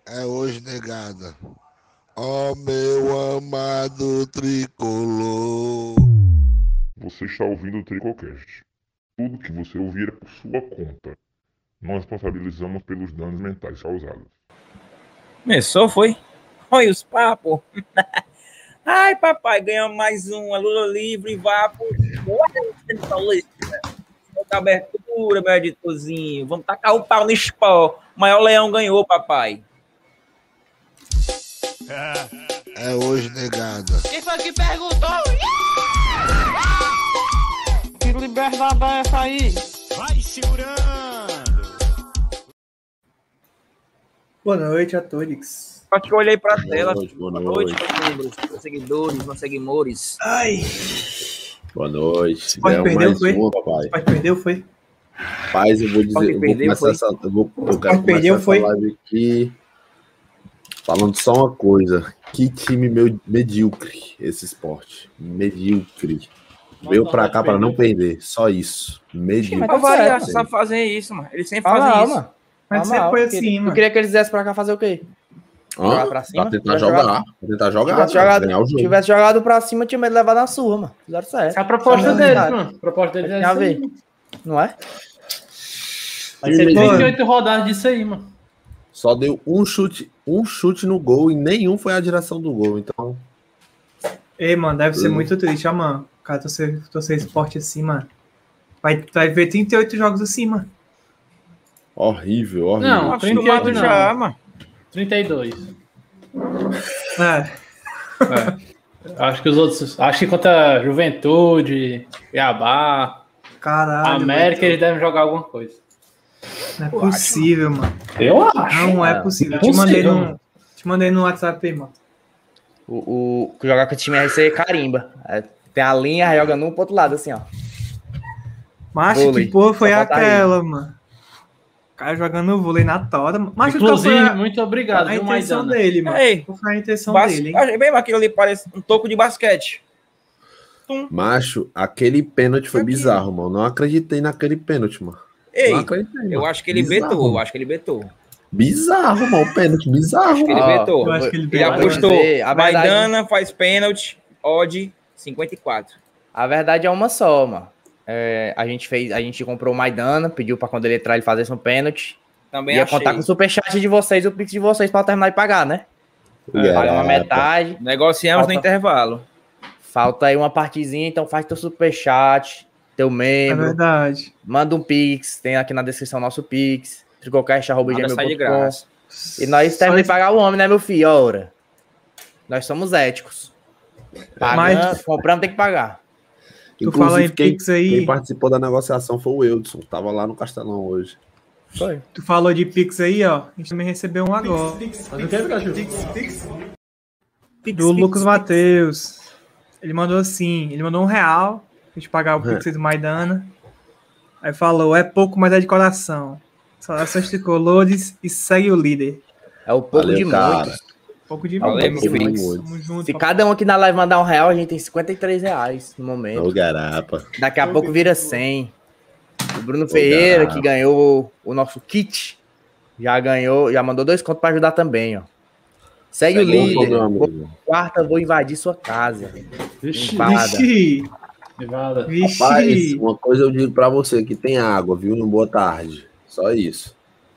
É hoje, negada. Ó meu amado tricolor. Você está ouvindo o Tricocast. Tudo que você ouvir é por sua conta. Não responsabilizamos pelos danos mentais causados. Começou, foi? Olha os papos. Ai, papai, ganhamos mais uma. Lula livre, vapo. Outra abertura, meu editorzinho. Vamos tacar o pau no Sport. O maior leão ganhou, papai. É hoje, negada. Quem foi que perguntou? Que liberdade é essa aí? Vai segurando. Boa noite a todos. Acho que eu olhei pra tela. Boa Boa noite. noite, meus membros, meus seguidores, meus seguimores. Ai, Boa noite. Pode Ganhamos perder, mais foi? uma, papai. Sport perdeu, foi? Rapaz, eu vou dizer, Pode eu vou perder, começar foi? essa, eu quero Perdeu, começar foi? essa live aqui falando só uma coisa. Que time medíocre esse esporte. Medíocre. Veio pra cá pra não perder. Só isso. Medíocre. Mas variar, você sabe fazer isso, mano. Eles sempre Fala fazem mal, isso. mano. Mas Fala sempre mal. foi Eu assim, queria- mano. Eu queria que eles viessem pra cá fazer o quê? Jogar Hã? pra cima? Pra tentar Tivesse jogar. jogado- Pra tentar jogar. Tivesse pra jogado, ganhar o jogo. tivesse jogado pra cima, tinha medo de levar na surra, mano. Fizeram certo. Essa é a proposta Essa é a deles, verdade. mano. A proposta deles é Tem a isso ver. aí. Não é? Vai ser Time 38 rodadas disso aí, mano. Só deu um chute no gol e nenhum foi a direção do gol. Então, Ei, mano, deve ser muito triste, ó, mano. O cara torcer esporte assim, mano. Vai ver 38 jogos assim, mano. horrível, horrível. Não, Acostumado 38 já, não. mano. 32. É, Acho que os outros. Acho que contra Juventude, Cuiabá, caralho. América, velho. eles devem jogar alguma coisa. Não é possível, mano. Eu acho. Não é É, possível. é Te possível. mandei no WhatsApp aí, mano. O jogar com o time aí ser carimba. É, tem a linha, aí joga num pro outro lado, assim, ó. Macho, Vôlei. que porra foi Só falta aquela, mano? O cara jogando vôlei na tora. Macho, Inclusive, qual foi muito obrigado, a viu, intenção Maidana? dele, mano? Ei, Qual foi a intenção Bas... dele, hein? Achei bem aquilo ali, parece um toco de basquete. Macho, aquele pênalti foi Aqui. bizarro, mano. Não acreditei naquele pênalti, mano. Ei, Não acreditei, eu mano. acho que ele Bizarro. betou, eu acho que ele betou. Bizarro, mano. O pênalti, bizarro. Acho que ele Ó, betou. Eu acho que ele Ele betou. apostou. dizer, a verdade- Maidana faz pênalti, odd 54. A verdade é uma só, mano. É, a gente comprou o Maidana, pediu pra quando ele entrar ele fazesse um pênalti. Também Ia achei. contar com o superchat de vocês e o pix de vocês pra terminar de pagar, né? Paga uma metade. Negociamos Falta- no intervalo. Falta aí uma partezinha, então faz teu superchat, teu É membro. verdade. Manda um pix, tem aqui na descrição nosso pix. Nada tricocast.gmail.com. sai de graça. E nós temos que pagar o homem, né, meu filho? Ora. Nós somos éticos. Pagando, Mas- comprando tem que pagar. Tu fala em Pix aí. Quem participou da negociação foi o Eudson. Tava lá no Castelão hoje. Foi. Tu falou de Pix aí, ó. A gente também recebeu um agora. Mas o que é, Pikachu? Do Lucas Matheus. Ele mandou assim, ele mandou R$1 pra gente pagar o Pix do Maidana. Aí falou, é pouco, mas é de coração. Saudações tricolores e segue o líder. É o pouco Valeu, de cara. muitos. Pouco de Valeu, muito. meu filho. Tamo junto. Se cada um aqui na live mandar R$1, a gente tem R$53 no momento. Ô, garapa. Daqui a pouco vira 100. O Bruno Ferreira, garapa. que ganhou o nosso kit, já ganhou, já mandou 2 contos pra ajudar também, ó. Segue o Ô, meu líder. amigo. Quarta, vou invadir sua casa. Vixe, Empada. Vixe, Nevada. vixe. Rapaz, uma coisa eu digo pra você, que tem água, viu? No Boa Tarde. Só isso.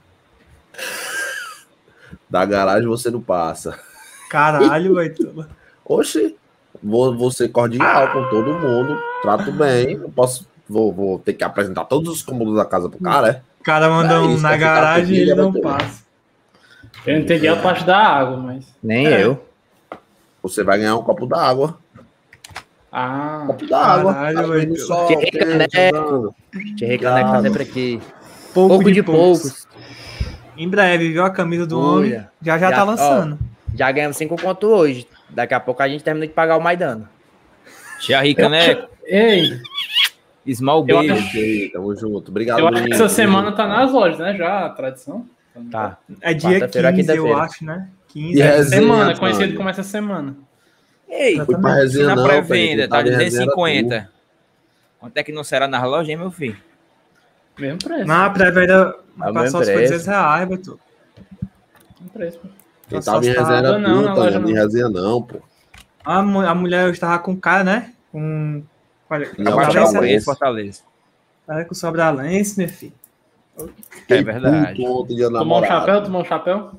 Da garagem você não passa. Caralho, velho. Oxi, vou ser cordial com todo mundo. Trato bem. Eu vou ter que apresentar todos os cômodos da casa pro cara, é? O cara mandou É um isso, na vai ficar garagem e comigo, ele vai não ter. passa. Eu não entendi a parte da água, mas. Nem É. eu. Você vai ganhar um copo d'água. Ah, Copo d'água. Caralho, Tá velho. vendo só, Que quente, caneco. dando. Thierry Caneco tá sempre aqui. Pouco, de poucos. poucos. Em breve, viu? A camisa do homem. Olha. Já Já, tá lançando. Já ganhamos 5 conto hoje. Daqui a pouco a gente termina de pagar o Maidana. Tia Rica, né? ei, Small Eu Baby. acho- Ok, tamo junto. Obrigado, eu acho que Bruninho. essa semana tá nas lojas, né? Já a tradição. Tá. É dia Quarta-feira, 15, eu quinta-feira. acho, né? 15. E Essa resenha, semana, Antônio? conhecido como essa semana. Ei, Fui pra resenha, na não, pré-venda, Pedro, tá em resenha era 250. Quanto é que não será nas lojas, hein, meu filho? Mesmo preço. Na pré-venda É o passou mesmo os preço. R$16, Beto. preço. Quem Só tava em resenha era não, na tu, loja tá em não. resenha não, pô. A mulher estava com cara, né? Com. Olha, Não, Fortaleza, Fortaleza. Fortaleza. Cara com sobralense, meu filho. É verdade. Puto ontem, dia Tomou um namorado. chapéu? Tomou um chapéu?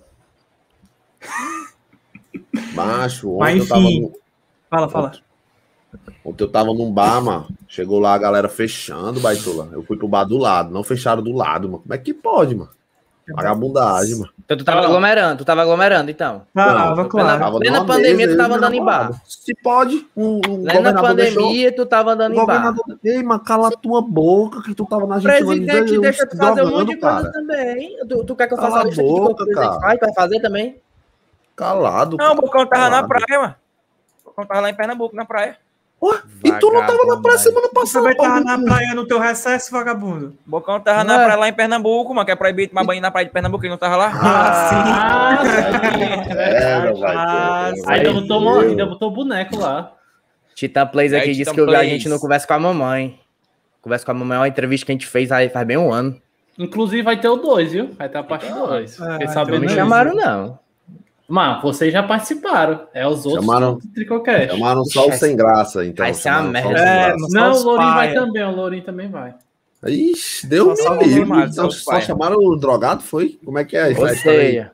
Macho, Mas ontem eu tava enfim. no... Fala. Ontem eu tava num bar, mano. Chegou lá a galera fechando, baitola. Eu fui pro bar do lado, não fecharam do lado, mano. Como é que pode, mano? Vagabundagem, mano. Então tu tava aglomerando, então. Tava, claro. Tava Plena numa pandemia, mesa, tu tava eu e meu andando em bar. namorado. Se pode, o Plena governador deixou. pandemia, tu tava andando O em bar. governador... Ei, mano, cala tua boca que tu tava na O gente presidente deixa tu fazer um monte de coisa cara. também. Tu quer que eu Cala faça a a lista de que o boca, presidente cara. faz? Tu vai fazer também? Calado. Não, o Bocão tava na calado. praia, mano. O Bocão tava lá em Pernambuco, na praia. Ué, e tu não tava na praia semana Tu passada? também tava na Paulo? praia no teu recesso, vagabundo. O Bocão tava Não na é? praia lá em Pernambuco, mano, que é proibido tomar banho na praia de Pernambuco, ele não tava lá? Ah, Era, vai, Ah, ter, Aí ainda botou, eu. ainda botou boneco lá. Titã Plays aqui É, disse Titã que a Plays. gente não conversa com a mamãe. Conversa com a mamãe é uma entrevista que a gente fez aí faz bem um ano. Inclusive vai ter o 2, viu? Vai ter a parte 2. Ah, Fiquei então sabendo Não me Beleza. disso. chamaram, não. Mano, vocês já participaram. É os outros Chamaram- do Tricocast. Chamaram só o sem graça, então. Vai ser uma Chamaram só o merda. sem É, graça. mas- Não, Só o Lourinho os vai paia. também. O Lourinho também vai. Ixi, deu Só me livre. confirmado, Então, só os só paia. chamaram o drogado, foi? Como é que é isso? Ou Aí, fala aí. seja,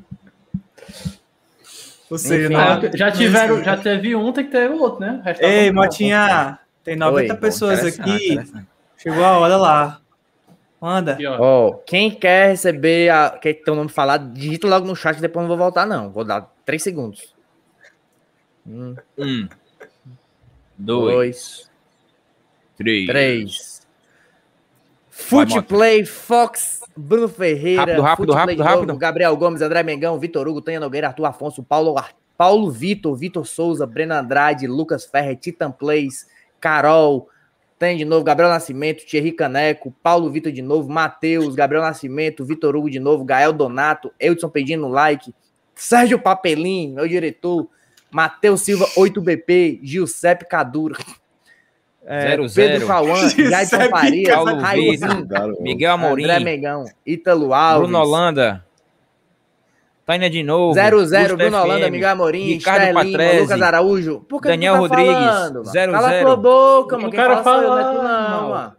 Ou seja, Enfim. não- Já teve um, tem que ter o outro, né? O resto tá Ei, bom. Motinha, tem 90 Oi, pessoas Interessante, aqui. interessante. Chegou a hora lá. Manda. Aqui, ó. ó, quem quer receber, quer ter o nome falado, digita logo no chat, depois não vou voltar, não. Vou dar 3 segundos. 1, 2, 2, 3. 3. Vai, Footplay, Fox, Bruno Ferreira, Rápido, Footplay de rápido. novo, Gabriel Gomes, André Mengão, Vitor Hugo, Tânia Nogueira, Arthur Afonso, Paulo Vitor, Vitor Souza, Breno Andrade, Lucas Ferrer, Titan Plays, Carol, Tânia de novo, Gabriel Nascimento, Thierry Caneco, Paulo Vitor de novo, Matheus, Gabriel Nascimento, Vitor Hugo de novo, Gael Donato, Eudson pedindo like, Sérgio Papelim, meu diretor, Matheus Silva, 8BP, Giuseppe Cadura, 0-0. Pedro Cauã, Jair Giuseppe Farias, Paulo Raizinho, Miguel Amorim, André Mengão, Ítalo Alves, Bruno Holanda, Tânia de novo, 0-0, Gusto Bruno FM, Holanda, Miguel Amorim, Ricardo Esther Lima, Patrese, Lucas Araújo. Por que Daniel tu tá Rodrigues, falando, mano? 0-0. Cala tua boca, mano. O Quem cara fala sou eu, não é fala, tu não, mal. mano.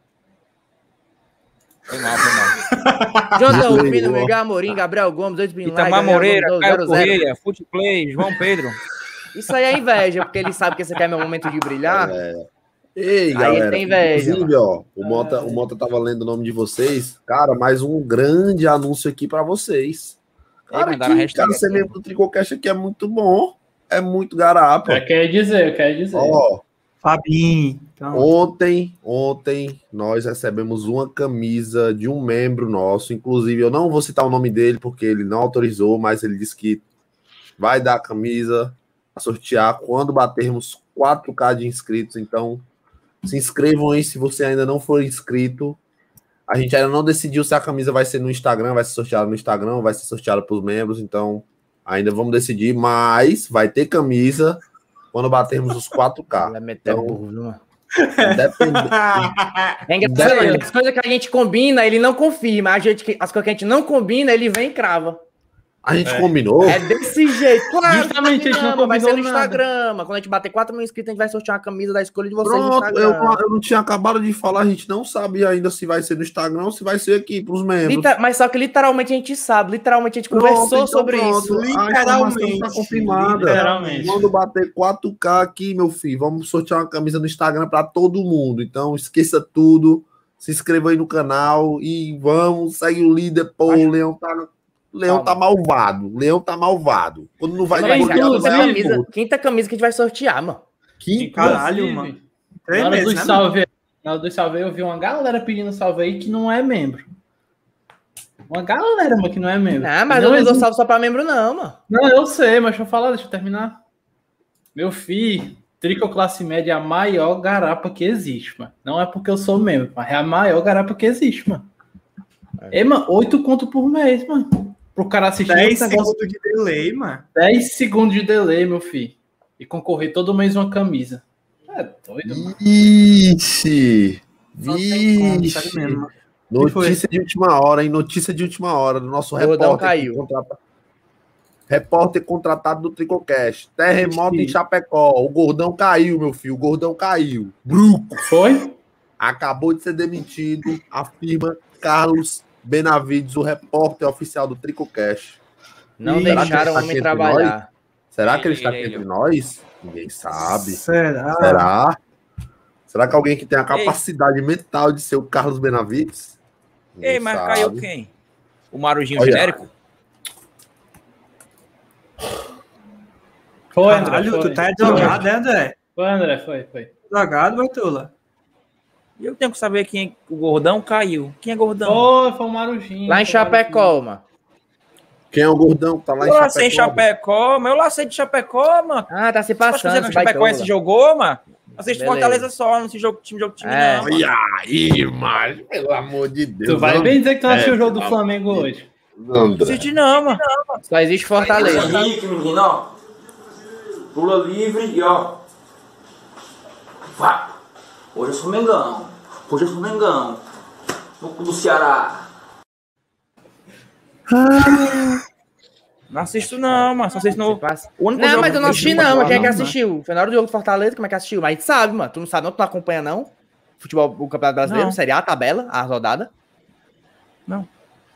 Foi mal. Jonathan Rufino, Miguel Amorim, Gabriel Gomes, 8 mil Itamar likes, Moreira, Gabriel Caio Gomes, 0-0. Correia, Footplay, João Pedro. Isso aí é inveja, porque ele sabe que esse aqui é meu momento de brilhar. Ei, Aí galera. tem inveja, Inclusive, ó, o Mota tava lendo o nome de vocês. Cara, mais um grande anúncio aqui pra vocês. Cara, mandaram a hashtag ser aqui. membro do Tricocast aqui é muito bom. É muito garapa. Eu quero dizer. Ó, Fabinho. Então, ontem nós recebemos uma camisa de um membro nosso. Inclusive, eu não vou citar o nome dele porque ele não autorizou, mas ele disse que vai dar a camisa a sortear quando batermos 4K de inscritos. Então, se inscrevam aí se você ainda não for inscrito. A gente ainda não decidiu se a camisa vai ser no Instagram, vai ser sorteada no Instagram, vai ser sorteada para os membros. Então, ainda vamos decidir, mas vai ter camisa quando batermos os 4K. Vai meter Então, burro, viu, mano? Depende- É engraçado, mano, que as coisas que a gente combina, ele não confirma. As coisas que a gente não combina, ele vem e crava. A gente combinou. É desse jeito. Claro, Justamente, a gente não vai ser no combinou nada. Instagram. Mas quando a gente bater 4 mil inscritos, a gente vai sortear uma camisa da escolha de vocês no Pronto, eu Instagram. não tinha acabado de falar, a gente não sabe ainda se vai ser no Instagram ou se vai ser aqui para os membros. Mas só que literalmente a gente sabe, literalmente a gente Pronto, conversou então sobre pronto, isso. A informação está confirmada. Literalmente. Quando bater 4K aqui, meu filho, vamos sortear uma camisa no Instagram para todo mundo. Então, esqueça tudo, se inscreva aí no canal e vamos, segue o líder, pô, o Leão tá malvado. O Leão tá malvado. Quando não vai Vai ser a inclusive, quinta camisa que a gente vai sortear, mano. Que Caralho, Inclusive, mano. Na 3 hora meses, dos né, salve, na hora dos salve, eu vi uma galera pedindo salve aí que não é membro. Uma galera, mano, que não é membro. Ah, mas não eu não dou existe. salve só pra membro, não, mano. Não, eu sei, mas deixa eu falar, deixa eu terminar. Meu filho, Trico Classe Média é a maior garapa que existe, mano. Não é porque eu sou membro, mas é a maior garapa que existe, mano. É, mano, 8 conto por mês, mano. Pro cara assistir 10 esse negócio. segundos de delay, mano. 10 segundos de delay, meu filho. E concorrer todo mês uma camisa. É doido, mano. Vixe! Não tem como, Vixe! sério mesmo, mano. Notícia de última hora, hein? Notícia de última hora do nosso O Rodão repórter. caiu. Repórter contratado do Tricocast. Terremoto em Chapecó. O gordão caiu, meu filho. O gordão caiu. Bruco. Foi? Acabou de ser demitido. Afirma Carlos Benavides, o repórter oficial do Tricocast. Não Será que deixaram ele o homem está aqui trabalhar. Será que ele está aqui Ele. entre nós? Ninguém sabe. Será? Será? Será que alguém que tem a capacidade mental de ser o Carlos Benavides? Ninguém Ei, mas sabe. caiu quem? O Marujinho Olha. genérico? Foi, André. Caralho, Foi. tu tá drogado, né, André? Foi, André, foi. Drogado, Bartola. E eu tenho que saber quem o gordão caiu. Quem é gordão? Foi o Marujinho. Lá em foi o Marujinho. Chapecó, mano. Quem é o gordão que tá lá Eu em lacei em Chapecó? Chapecó, mas eu lacei de Chapecó, mano. Ah, tá se Acho que você passando. que o esse Chapecoense baitola. jogou, mano. Assiste Beleza. Fortaleza só, não se jogo time É. não. mano. Olha aí, mas pelo amor de Deus. Tu vai não- bem dizer que tu assistiu o É, jogo do pelo Flamengo amor de hoje. Não André. assiste não, mano. Só existe Fortaleza. Henrique, menino, ó. Lula livre e ó. Vai. Hoje eu sou Mengão. Hoje eu sou Mengão. Do Ceará. Não assisto não, mano. Só assisto no... O único Não, jogo mas eu não que assisti, eu não. Mas quem é que não, assistiu? Foi na hora do jogo do Fortaleza, como é que assistiu? Mas a gente sabe, mano. Tu não sabe, não? Tu não acompanha, não? Futebol, o Campeonato Brasileiro, Não. Série A, tabela, a rodada? Não.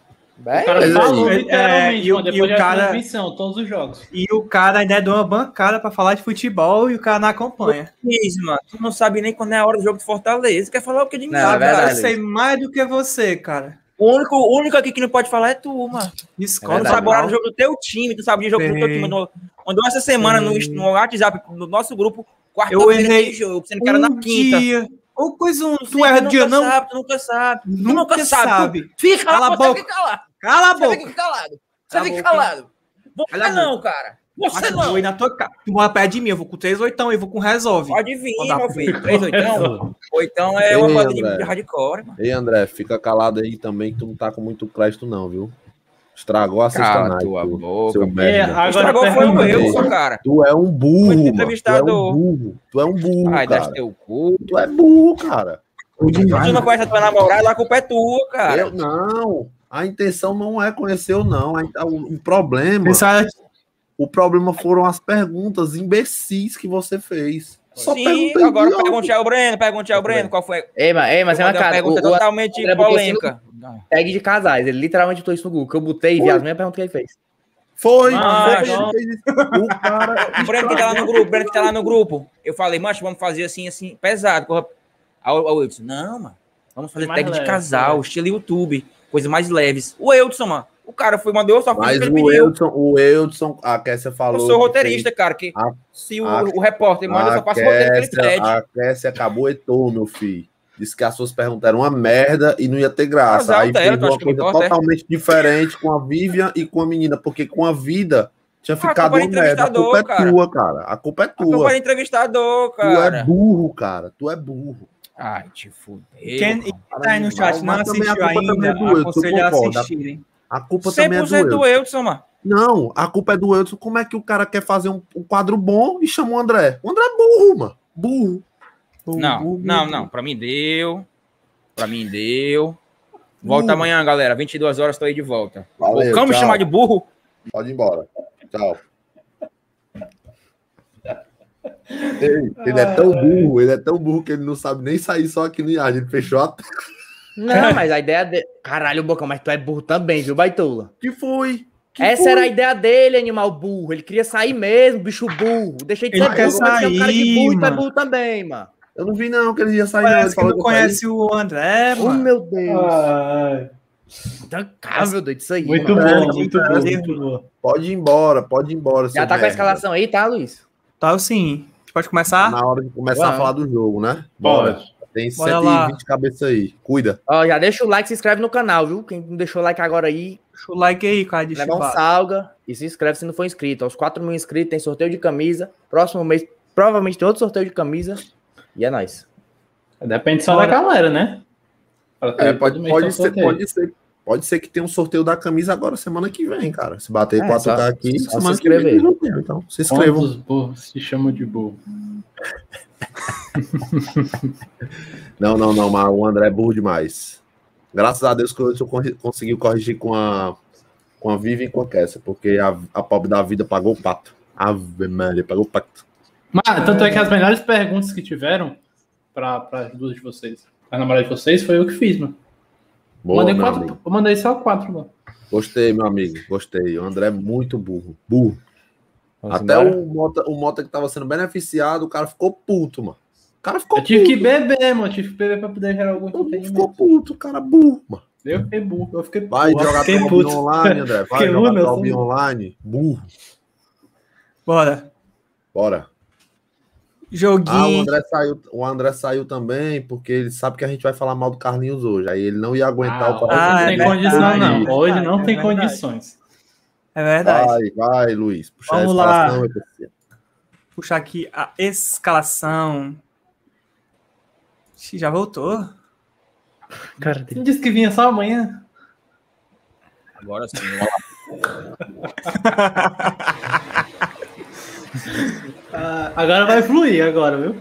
O Bem, cara Mas falou aí, literalmente, e o- mano, e o depois da cara- transmissão, todos os jogos. E o cara ainda deu uma bancada pra falar de futebol e o cara não acompanha. Isso, mano. Tu não sabe nem quando é a hora do jogo do Fortaleza. Quer falar o que de mim? Não, é cara? verdade. Eu sei mais do que você, cara. O único aqui que não pode falar é tu, mano. Escola Tu não verdade. sabe o horário do jogo do teu time, tu sabe o jogo do teu Sei. time. Mandou essa semana no WhatsApp, no nosso grupo, quarta-feira errei tem jogo, sendo que era na quinta. Dia. Ou coisa um, tu Sempre erra dia, não? Sabe, tu nunca sabe. Tu Nunca nunca sabe. sabe. Tu fica Cala lá, a você boca. fica lá. Cala a Você boca. fica calado. Você Cala a fica boca. calado. Você Olha a não, cara. Você Mas eu não. vou ir na tua cara. Tu mora perto de mim, eu vou com 3 oitão, eu vou com resolve. Pode vir, Pode dar meu pra- filho. 3 oitão. Oitão é uma Ei, banda André. de hardcore, mano. Ei, André, fica calado aí também, que tu não tá com muito crédito, não, viu? Estragou a sexta Cala night, tua tu, boca. seu merda. agora Estragou foi o pergunta. Wilson, cara. Tu é um Foi burro, mano. Tu é um entrevistador. burro. Tu é um burro, Ai, das cara. teu cu. Tu é burro, cara. Tu não conhece a tua namorada, a culpa é tua, cara. Eu não. A intenção não é conhecer ou não. O problema, Pensar, o problema foram as perguntas imbecis que você fez. Só Sim, perguntei agora idiota. pergunte ao Breno qual foi. Ei, mas é uma Uma cara. pergunta O totalmente André botou isso polêmica. tag de casais. Ele literalmente botou isso no Google. Que eu botei e vi as mesmas perguntas que ele fez. Foi, Ah, foi, então- ele fez isso. O cara. O Breno que tá lá no grupo, o Breno que tá lá no grupo. Eu falei, macho, vamos fazer assim, pesado. Aí o Wilson, não, mano, vamos fazer Mais tag de leve, casal, né? estilo YouTube, coisas mais leves. O Wilson, mano, o cara foi, mandou, só fiz o Mas que ele o pediu. Eudson, a Kessia falou. Eu sou que roteirista, cara, que a- se a- o repórter manda, eu só faço o roteiro que ele pede. A Kessia caboetou, meu filho. Disse que as suas perguntas eram uma merda e não ia ter graça. Exalta Aí ela, fez tu acha uma que me coisa importa, é? totalmente diferente com a Vivian e com a menina, porque com a vida tinha culpa ficado é uma merda. A culpa é entrevistador, tua, cara. A culpa é A culpa tua. é entrevistador, Tu é cara. burro, cara. Tu é burro. Ai, te fudeu. quem tá aí no chat, não Mas também a assistiu culpa também ainda, é do Wilson, aconselho a tu concorda? assistirem. A culpa também é do 100% Eudson. do Wilson, mano. Não, a culpa é do Eudson. Como é que o cara quer fazer um quadro bom e chama o André? O André é burro, mano. Burro. Burro, Não, burro, não, burro. não. Pra mim deu. Volta amanhã, galera. 22 horas, tô aí de volta. Valeu, Vamos me tchau. chamar de burro? Pode ir embora. Tchau. Ele é tão burro que ele não sabe nem sair só aqui no Iard. Ele fechou a. Não, mas a ideia dele. Caralho, Bocão, mas tu é burro também, viu, Baitola? Que foi? Que Essa foi? era a ideia dele, animal burro. Ele queria sair mesmo, bicho burro. Deixei de Ele ser quer burro, mas é um cara de sair, burro e tu é mano. burro também, mano. Eu não vi, não, que ele ia sair. não. Ele Parece que falou não que ia sair. conhece o André, Oh, mano. meu Deus. Ai, Tancável, doido, isso aí. muito mano. bom, muito bom, muito bom. Pode ir embora, pode ir embora. Já seu tá com a merda. escalação aí, tá, Luiz? Tá sim. A gente pode começar? Na hora de começar Bora. a falar do jogo, né? Bora. Tem Bora lá. 120 cabeças aí. Cuida. Ó, já deixa o like, se inscreve no canal, viu? Quem não deixou o like agora aí, Deixa o like aí, cara, de leva um chibata. salga e se inscreve se não for inscrito. Aos 4 mil inscritos tem sorteio de camisa. Próximo mês, provavelmente tem outro sorteio de camisa. E é nóis. Depende só Bora. da galera, né? Pode ser que tenha um sorteio da camisa agora, semana que vem, cara. Se bater É, 4K só- aqui, só semana se que vem inscrever. tem sorteio. Então, se inscrevam. Quantos burros se chamam de burro? Não, mas o André é burro demais. Graças a Deus que o Wilson conseguiu corrigir com a Com a Vivi e com a Kessia, porque a pobre da vida pagou o pato. Ave Maria, pagou o pato. Mas, tanto é que as melhores perguntas que tiveram para as duas de vocês, a namorada de vocês, foi eu que fiz, mano. Boa, Mandei meu 4, amigo. eu mandei só 4, mano. Gostei, meu amigo, gostei. O André é muito burro. Burro. Vamos Até embora? o Mota que tava sendo beneficiado, o cara ficou puto, mano. O cara ficou Eu tive puto. que beber, mano. Tive que beber pra poder gerar algum Todo mundo ficou entretenimento. puto, o cara burro, mano. Eu fiquei burro, eu fiquei Vai burro. jogar Fiquei Tobin online, André. Vai Fiquei jogar burro, meu Tobin sonho. online. Burro. Bora. Bora. Joguinho. O André saiu também, porque ele sabe que a gente vai falar mal do Carlinhos hoje. Aí ele não ia aguentar o Hoje não é tem verdade, condição, não. verdade, Hoje não é tem verdade. condições. É verdade. Vai, Luiz. Puxa Vamos a lá. escalação, meu parceiro. Puxar aqui a escalação. Ixi, já voltou? Cara, Você disse que vinha só amanhã? Agora sim. Agora vai fluir, agora, viu?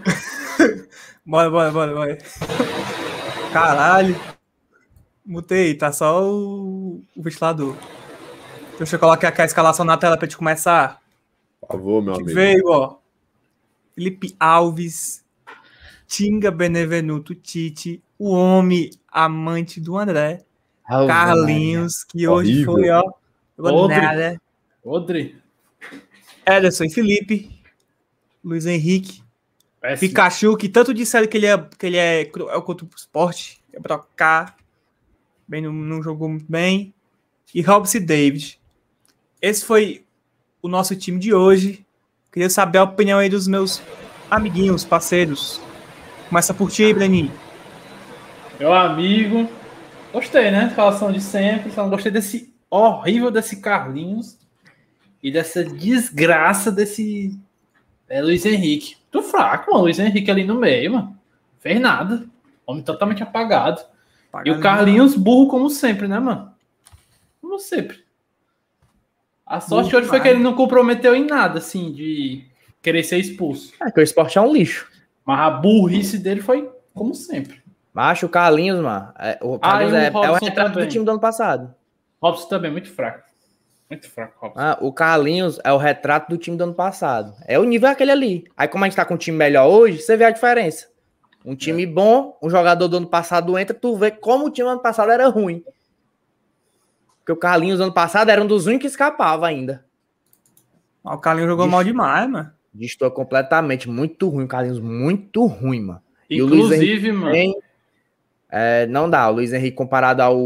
Bora. Caralho. Mutei, tá só o ventilador. Deixa eu colocar aqui a escalação na tela pra gente começar. Por favor, meu amigo. Veio, ó. Felipe Alves, Tinga Benevenuto Tite, o homem amante do André, Carlinhos, que hoje Horrível. foi, ó. Jogou Podre. nada. Rodri. Ederson e Felipe, Luiz Henrique, Péssimo. Pikachu, que tanto disseram que ele é cruel contra o esporte, é brocar, bem, não jogou muito bem, e Robson David. Esse foi o nosso time de hoje. Queria saber a opinião aí dos meus amiguinhos, parceiros. Começa por ti aí, Breninho. Meu amigo. Gostei, né? Escalação de sempre. Só não gostei desse horrível desse Carlinhos e dessa desgraça desse Luiz Henrique. Muito fraco, mano. Luiz Henrique ali no meio, mano. Fez nada. Homem totalmente apagado. E o Carlinhos burro como sempre, né, mano? Como sempre. A sorte Burro hoje foi que ele não comprometeu em nada, assim, de querer ser expulso. É que o esporte é um lixo. Mas a burrice dele foi como sempre. Macho, o Carlinhos, mano. O Carlinhos e o é o Robson retrato também. do time do ano passado. Robson também, muito fraco. Muito fraco, Robson. O Carlinhos é o retrato do time do ano passado. É o nível aquele ali. Aí, como a gente tá com um time melhor hoje, você vê a diferença. Um time bom, um jogador do ano passado entra, tu vê como o time do ano passado era ruim. Porque o Carlinhos do ano passado era um dos únicos que escapava ainda. O Carlinhos jogou mal demais, mano. Destoou completamente. Muito ruim, o Carlinhos. Muito ruim, mano. E o Luiz Inclusive, mano. Não dá. O Luiz Henrique comparado ao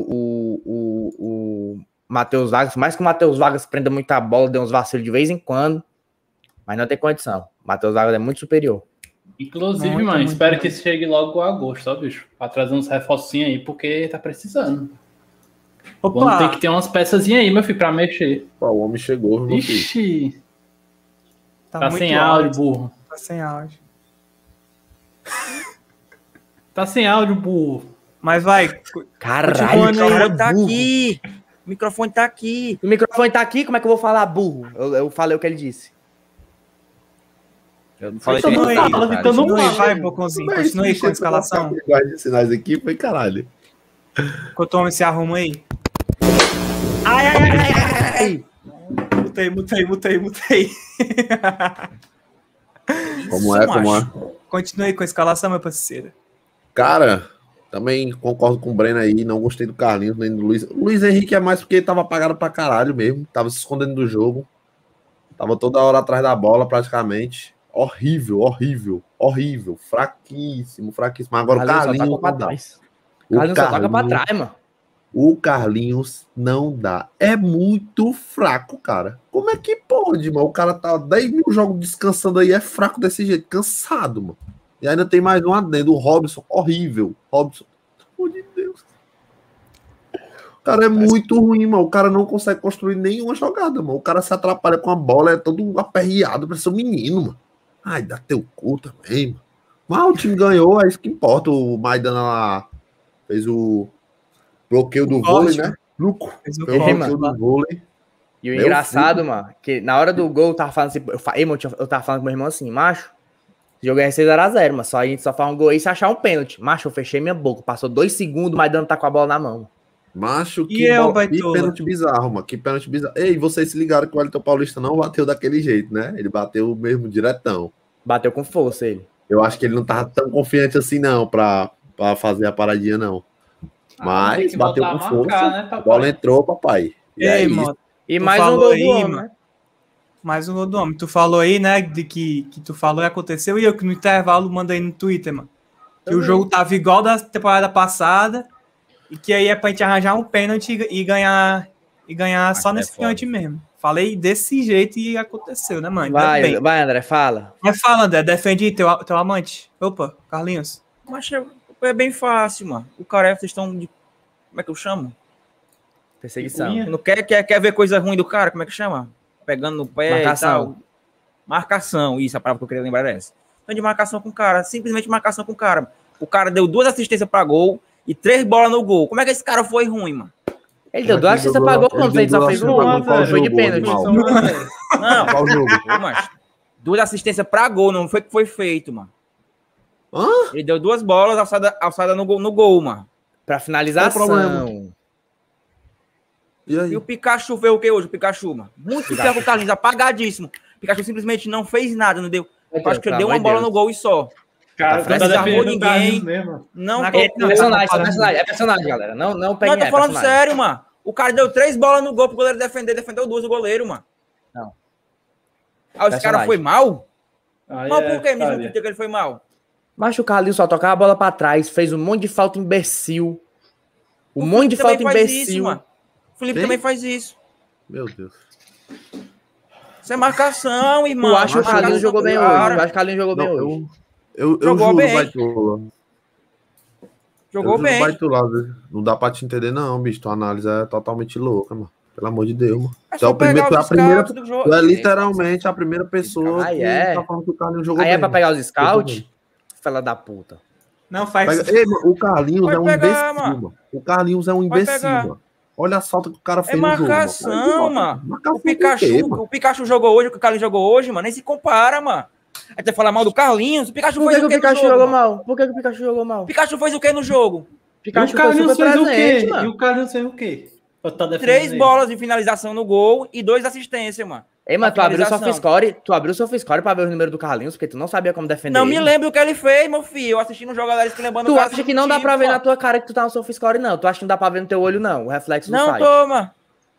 Matheus Vargas, mais que o Matheus Vargas prenda muita bola, dê uns vacilos de vez em quando, mas não tem condição. O Matheus Vargas é muito superior. Inclusive, Muito, mano, muito espero bom. que chegue logo o agosto, ó, bicho. Pra trazer uns reforcinhos aí, porque tá precisando. Vamos ter Opa! que ter umas peçazinhas aí, meu filho, pra mexer. Pô, o homem chegou, meu filho. Ixi, tá muito sem alto. áudio, burro. Tá sem áudio. Tá sem áudio, burro. Mas vai. Caralho, Continuando aí, cara, tá burro. aqui. O microfone tá aqui. O microfone tá aqui, como é que eu vou falar burro? Eu falei o que ele disse. Eu não falei Então não direito, fala, cara. então não Continue, fala. vai, Bocãozinho. Continue aí com a escalação. De sinais aqui foi caralho. Enquanto o homem se arruma aí. Ai. Mutei. Como é, como é? Continue aí com a escalação, meu parceiro. Cara, também concordo com o Breno aí. Não gostei do Carlinhos, nem do Luiz. O Luiz Henrique é mais porque ele tava apagado pra caralho mesmo. Tava se escondendo do jogo. Tava toda hora atrás da bola, praticamente. Horrível. Fraquíssimo. Agora o Carlinhos não dá. O Carlinhos só toca pra trás, mano. O Carlinhos não dá. É muito fraco, cara. Como é que pode, mano? O cara tá 10 mil jogos descansando aí, é fraco desse jeito. Cansado, mano. E ainda tem mais um adendo. O Robson, horrível. Robson, pelo amor de Deus. O cara é muito ruim, mano. O cara não consegue construir nenhuma jogada, mano. O cara se atrapalha com a bola, é todo aperreado pra ser um menino, mano. Ai, dá teu cu também, mano. Mas o time ganhou, é isso que importa. O Maidana lá fez o bloqueio do vôlei, né? Luco. Fez o Fez o corte, bloqueio mano. do vôlei. E o Meu engraçado, mano, que na hora do gol eu tava falando assim, eu tava falando com meu irmão assim, macho, esse jogo é 6x0, mano, a gente só faz um gol aí se achar um pênalti. Macho, eu fechei minha boca, passou 2 segundos, mas dando tá com a bola na mão. Macho, E eu, que Baitola? pênalti bizarro, mano. Que pênalti bizarro. Ei, vocês se ligaram que o Wellington Paulista não bateu daquele jeito, né? Ele bateu mesmo diretão. Bateu com força ele. Eu acho que ele não tava tão confiante assim, não, pra fazer a paradinha, não. tem Mas que bateu botar com a força. marcar, né, A papai? bola entrou, papai. E é Ei, isso. mano. E Tu mais um falou gol aí, do homem, mano. né? Mais um gol do homem. Tu falou aí, né, de que tu falou e aconteceu, e eu que no intervalo mandei no Twitter, mano. Que o jogo tava igual da temporada passada, e que aí é pra gente arranjar um pênalti e ganhar só é nesse foda. pênalti mesmo. Falei desse jeito e aconteceu, né, mano? Ainda Vai, bem. vai, André, fala. Mas fala, André, defende aí teu amante. Opa, Carlinhos. Mas é bem fácil, mano. O cara, vocês estão de... Como é que eu chamo? Perseguição. Picuinha. Não quer ver coisa ruim do cara? Como é que chama? Pegando no pé Marcação. e tal. Marcação, isso, a palavra que eu queria lembrar era essa. Então, de marcação com o cara, simplesmente marcação com o cara. O cara deu 2 assistências pra gol e 3 bolas no gol. Como é que esse cara foi ruim, mano? Ele deu 2 assistências pra gol, quando ele só fez uma, foi de pênalti. Não, Qual jogo? Ô, mas 2 assistências pra gol, não foi o que foi feito, mano. Hã? Ele deu 2 bolas alçada no gol, mano. Pra finalização. Qual o problema? E aí? E o Pikachu fez o que hoje, o Pikachu, mano? Muito pior que o Carlinhos, apagadíssimo. O Pikachu simplesmente não fez nada, não deu. Eu acho que ele deu uma bola no gol e só. Cara, Tá tá desarmou defendendo ninguém. Carlinhos mesmo. Não Na- tocou. É personagem, é personagem, galera. Não peguem, Não, tô é falando personagem. sério, mano. O cara deu 3 bolas no gol pro goleiro defendeu 2 o goleiro, mano. Não. Ah, esse cara Personagem. foi mal? Aí Mal é por que mesmo putaria. que ele foi mal? Mas o Carlinhos só tocava a bola pra trás, fez um monte de falta imbecil. Um monte de Felipe falta também faz imbecil. isso, mano. O Felipe Quem? também faz isso. Meu Deus. Isso é marcação, irmão. Tu acha que o Carlinhos Marcação jogou do bem cara. hoje? Eu acho que o Carlinhos jogou bem Não, hoje. eu Jogou juro, bem. Baitola. Jogou Eu juro, bem. Baitola, viu? Não dá pra te entender, não, bicho. Tua análise é totalmente louca, mano. Pelo amor de Deus, mano. É Tu é, só o primeiro, tu é pegar a os primeira, scouts do jogo. tu é literalmente a primeira pessoa Aí que é. tá falando que o Carlinhos jogou Aí bem. é pra pegar os scouts? bem. Fala da puta. Não faz. Ei, mano, o Carlinhos Vai é um pegar, imbecil, mano. mano. O Carlinhos é um Vai imbecil, pegar. mano. Olha a falta que o cara É fez no jogo. marcação, mano. Marcação O Pikachu jogou hoje, o que o Carlinhos jogou hoje, mano. Nem se compara, mano. Aí você fala mal do Carlinhos. O Pikachu Por fez que, o que que o Pikachu no jogo, jogou mano? mal? Por que, que o Pikachu jogou mal? O Pikachu fez o que no jogo? E o Pikachu foi Carlinhos super fez o presente, quê? mano. E o Carlinhos fez o quê? Pra tá defendendo 3 ele? bolas de finalização no gol e 2 assistências, mano. Ei, mano, Na finalização. tu abriu o SofaScore pra ver o número do Carlinhos, porque tu não sabia como defender Não ele. me lembro o que ele fez, meu filho. Eu assisti no jogo que lembrando Tu o cara acha que não dá time, pra ver pô. na tua cara que tu tá no SofaScore, não. Tu acha que não dá pra ver no teu olho, não. O reflexo do Não, site. toma.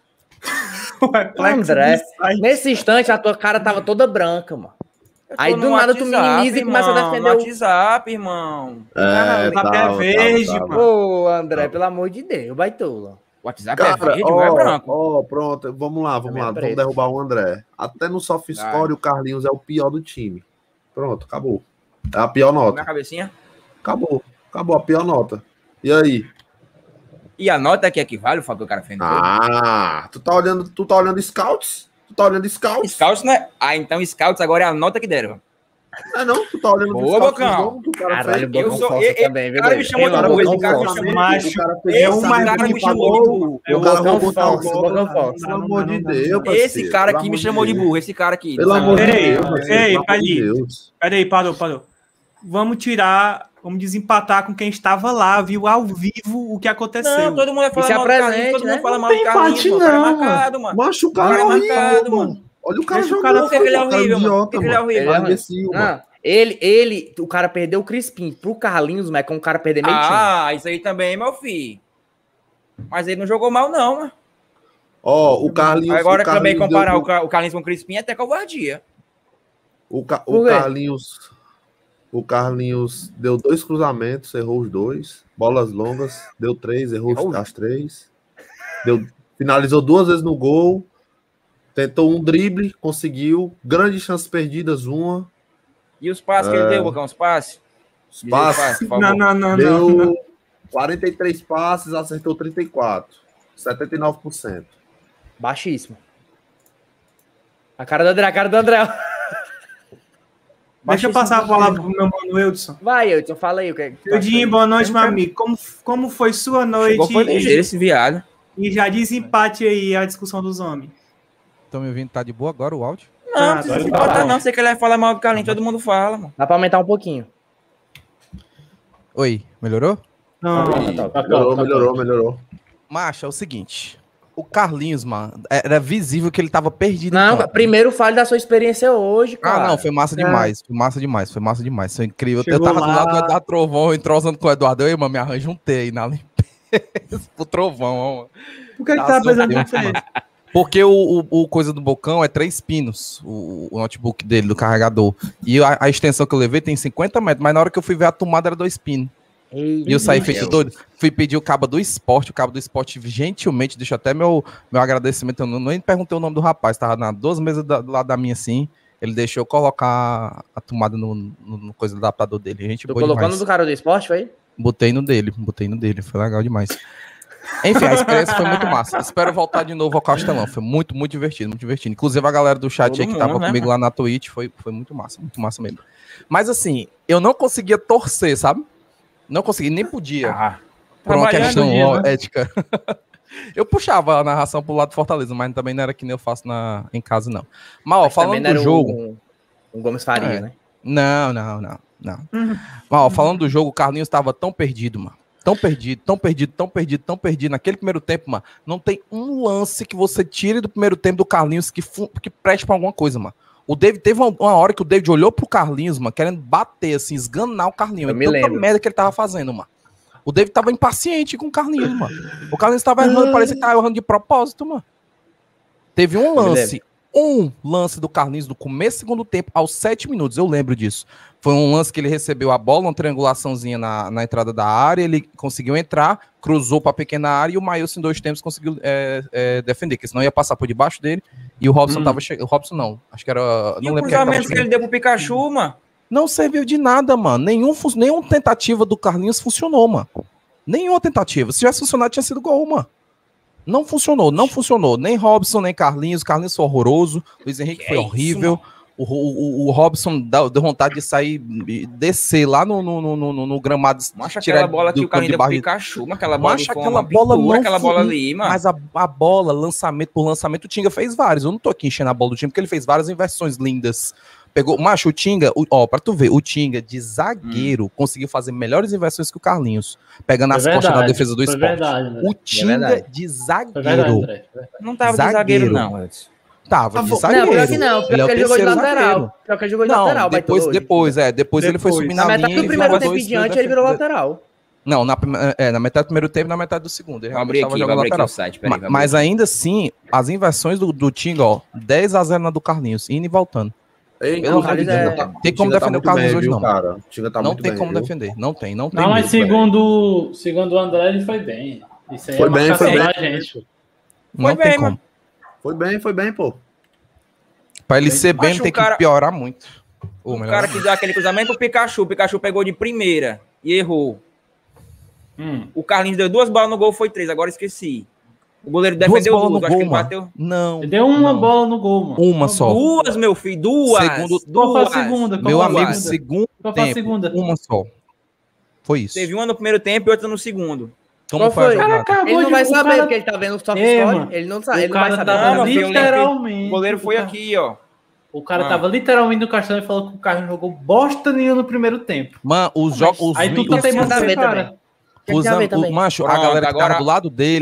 André, nesse instante a tua cara tava toda branca, mano. Eu tô Aí no do nada tu WhatsApp, minimiza e começa a irmão, defender no o... WhatsApp, irmão. É, Tá verde, mano. Ô, André, pelo amor de Deus, baitola. O WhatsApp Cara, é verde, não é branco. ó, pronto, vamos lá, Também é vamos preto. derrubar o André. Até no SofaScore o Carlinhos é o pior do time. Pronto, acabou. É a pior Minha nota. cabecinha. Acabou a pior nota. E aí? E a nota que equivale o fato do cara fez no jogo. Ah, tu tá olhando Scouts? Tu tá olhando Scouts? Scouts, né? Ah, então Scouts agora é a nota que deram. Não, tu tá olhando Boa, Scouts do Bocão. jogo que o cara Caralho, fez. Eu Bocão sou- força e- também, viu, cara me doido? chamou de Ei, burro, esse Bocão cara me força. chamou de Macho, O cara Esse fez um mais cara me bonito chamou de gol. burro. O cara Bocão roubou tal força, bola. Bocão força. Pelo amor de Deus, Esse parceiro, cara pelo aqui me amor chamou de Deus. burro, esse cara aqui. Pelo sabe? amor de Ei, Deus, parceiro, ei, pelo amor peraí. de Deus. Peraí, parou. Vamos desempatar com quem estava lá, viu ao vivo o que aconteceu. Não, todo mundo vai falar Isso é mal do Carlinhos, presente, todo né? mundo fala mal Não do tem Carlinhos, empate, mano. O cara é não, marcado, mano. Macho, o cara O é cara é horrível, marcado, mano. Olha o cara Deixa o jogando. cara- Por que ele é cara horrível, mano? idiota, Por que ele é mano. horrível? Ele é ruim. Imbecil, mano. Não, o cara perdeu o Crispim pro Carlinhos, mas é como o cara perder meio time. Ah, isso aí também, meu filho. Mas ele não jogou mal, não, mano. Ó, o Carlinhos. Agora o Carlinhos também comparar deu- o Carlinhos com o Crispim é até covardia. O Por quê? Carlinhos deu 2 cruzamentos, errou os 2. Bolas longas, deu 3, errou Errou? as 3. Finalizou 2 vezes no gol. Tentou um drible, conseguiu. Grandes chances perdidas, uma. E os passes que ele deu, Bocão, os passes? Diz aí os Passes. por favor. Não. Deu 43 passes, acertou 34. 79%. Baixíssimo. A cara do André. Deixa eu passar a palavra pro meu mano Eudson. Vai, Eudson, fala aí o que é. Eudinho, boa noite, meu amigo. Como foi sua noite? Chegou foi ligeiro esse viado. E já desempate aí a discussão dos homens. Estão me ouvindo? Tá de boa agora o áudio? Não, não precisa agora se tá botar bom. não. Sei que ele vai falar mal do Carlinhos, todo mundo fala, mano. Dá pra aumentar um pouquinho. Oi, melhorou? Não, Tá top. Tá top. Melhorou. Macho, é o seguinte. O Carlinhos, mano, era visível que ele tava perdido. Não, primeiro fale da sua experiência hoje, cara. Ah, não, foi massa demais. Foi massa demais, foi massa demais. Foi incrível. Chegou eu tava lá. do lado do Eduardo Trovão, entrosando com o Eduardo. Eu, mano, me arranjo um T aí na limpeza pro Trovão, ó, mano. Por que tá pensando que fez? Porque o coisa do Bocão é 3 pinos, o notebook dele, do carregador. E a extensão que eu levei tem 50 metros, mas na hora que eu fui ver a tomada era 2 pinos. E eu saí feito doido. Fui pedir o cabo do esporte. O cabo do esporte gentilmente deixou até meu agradecimento. Eu nem perguntei o nome do rapaz. Tava na 2 mesas do lado da minha assim. Ele deixou eu colocar a tomada no coisa do adaptador dele. Gente, Tu colocou no do cara do esporte, foi? Botei no dele. Foi legal demais. Enfim, a experiência foi muito massa. Espero voltar de novo ao Castelão. Foi muito, muito divertido, muito divertido. Inclusive a galera do chat aí que tava comigo lá na Twitch. Foi muito massa mesmo. Mas assim, eu não conseguia torcer, sabe? Não consegui, nem podia. Por uma questão ética. Eu puxava a narração pro lado do Fortaleza, mas também não era que nem eu faço em casa, não. Mas, ó, falando do jogo... Um Gomes Faria, né? Não. Mas, ó, falando do jogo, o Carlinhos tava tão perdido, mano. Tão perdido. Naquele primeiro tempo, mano, não tem um lance que você tire do primeiro tempo do Carlinhos que preste pra alguma coisa, mano. O David teve uma hora que o David olhou pro Carlinhos, mano, querendo bater, assim, esganar o Carlinhos. Tanta merda que ele tava fazendo, mano. O David tava impaciente com o Carlinhos, mano. O Carlinhos tava errando, parecia que tava errando de propósito, mano. Teve um lance do Carlinhos do começo do segundo tempo aos 7 minutos, eu lembro disso. Foi um lance que ele recebeu a bola, uma triangulaçãozinha na entrada da área, ele conseguiu entrar, cruzou para a pequena área e o Maílson em 2 tempos conseguiu defender, porque senão ia passar por debaixo dele e o Robson tava chegando. O Robson não, acho que era... E o cruzamento que ele deu pro Pikachu, mano? Não serviu de nada, mano. Nenhuma tentativa do Carlinhos funcionou, mano. Nenhuma tentativa. Se tivesse funcionado, tinha sido gol, mano. Não funcionou. Nem Robson, nem Carlinhos. Carlinhos foi horroroso. Luiz Henrique foi horrível. O Robson deu vontade de sair, descer lá no gramado. Macha aquela bola que o Carlinhos deu pro Pikachu, mas aquela bola aquela bola ali, mano. Mas a bola, lançamento por lançamento, o Tinga fez vários. Eu não tô aqui enchendo a bola do time, porque ele fez várias inversões lindas. Pegou, macho, o Tinga, ó, pra tu ver, o Tinga de zagueiro conseguiu fazer melhores inversões que o Carlinhos, pegando as costas da defesa do Sport. Verdade, o Tinga de zagueiro. Não tava de zagueiro, não, Edson. Tava de zagueiro. Não, pior que não, porque ele jogou de lateral. Pior que ele jogou de lateral. Depois ele foi subir na linha. Na metade do primeiro tempo em diante, ele virou lateral. Não, na metade do primeiro tempo e na metade do segundo. Ele abri aqui o site, mas ainda assim, as inversões do Tinga, ó, 10-0 na do Carlinhos, indo e voltando. Tem como defender o Carlinhos hoje, não. Não tem como defender. Não tem. Não, mas segundo o André, ele foi bem. Isso aí foi bem. Não tem como. Foi bem, pô. Pra ele ser bem, tem que piorar muito. O cara que deu aquele cruzamento pro Pikachu. O Pikachu pegou de primeira e errou. O Carlinhos deu 2 bolas no gol, foi 3. Agora esqueci. O goleiro defendeu 2. Acho que ele bateu. Não. Ele deu uma bola no gol, mano. Uma só. 2, meu filho. 2. Qual foi a segunda? Meu amigo, segundo tempo. Uma só. Foi isso. Teve uma no primeiro tempo e outra no segundo. Como foi? Ele não vai saber, porque ele tá vendo o soft score. Ele não sabe. Ele não vai saber. Literalmente. O goleiro foi aqui, ó. O cara tava literalmente no Castelo e falou que o cara não jogou bosta nenhuma no primeiro tempo. Mano, os jogos. Aí tu tem muito a ver também. Macho, a galera que tava do lado dele.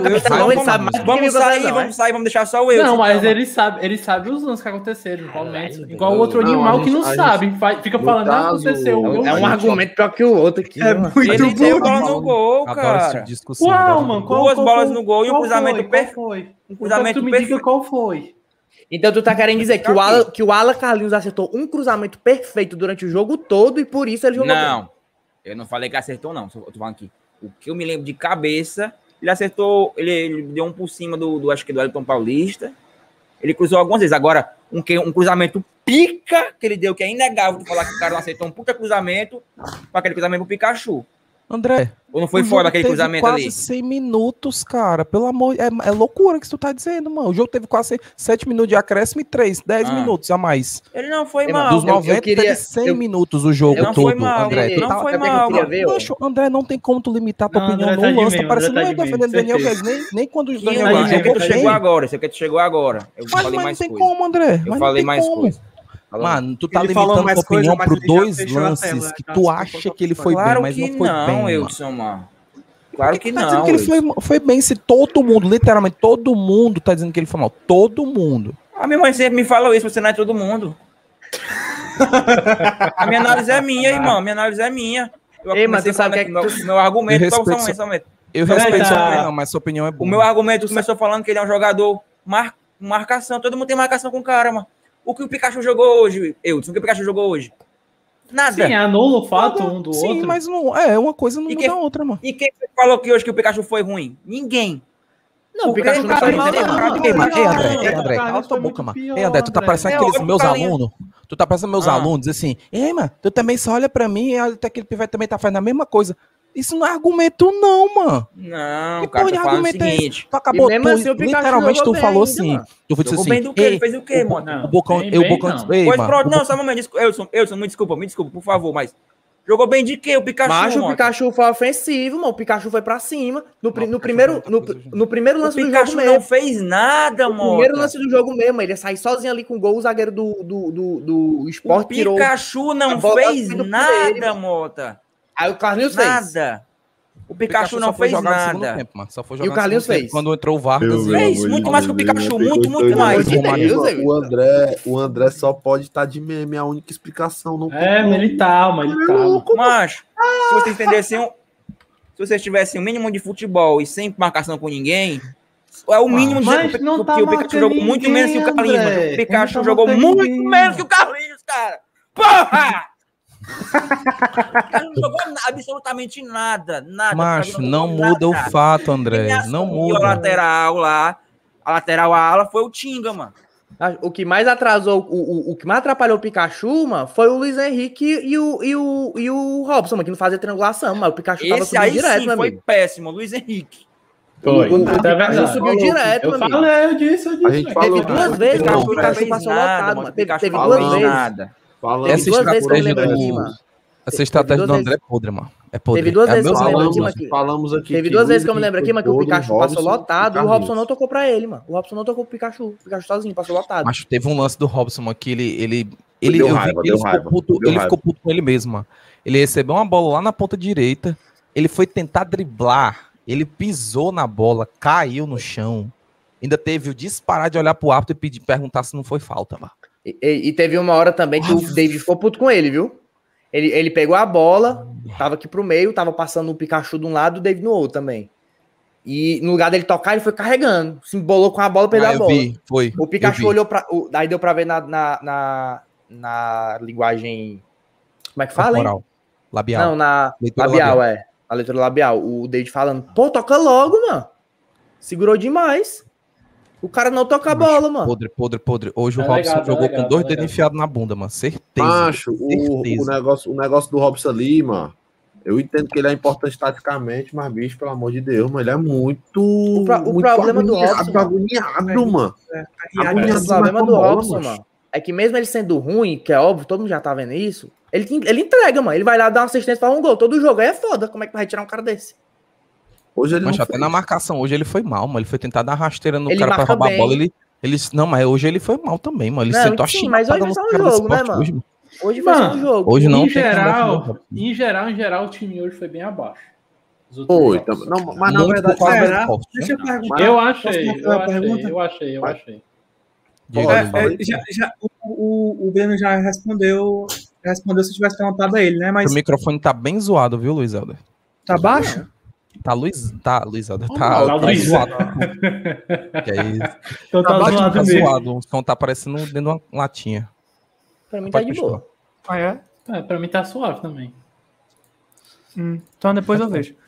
Vamos sair, vamos deixar só o eu. Não, mas ele sabe os lances que aconteceram, igualmente. Igual o outro animal que não sabe. Fica falando, não aconteceu. É um argumento pior que o outro aqui. É muito ele deu bola no gol, cara. Uau, mano. 2 bolas no gol e um cruzamento perfeito. Um cruzamento perfeito. Qual foi? Então tu tá querendo dizer que o Alan Carlinhos acertou um cruzamento perfeito durante o jogo todo e por isso ele jogou bem. Não. Eu não falei que acertou, não. Eu tô falando aqui. O que eu me lembro de cabeça, ele acertou, ele deu um por cima acho que do Elton Paulista. Ele cruzou algumas vezes. Agora, um cruzamento pica que ele deu, que é inegável de falar que o cara não acertou um puta cruzamento para aquele cruzamento pro Pikachu. André. Ou não foi fora aquele cruzamento quase ali? Quase 100 minutos, cara. Pelo amor... É loucura que tu tá dizendo, mano. O jogo teve quase 7 minutos de acréscimo e 10 minutos a mais. Ele não foi mal. Dos 90 teve 100 minutos o jogo todo, foi mal, André. Não foi mal. André, não tem como tu limitar a tua opinião no lance. Tá parecendo que não é defendendo o Daniel Guedes, nem quando o Daniel Guedes jogou bem. Isso aqui chegou agora. Eu falei mais coisa. Mas não tem como, André. Eu falei mais coisa. Mano, tu tá limitando a tua opinião por 2 lances que tu acha que ele foi bem, mas não foi bem. Não, Edson, mano. Claro que Tá não. dizendo que ele foi bem, se todo mundo, literalmente todo mundo tá dizendo que ele foi mal. Todo mundo. A minha mãe sempre me falou isso, você não é todo mundo. A minha análise é minha, irmão. Minha análise é minha. Eu Ei, mas comecei tu sabe falando que aqui, meu argumento. Eu respeito Só um momento. Eu respeito Eita. sua opinião, mas sua opinião é boa. O meu argumento começou falando que ele é um jogador marcação. Todo mundo tem marcação com o cara, mano. O que o Pikachu jogou hoje, Eudson? O que o Pikachu jogou hoje? Nada. Sim, anula o fato um do Sim, outro. mas não, uma coisa não E muda quem- a outra, mano. E quem falou que hoje que o Pikachu foi ruim? Ninguém. Não, o Pikachu não foi mal, não. Ei, mano, Não, André, não, cala tua foi boca, muito mano. pior, Ei, André, tu tá André. parecendo É aqueles óbvio, meus Carlinhos. alunos. Tu tá parecendo meus Ah. alunos, assim, ei, mano, tu também só olha pra mim e até aquele pivete também tá fazendo a mesma coisa. Isso não é argumento, não, mano. Não, Que cara, porra de tô falando o argumento é esse? seguinte. Tu acabou, E mesmo tu, assim, o Pikachu literalmente tu jogou bem falou ainda, assim. mano. Tu disse Jogou assim, bem do quê? Ele fez o quê, mano? Não, o Bocão, bem, eu bem, Bocão, não. ei, Pois mano, pronto, o não, só um momento. Eudson, me desculpa, por favor, mas... Jogou bem de quê o Pikachu, Macho, o mano? Pikachu foi ofensivo, mano. O Pikachu foi pra cima. No primeiro O lance do jogo Pikachu mesmo. não fez nada, No mano. primeiro lance do jogo mesmo, ele ia sair sozinho ali com o gol, o zagueiro do O Sport tirou. Pikachu a não bola fez saindo por nada, ele, Mota. Aí o Carlinhos fez. Nada. O Pikachu não só foi fez jogar no segundo nada. tempo, mano. Só foi E jogar o no Carlinhos segundo tempo, fez. quando entrou o Vargas. Fez muito mais que o Pikachu, muito mais. O André só pode estar de meme, é a única explicação. Não É, mas ele tá, mano. Macho, se vocês entendessem, se vocês tivessem um mínimo de futebol e sem marcação com ninguém, é o mínimo de Mas que não tá o Pikachu marcando jogou muito ninguém, menos que o Carlinhos, André. mano. O Pikachu Não tá jogou marcando muito ninguém, menos que o Carlinhos, cara. Porra! Ele não jogou absolutamente nada. Macho, não muda o fato, André. Não A muda. lateral lá, a lateral ala foi o Tinga, mano. O que mais atrasou, o que mais atrapalhou o Pikachu, mano, foi o Luiz Henrique e o Robson, mano, que não fazia triangulação, mas o Pikachu tava Esse subindo aí direto, sim meu foi amigo. péssimo, Luiz Henrique. Foi. O Tá Pikachu verdade. subiu direto, Eu meu amigo. falei, eu disse. A gente falou, Teve duas vezes que o Pikachu passou lotado, mano. Teve duas vezes. Nada. Falando Essa duas vezes que eu estratégia lembro aqui, mano. Essa estratégia duas do vezes- André é podre, mano. É podre. Teve duas É vezes que eu meus lembro alunos, aqui, mano. mano. Falamos aqui. Teve que duas o vezes que eu me Luiz lembro aqui, mas que o Henrique Pikachu foi passou todo, lotado e o Carlinhos. Robson não tocou pra ele, mano. O Robson não tocou pro Pikachu. O Pikachu sozinho passou lotado. Mas teve um lance do Robson, mano, que ele Deu eu vi raiva, que deu ele ficou raiva, puto, deu ele raiva. ficou puto com ele mesmo, mano. Ele recebeu uma bola lá na ponta direita, ele foi tentar driblar, ele pisou na bola, caiu no chão. Ainda teve o disparar de olhar pro árbitro e perguntar se não foi falta, mano. E teve uma hora também que o David ficou puto com ele, viu? Ele pegou a bola, tava aqui pro meio, tava passando o Pikachu de um lado e o David no outro também. E no lugar dele tocar, ele foi carregando. Se embolou com a bola, perdeu a eu bola. vi, foi. O Pikachu eu vi. olhou pra. Daí deu pra ver na linguagem. Como é que fala, hein? Corporal. Labial. Não, na Leitura labial, labial. é. A leitura labial. O David falando, pô, toca logo, mano. Segurou demais. O cara não toca a bola, mano. Podre. Hoje o Tá Robson legal, tá jogou legal, com dois tá dedos legal. enfiados na bunda, mano. Certeza. Macho, o negócio do Robson ali, mano. Eu entendo que ele é importante taticamente, mas, bicho, pelo amor de Deus, mano, ele é muito. O problema do Robson, agoniado, mano. O problema do Robson, mano, é que mesmo ele sendo ruim, que é óbvio, todo mundo já tá vendo isso, ele entrega, mano. Ele vai lá dar uma assistência e faz um gol. Todo jogo aí é foda. Como é que vai tirar um cara desse? Hoje ele Mas não até fez. na marcação, hoje ele foi mal, mano. Ele foi tentar dar rasteira no Ele cara pra marca roubar bem. a bola. Não, mas hoje ele foi mal também, mano. Ele Não, sentou a sim, xingar mas hoje cada é só um cara do jogo, né, esporte mano? hoje, mano. Hoje vai ser um Mano, jogo. Hoje não em tem geral, o time hoje foi bem abaixo. Os outros Foi, jogos. não, mas na Muito verdade. por causa do Será? esporte, Deixa eu né? perguntar. Eu Posso achei. fazer uma pergunta? Diga aí. O Breno já respondeu se tivesse perguntado a ele, né? Mas O microfone tá bem zoado, viu, Luiz Helder? tá baixo? Tá Luiz Helder. Tá Tá Luiz. zoado. Que é isso? Então tá Tá zoado Tá mesmo. zoado. O som tá parecendo dentro de uma latinha. Pra mim tá Pode de boa. Ah, é? É, pra mim tá suave também. Então depois eu vejo.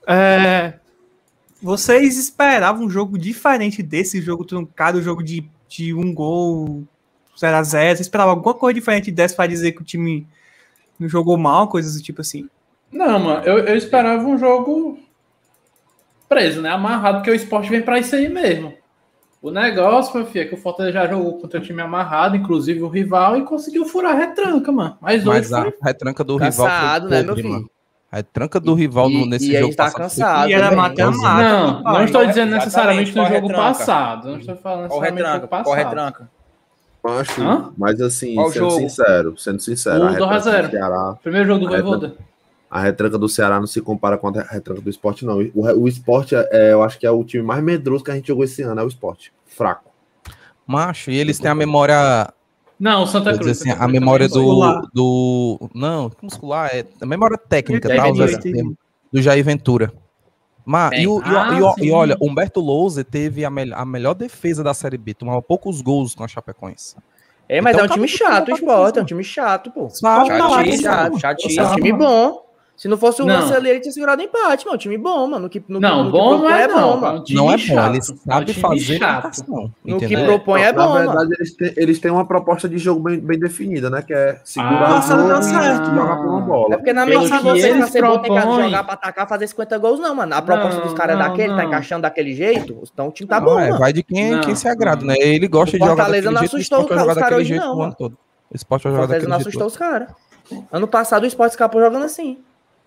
Vocês esperavam um jogo diferente desse jogo truncado, jogo de um gol 0-0? Vocês esperavam alguma coisa diferente dessa pra dizer que o time não jogou mal, coisas do tipo assim? Não, mano, eu esperava um jogo preso, né? Amarrado, porque o esporte vem pra isso aí mesmo. O negócio, meu filho, é que o Fortaleza já jogou contra o time amarrado, inclusive o rival, e conseguiu furar a retranca, mano. Mas hoje Mas a foi... retranca do Cansado, rival né, foi meu podre, filho? mano. A retranca do rival nesse e a jogo gente tá passado foi cansado. E era também. mata-mata. Não estou dizendo Exatamente, necessariamente no qual jogo retranca? passado. Não estou falando Qual necessariamente no jogo retranca? passado. Qual retranca? Macho, Hã? mas assim, Qual sendo jogo? sincero, O a retranca 2-0. do Ceará, Primeiro jogo do A retranca- Voivoda. A retranca do Ceará não se compara com a retranca do Sport, não. O Sport, eu acho que é o time mais medroso que a gente jogou esse ano, é o Sport. Fraco. Macho, e eles têm a memória... Não, o Santa Quer Cruz. dizer assim, Santa a Cruz memória também foi. Não, muscular é a memória técnica, Jair tá? Ventura. Usar esse termo, do Jair Ventura. Mas, Tem. e olha, Humberto Lousa teve a melhor defesa da Série B, tomava poucos gols com a Chapecoense. Mas Então é um time tá chato, o tudo Sport. bom. É um time chato, pô. Chatíssimo. Chatíssimo. É um time bom. Se não fosse o Não. lance ali, ele tinha segurado empate, mano. Um time bom, mano. Não, bom não é não. mano. um time Não é bom, chato, ele é um sabe time fazer chato. marcação, No que entendeu? propõe é Na bom, verdade, mano. eles têm uma proposta de jogo bem definida, né? Que é segurar o Passado jogo deu e certo, jogar por uma bola. É porque na Pelo mente de que vocês, pra eles ser bom, tem que propõem- jogar pra atacar, fazer 50 gols, não, mano. A proposta Não, dos caras é não, daquele, tá não. encaixando daquele jeito, então o time tá Não, bom, mano. vai de quem Não, se agrada, não. né? Ele gosta O de jogar Fortaleza daquele não jeito, o assustou Sport vai os jogar caras daquele hoje, jeito não, o ano mano. todo. O Sport vai O jogar Fortaleza daquele não jeito assustou todo. os caras. Ano passado o Sport escapou jogando assim.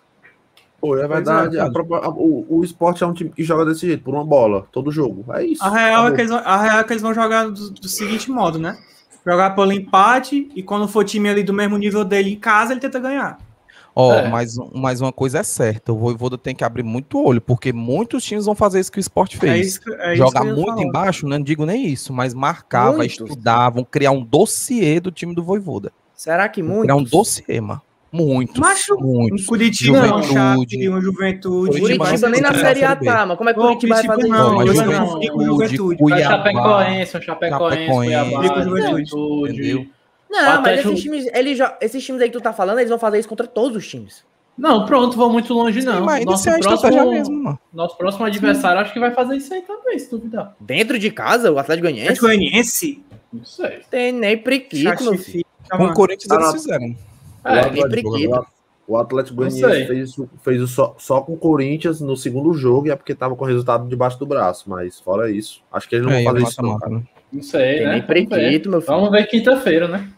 Pô, é verdade. Pois é, O Sport é um time que joga desse jeito, por uma bola, todo jogo. É isso. A real é Acabou. que eles vão jogar do seguinte modo, né? Jogar pelo empate e quando for time ali do mesmo nível dele em casa, ele tenta ganhar. Ó, É. mas uma coisa é certa, o Voivoda tem que abrir muito olho, porque muitos times vão fazer isso que o Sport É fez. isso que Jogar eu ia muito falar. embaixo, não digo nem isso, mas marcar, vai Muitos. estudar, vão criar um dossiê do time do Voivoda. Será que Vão criar um muito? dossiê, mano. Muitos, Macho, muitos. um Curitiba, um Juventude. Chape, um Juventude. Curitiba Curitiba nem na não Série A Série B. tá, mas como é que Ô, Curitiba vai fazer Curitiba não, Mas isso? Juventude, Juventude, Juventude. Vai Cuiabá, Chapecoense, Chapecoense, Cuiabá, Juventude. Juventude. Não, mas Atlético- esses times, esses times aí que tu tá falando, eles vão fazer isso contra todos os times. Não, pronto, vou muito longe não. Mas ainda Nosso assim é a estratégia próximo, mesmo, mano. nosso próximo adversário acho que vai fazer isso aí também, se duvidar. Dentro de casa, o Atlético Goianiense Atlético Goianiense. Não sei. tem nem priquito, meu filho. Chatifica, Com o mano. Corinthians eles Cara, fizeram. nem priquito. O Atlético Não sei. Goianiense fez só com o Corinthians no segundo jogo e é porque tava com o resultado debaixo do braço. Mas fora isso, acho que eles não vão É, fazer e o isso não, mata-mata, cara. né? Não sei, Tem né? nem priquito, meu filho. Vamos ver quinta-feira, né?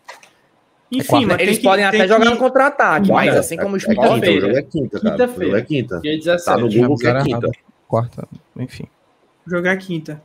Enfim, mas Eles tem que- podem até tem jogar que- no contra-ataque, Bora. mas assim como o Sport. Quinta, o Quinta-feira. jogo é quinta, cara. O jogo Quinta-feira. é quinta. Dia Tá 17. no Google que é Fizeram quinta. errado. Quarta, enfim. Jogar quinta.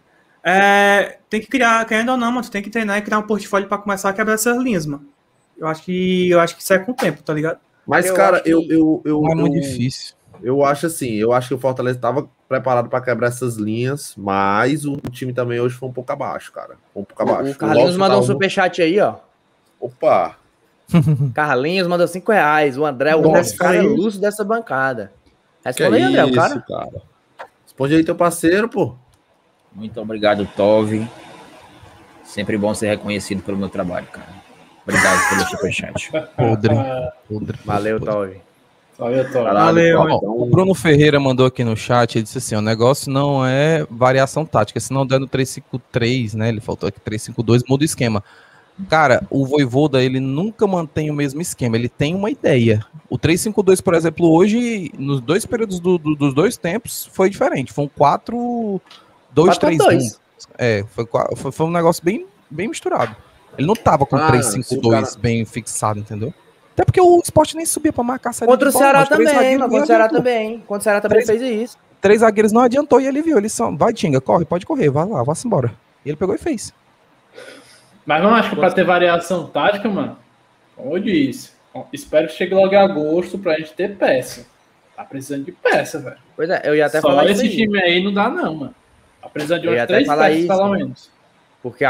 É, tem que criar, querendo ou não, mano, tu tem que treinar e criar um portfólio pra começar a quebrar essas linhas, mano. Eu acho que isso é com o tempo, tá ligado? Mas, Eu cara, acho que Não é muito eu, difícil. eu acho assim, eu acho que o Fortaleza estava preparado para quebrar essas linhas, mas o time também hoje foi um pouco abaixo, cara. Foi um pouco abaixo. O Carlinhos Lawson mandou um tava- superchat aí, ó. Opa! Carlinhos mandou R$5. O André, o Nossa, cara é aí. lúcido dessa bancada. Que Responde aí, André, o cara. isso, cara? Responde aí, teu parceiro, pô. Muito obrigado, Tove. Sempre bom ser reconhecido pelo meu trabalho, cara. Obrigado pelo superchat. Podre. Podre. Valeu, podre. Tove. Valeu, Toro. Valeu. Ó, Ó, o Bruno Ferreira mandou aqui no chat, ele disse assim, o negócio não é variação tática, se não der no 3-5-3, né, ele faltou aqui 3-5-2, muda o esquema. Cara, o Voivoda, ele nunca mantém o mesmo esquema, ele tem uma ideia. O 3-5-2, por exemplo, hoje, nos dois períodos dos dois tempos, foi diferente, foi um 4-2-3-1. É, foi um negócio bem misturado. Ele não tava com 3-5-2 bem fixado, entendeu? Até porque o Sport nem subia pra marcar a saída Contra o de bola, Ceará mas três também, zagueiros mano. não Contra o Ceará adiantou. também. Contra o Ceará também fez isso. 3 zagueiros não adiantou e ele viu. Ele só, vai, Tinga, corre, pode correr, vai lá, vá-se embora. E ele pegou e fez. Mas não acho que pra ter variação tática, mano, como eu disse, espero que chegue logo em agosto pra gente ter peça. Tá precisando de peça, velho. Pois é, eu ia até Só falar isso esse aí. time aí não dá não, mano. Tá precisando de Eu ia umas até 3 falar peças, isso, pelo mano. menos. Porque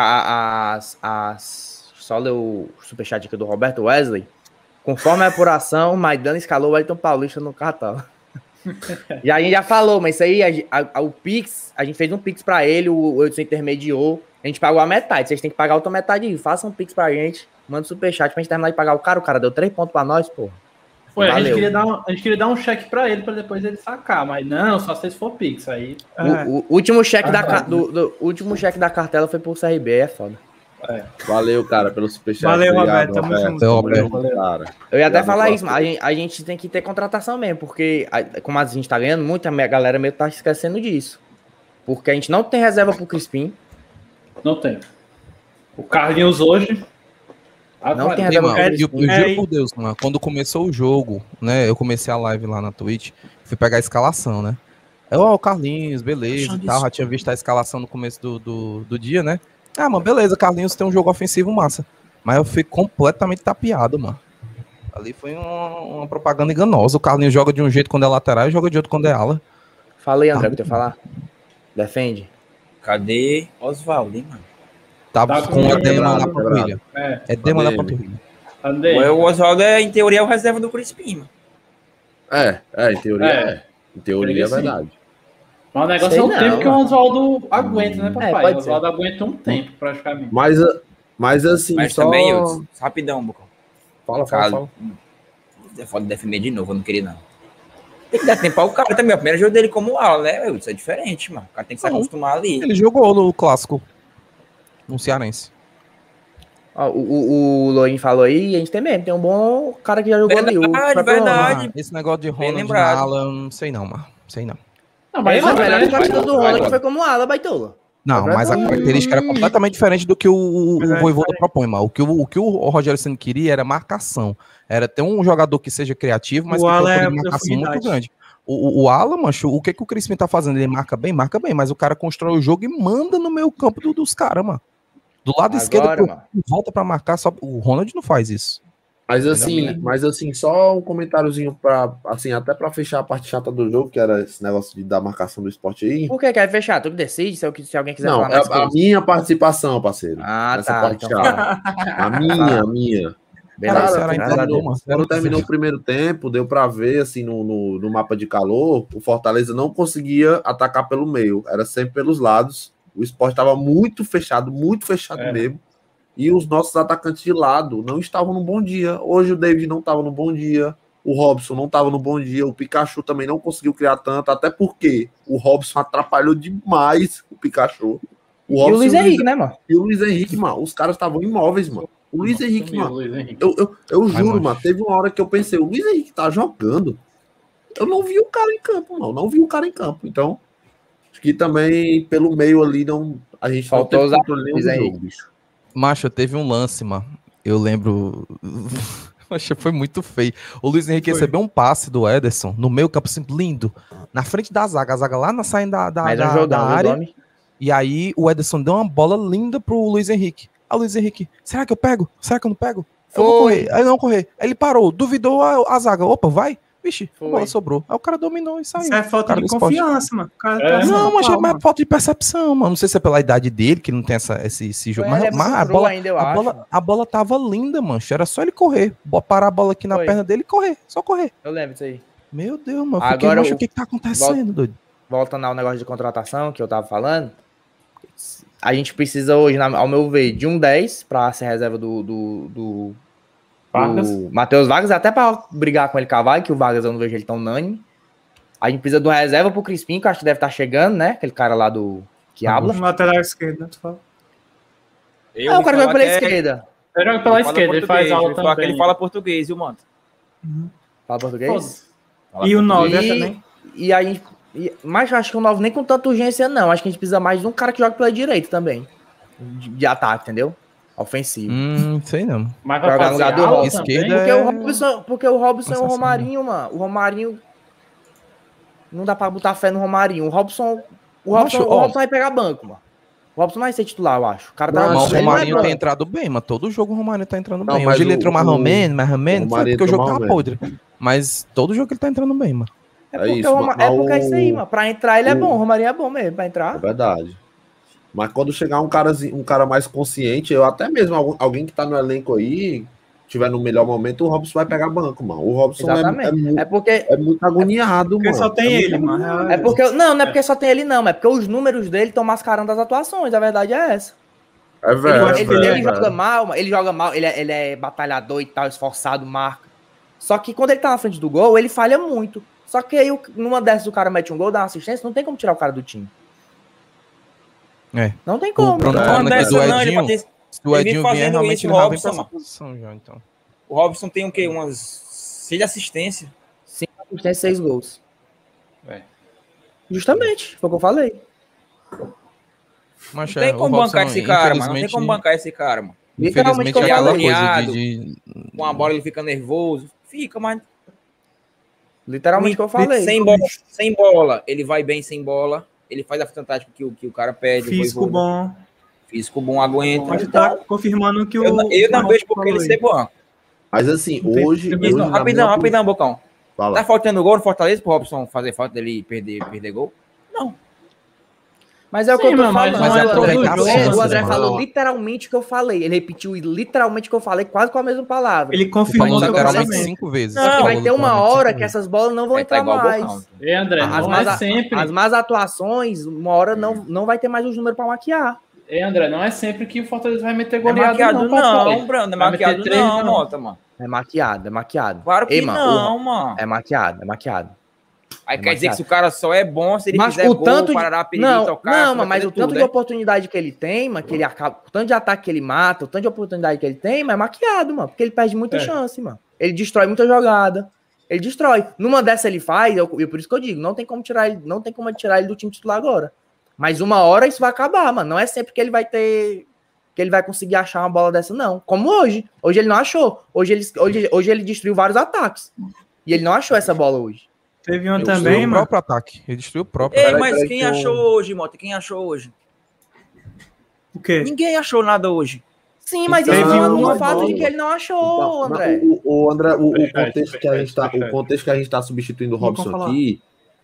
só ler o superchat aqui do Roberto Wesley. Conforme a apuração, Maidana escalou o Wellington Paulista no cartão. E a gente já falou, mas isso aí, o Pix, a gente fez um Pix pra ele, o Edson intermediou, a gente pagou a metade, vocês têm que pagar a outra metade aí, façam um Pix pra gente, manda um superchat pra gente terminar de pagar o cara deu 3 pontos pra nós, porra. Foi, a gente, Valeu. queria dar um cheque pra ele, pra depois ele sacar, mas não, só se for Pix, aí... O último cheque do último cheque da cartela foi pro CRB, é foda. Valeu, cara, pelo superchat. Valeu, Obrigado, Roberto, tamo junto. Valeu, Valeu, cara. Eu ia até Obrigado, falar Roberto. isso, mas a gente tem que ter contratação mesmo, porque como a gente tá ganhando, muita galera meio tá esquecendo disso. Porque a gente não tem reserva pro Crispim, Não tem. O Carlinhos hoje... não tem Ei, reserva mano, pro eu Crispim. juro por Deus, mano, quando começou o jogo, né, eu comecei a live lá na Twitch, fui pegar a escalação, né. O Carlinhos, beleza e tal, já tinha visto a escalação no começo do dia, né. Ah, mano, beleza, Carlinhos tem um jogo ofensivo massa. Mas eu fui completamente tapeado, mano. Ali foi uma propaganda enganosa. O Carlinhos joga de um jeito quando é lateral e joga de outro quando é ala. Fala aí, André, o que tu ia falar? Defende. Cadê Oswaldo, hein, mano? Tava Tá com com edema na quebrado. panturrilha. É, Edema na panturrilha. andei. O Oswaldo, em teoria, é o reserva do Crispim, mano. Em teoria É. Em teoria é Sim. verdade. Mas o negócio Sei é o não, tempo que o mano. Oswaldo aguenta, né, papai? pode O Oswaldo aguenta um tempo, praticamente. Mas assim, Mas só... também, Hudson, rapidão, Bocão. Fala. É foda defender de novo, eu não queria, não. Tem que dar tempo ao cara também. O primeiro jogo dele como ala, né? Isso é diferente, mano. O cara tem que se Não. acostumar ali. Ele jogou no clássico. No Cearense. Ó, o Loin falou aí, a gente tem mesmo. Tem um bom cara que já jogou ali. Verdade. Esse negócio de Bem Ronald na lembrado. ala, eu não sei não, mano. Sei não. Não, Mas mas a melhor é, partida do Ronald vai. foi como ala, baitola. Não, mas a característica era completamente diferente do que o Vojvoda propõe, mano. O que o Rogério Ceni queria era marcação. Era ter um jogador que seja criativo, mas O que tenha um ala poder é de marcação profundidade. muito grande. O Ala, mancho, o que o Crispim tá fazendo? Ele marca bem, mas o cara constrói o jogo e manda no meio campo dos caras, mano. Do lado esquerdo, Agora, volta pra marcar, só o Ronald não faz isso. Mas assim, só um comentáriozinho pra, assim, até pra fechar a parte chata do jogo, que era esse negócio da marcação do esporte aí. Por que quer fechar? Tu que decide, se alguém quiser Não, falar é mais a coisa. minha participação, parceiro. Ah, nessa tá, parte então chata. A minha. Beleza, Cara, Cara, Ceará entrou, mano. quando terminou o primeiro tempo, deu pra ver, assim, no mapa de calor, o Fortaleza não conseguia atacar pelo meio, era sempre pelos lados. O Sport estava muito fechado mesmo. E os nossos atacantes de lado não estavam num bom dia. Hoje o David não estava no bom dia, o Robson não estava no bom dia, o Pikachu também não conseguiu criar tanto, até porque o Robson atrapalhou demais o Pikachu. E o Luiz Henrique, né, mano? E o Luiz Henrique, mano, os caras estavam imóveis, mano. O Luiz Henrique, mano, eu juro, mano, teve uma hora que eu pensei, o Luiz Henrique tá jogando. Eu não vi o cara em campo, mano, não vi o cara em campo. Então, acho que também pelo meio ali, a gente Faltou não usar teve controle nenhum Luiz do Henrique. jogo, bicho. Macho, teve um lance, mano. Eu lembro. Macho, foi muito feio. O Luiz Henrique recebeu um passe do Ederson no meio campo, assim, lindo. Na frente da zaga. A zaga lá na saindo da área. E aí o Ederson deu uma bola linda pro Luiz Henrique. Ah, Luiz Henrique, será que eu pego? Será que eu não pego? Eu vou correr. Aí não correr. Aí ele parou, duvidou a zaga. Opa, vai. Vixe, a bola sobrou. Aí o cara dominou e saiu. Isso é falta de confiança, mano. Não, mas é falta de percepção, mano. Não sei se é pela idade dele, que não tem esse jogo. Mas a bola tava linda, mano. Era só ele correr. Parar a bola aqui na perna dele e correr. Só correr. Eu lembro disso aí. Meu Deus, mano. Agora, o que tá acontecendo, doido? Voltando ao negócio de contratação que eu tava falando. A gente precisa hoje, ao meu ver, de um 10 pra ser reserva do Matheus Vargas, até pra brigar com ele Cavalho, que o Vargas eu não vejo ele tão unânime. A gente precisa de uma reserva pro Crispim, que eu acho que deve estar chegando, né? Aquele cara lá do que habla. Lateral esquerdo, tu fala. O cara joga pela esquerda. Ele joga pela esquerda, ele faz aula também. Ele fala português, viu, mano? Fala português? E o 9 também. E a gente... Mas eu acho que o 9 nem com tanta urgência, não. Acho que a gente precisa mais de um cara que joga pela direita também. De ataque, entendeu? Ofensivo. Sei não. Mas vai jogar no lugar do Robson. Porque o Robson é o Romarinho, mano. O Romarinho... Não dá pra botar fé no Romarinho. O Robson vai pegar banco, mano. O Robson não vai ser titular, eu acho. O cara tá... o Romarinho tem entrado bem, mas todo jogo o Romarinho tá entrando bem. Mas hoje ele entrou mais ou menos, foi porque o jogo tava Romarinho. podre. Mas todo jogo ele tá entrando bem, mano. Porque é isso aí, mano. Pra entrar ele é bom. O Romarinho é bom mesmo, pra entrar. É verdade. Mas quando chegar um cara mais consciente, eu até mesmo, alguém que tá no elenco aí, tiver no melhor momento, o Robson vai pegar banco, mano. O Robson é muito agoniado, porque mano. Só tem ele, mano. É porque, não é porque só tem ele, não. É porque os números dele estão mascarando as atuações. A verdade é essa. É verdade. Ele joga mal, ele é batalhador e tal, esforçado, marca. Só que quando ele tá na frente do gol, ele falha muito. Só que aí, numa dessas, o cara mete um gol, dá uma assistência, não tem como tirar o cara do time. É. Não tem como. O Bruno falando aqui do Edinho, se o Edinho vier, realmente ele já vem pra essa Robson, posição já, então. O Robson tem o quê? Umas 6 assistências. 5 assistências, 6 gols. Justamente, foi o que eu falei. Mas não tem como bancar esse cara, mano. Não tem como bancar esse cara, mano. Infelizmente, ele é agoniado, com a bola ele fica nervoso. Fica, mas... Literalmente o que eu falei. Sem bola, ele vai bem sem bola. Ele faz a fantástica que o cara pede. Físico bom. Físico bom, aguenta. Pode estar confirmando que eu não vejo porque ele ser bom. Mas assim, Não tem- hoje. tem- na Rapidão, minha rapidão, Bocão. Fala. Tá faltando gol no Fortaleza pro Robson fazer falta dele e perder gol? Não. Mas é o que Sim, eu tô mas falando. não é o todo André, jogo, o André mano. falou literalmente o que eu falei. Ele repetiu literalmente o que eu falei, quase com a mesma palavra. Ele Falou confirmou seu literalmente pensamento. 5 vezes. Só que Falou vai ter uma literalmente hora cinco que vezes. essas bolas não vão Tá entrar igual o mais. Bocão. E André, As não más, é sempre. as más atuações, uma hora não vai ter mais os números pra maquiar. E André, não é sempre que o Fortaleza vai meter Não é goleada, maquiado não, papai. não, Brando. Não é Vai meter maquiado três, não, Mota, mano. É maquiado, é maquiado. Claro que Ei, mano, não, mano. É maquiado, é maquiado. Aí É quer dizer que maquiado. se o cara só é bom se ele Mas fizer o gol, tanto de... parará, piriri, Não, tocar... não, vai mas fazer o tanto tudo, de né? oportunidade que ele tem, mano, que ele acaba... O tanto de ataque que ele mata, o tanto de oportunidade que ele tem, mas é maquiado, mano. Porque ele perde muita chance, mano. Ele destrói muita jogada. Ele destrói. Numa dessa ele faz, por isso que eu digo, não tem como tirar ele do time titular agora. Mas uma hora isso vai acabar, mano. Não é sempre que ele vai ter... que ele vai conseguir achar uma bola dessa, não. Como hoje. Hoje ele não achou. Hoje ele destruiu vários ataques. E ele não achou essa bola hoje. Teve uma Ele também, destruiu o mano. próprio ataque. Ele destruiu o próprio Ei, ataque. mas peraí quem que eu- achou hoje, Mota? Quem achou hoje? O quê? Ninguém achou nada hoje. Sim, mas Teve isso não anula uma o fato bola. de que ele não achou, André. O André, o Fechado, contexto que a gente tá, fechado. o contexto que a gente tá substituindo o Não Robson vou falar. aqui,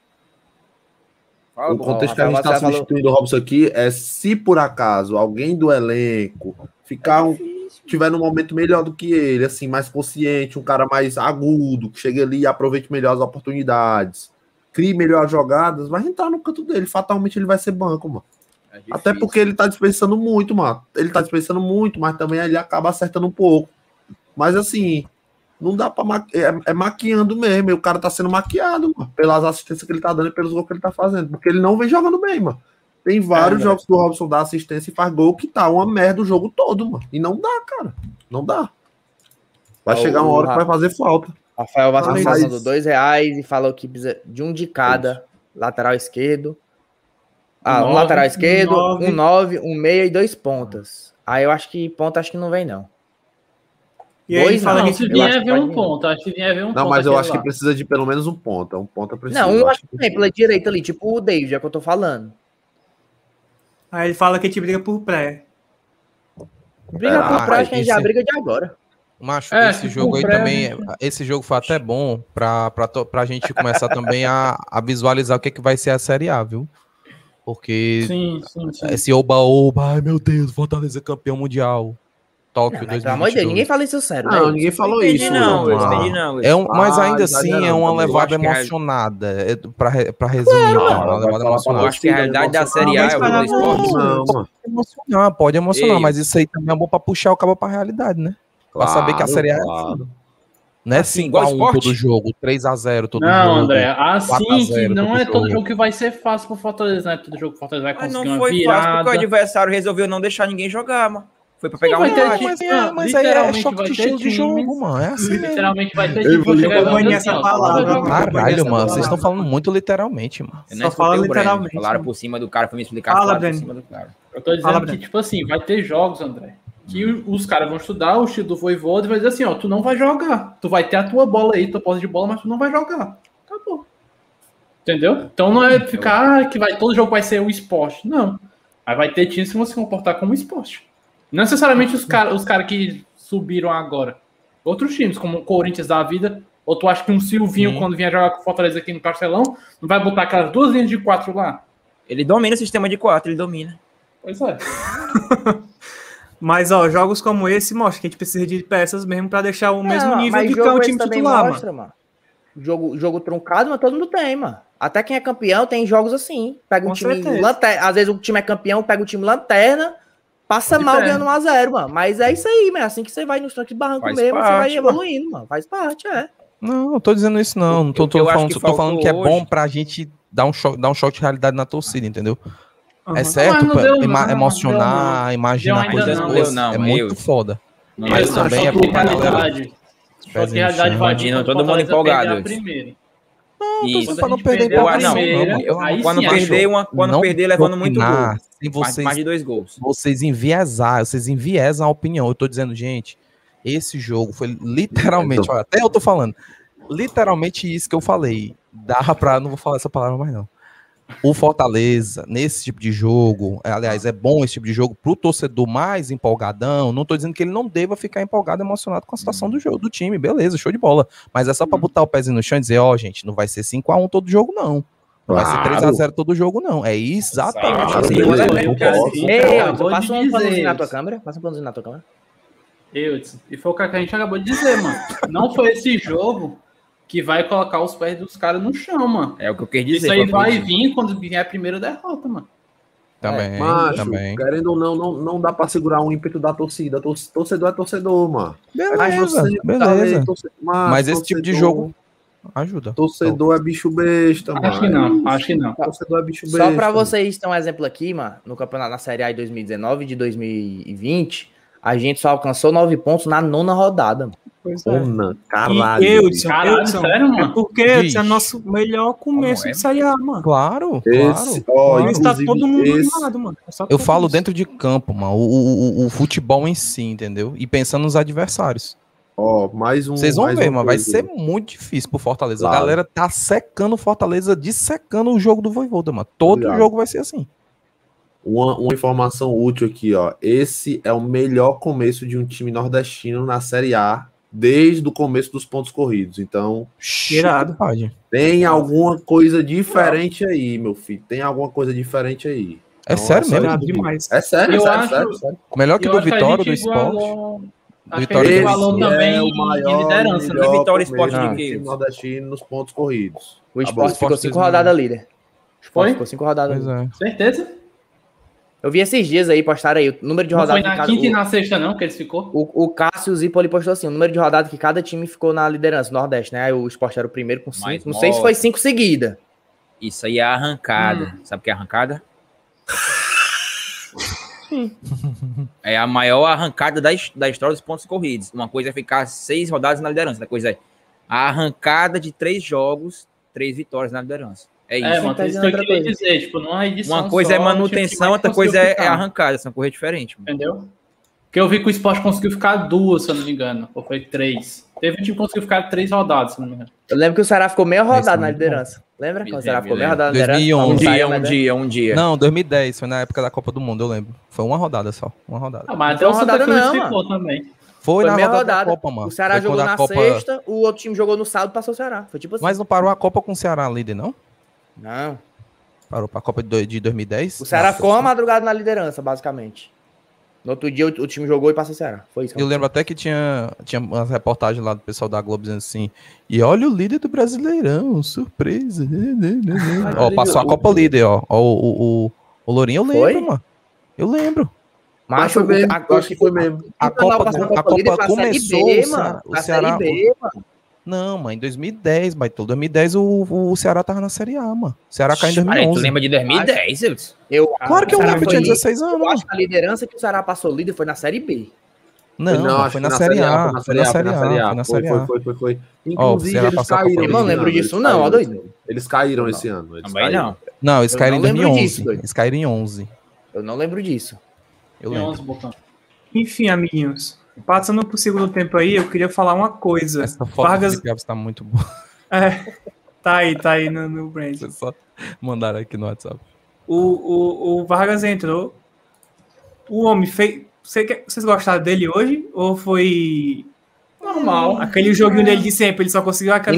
Fala, o contexto que a Rafael gente tá Marcelo falou- substituindo o Robson aqui é se por acaso alguém do elenco tiver num momento melhor do que ele, assim, mais consciente, um cara mais agudo, que chegue ali e aproveite melhor as oportunidades, crie melhor as jogadas, vai entrar no canto dele, fatalmente ele vai ser banco, mano. É Até difícil. porque ele tá dispensando muito, mano. Ele tá dispensando muito, mas também ele acaba acertando um pouco. Mas assim, não dá pra é maquiando mesmo. E o cara tá sendo maquiado, mano, pelas assistências que ele tá dando e pelos gols que ele tá fazendo. Porque ele não vem jogando bem, mano. Tem vários jogos que o Robson dá assistência e faz gol que tá uma merda o jogo todo, mano. E não dá, cara. Não dá. Vai chegar uma hora que vai fazer falta. Rafael Vasconcelos Mas- mandou R$2 e falou que precisa de um de cada lateral esquerdo. Um Nove, lateral esquerdo, 9. um 9, um meia e 2 pontas. Aí eu acho que ponta acho que não vem, não. E aí ele Dois fala Não, que se eu acho vier, que vem um pode vir. ponto. Acho que vier, vem um ponto. Não, mas eu aquele acho que lá. precisa de pelo menos um ponta. Um ponta precisa. Não, eu Eu acho que tem pela direita ali, tipo o David, é o que eu tô falando. Aí ele fala que a gente briga por pré. Briga por Ah, trás, quem já esse- briga de agora. Macho, É, esse tipo, jogo aí pré- também, esse jogo foi até bom pra gente começar também a visualizar o que vai ser a Série A, viu? Porque Sim, sim, sim. esse oba-oba, ai meu Deus, Fortaleza é campeão mundial. Tóquio Mas, pelo amor de Deus, 2022. ninguém fala isso sério, Não, né? ninguém falou Entendi isso. não, mano. Luiz, entendi não, Luiz. Mas ainda Ah, assim é exagerando uma também. levada Eu acho que é- emocionada, pra resumir, então, uma vai levada falar emocionada. Eu acho que a realidade da Série A é o jogo do esporte. Não, mano. Pode emocionar, Ei. mas isso aí também é bom pra puxar o cabo pra realidade, né? Pra saber que a Série A é claro. não é Assim, 5 igual a 1 esporte. todo jogo, 3-0 todo jogo. Não, André, assim 4-0 que não todo é todo jogo. jogo que vai ser fácil pro Fortaleza, né? Todo jogo que o Fortaleza vai Mas conseguir não uma foi fácil virada. porque o adversário resolveu não deixar ninguém jogar, mano. Foi pra pegar vai um ter empate. time. Mas aí é Literalmente choque vai de ter estilo de jogo, times. mano. É assim mesmo. Literalmente vai ter Eu time vou que chegar banir jogando essa assim, ó, palavra, só vai jogar. mano. Caralho, mano, Palavra. vocês estão falando muito literalmente, mano. Eu Só não fala escutei o Breno. literalmente. Falaram por cima do cara, foi me explicar. Fala, Falaram por Breno. cima do cara. Eu tô dizendo Fala, que, Breno. tipo assim, vai ter jogos, André, que os caras vão estudar o estilo do Voivoda e vai dizer assim, ó, tu não vai jogar. Tu vai ter a tua bola aí, tua posse de bola, mas tu não vai jogar. Acabou. Entendeu? Então não é ficar que todo jogo vai ser o esporte. Não. Aí vai ter times que vão se comportar como esporte. Não necessariamente os caras que subiram agora. Outros times, como o Corinthians da vida, ou tu acha que um Silvinho, quando vier jogar com o Fortaleza aqui no Castelão, não vai botar aquelas 2 linhas de 4 lá? Ele domina o sistema de 4, ele domina. Pois é. Mas, ó, jogos como esse mostram que a gente precisa de peças mesmo pra deixar o mesmo Não, nível mas de que é jogo um esse time também titular, mostra, mano. Jogo truncado, mas todo mundo tem, mano. Até quem é campeão tem jogos assim. Pega um Com time certeza. lanterna. Às vezes o time é campeão, pega o time lanterna, passa De mal pé. ganhando 1x0, mano. Mas é isso aí, mano. É assim que você vai nos trancos de barranco Faz mesmo, você vai parte, evoluindo, mano. Faz parte, é. Não, não tô dizendo isso, não. Não tô, O que eu acho falando, que tô falando que é faltou bom hoje- pra gente dar um choque de realidade na torcida, entendeu? Aham. É certo, Mas não deu, não, emocionar, imaginar Deu coisas ainda não. boas. Deu não, é mas muito eu- foda. Não, Mas eu- também é choque bom de pra galera. realidade. Choque de realidade vai Imagina, vir todo quando o mundo Fortaleza empolgado, perder a isso. primeira. Isso. Quando pra a não gente perder perder a igual, não, primeira, não, aí Quando sim, perder, achou. quando Não perder levando muito gol. opinar sem Mais vocês, de 2 gols. vocês enviesam a opinião. Eu tô dizendo, gente, esse jogo foi literalmente, olha, até eu tô falando, literalmente isso que eu falei. Dá pra, não vou falar essa palavra mais não. O Fortaleza, nesse tipo de jogo, aliás, é bom esse tipo de jogo pro torcedor mais empolgadão. Não tô dizendo que ele não deva ficar empolgado, emocionado com a situação do jogo, do time, beleza, show de bola. Mas é só pra botar o pezinho no chão e dizer, gente, não vai ser 5-1 todo jogo, não. Não vai ser 3-0 todo jogo, não. É exatamente assim. Passa um panozinho na tua câmera. Passa um panozinho na tua câmera. E foi o que a gente acabou de dizer, mano. Não foi esse jogo que vai colocar os pés dos caras no chão, mano. É o que eu quis dizer. Isso aí vai vir quando vier a primeira derrota, mano. Também, Macho, também. Querendo ou não dá pra segurar o ímpeto da torcida. Torcedor é torcedor, mano. Beleza. Mas esse tipo de jogo ajuda. Torcedor é bicho besta, mano. Acho que não. Torcedor é bicho besta. Só pra vocês terem um exemplo aqui, mano, no campeonato na Série A de 2019 e de 2020, a gente só alcançou 9 pontos na 9ª rodada. Pois é. Caralho. Caralho, sério, mano? É porque esse é nosso melhor começo de Série A, mano. Claro, Mas tá todo mundo animado, mano. Eu falo dentro de campo, mano. O futebol em si, entendeu? E pensando nos adversários. Mais um. Vocês vão ver, mas vai ser muito difícil pro Fortaleza. Claro. A galera tá secando o Fortaleza, dissecando o jogo do Voivoda, mano. Todo jogo vai ser assim. Uma informação útil aqui, ó. Esse é o melhor começo de um time nordestino na Série A desde o começo dos pontos corridos. Então, irado. Tem alguma coisa diferente aí, meu filho. Tem alguma coisa diferente aí. É sério mesmo? Demais. É sério, sério. Melhor que do Vitória, do Sport. Vitória ele falou também o maior, de liderança, né? Vitória Sport do time nordestino nos pontos corridos. O Sport ficou 5 rodadas líder. O Sport ficou 5 rodadas líder. Certeza? Eu vi esses dias aí, postaram aí o número de rodadas. Não foi na quinta e na sexta, não, que eles ficou? O Cássio Zipoli postou assim, o número de rodadas que cada time ficou na liderança, Nordeste, né? Aí o Sport era o primeiro com 5. Não sei se foi 5 seguida. Isso aí é arrancada. Sabe o que é arrancada? É a maior arrancada da história dos pontos corridos. Uma coisa é ficar 6 rodadas na liderança, outra coisa é a arrancada de 3 jogos, 3 vitórias na liderança. É isso. Mano, isso que eu queria dizer, tipo, numa edição uma coisa só, é manutenção, outra coisa é arrancada, são coisas diferentes. Entendeu? Porque eu vi que o Sport conseguiu ficar 2, se eu não me engano, ou foi 3. Teve um time que conseguiu ficar 3 rodadas, se eu não me engano. Eu lembro que o Ceará ficou meia rodada na liderança. Lembra? Quando o Ceará ficou meia rodada na liderança? 2011. Um dia. Não, 2010, foi na época da Copa do Mundo, eu lembro. Foi uma rodada só, uma rodada. Mas até o Santa Cruz ficou também. Foi na meia rodada da Copa, mano. O Ceará jogou na sexta, o outro time jogou no sábado e passou o Ceará. Foi tipo assim. Mas não parou a Copa com o Ceará líder, não? Não. Parou pra Copa de 2010? O Ceará ficou uma madrugada na liderança, basicamente. No outro dia o time jogou e passou o Ceará. Foi isso. Eu lembro até que tinha umas reportagens lá do pessoal da Globo dizendo assim, e olha o líder do Brasileirão, surpresa. Ó, passou a Copa líder, ó. O Lourinho, eu lembro, mano. Eu lembro. Mas acho que foi mesmo. A Copa começou, o Ceará... Não, mano, em 2010, Baitolo. 2010 o Ceará tava na Série A, mano. O Ceará caiu em 2011. Tu lembra de 2010? Claro que eu lembro, tinha 16 anos. Eu acho que a liderança que o Ceará passou líder foi na Série B. Não, foi na Série A. Foi na Série A. Foi. Inclusive, eles caíram. Eu não lembro disso, não, ó, doido. Eles caíram esse ano. Também não. Não, eles caíram em 2011. Eles caíram em 11. Eu não lembro disso. Eu lembro. Enfim, amiguinhos. Passando pro segundo tempo aí, eu queria falar uma coisa. Essa foto Vargas... do Gabs tá muito boa. Tá aí no brand. Vocês só mandaram aqui no WhatsApp. O Vargas entrou. O homem fez... Vocês gostaram dele hoje? Ou foi... normal? Aquele joguinho dele de sempre, ele só conseguiu aquela Em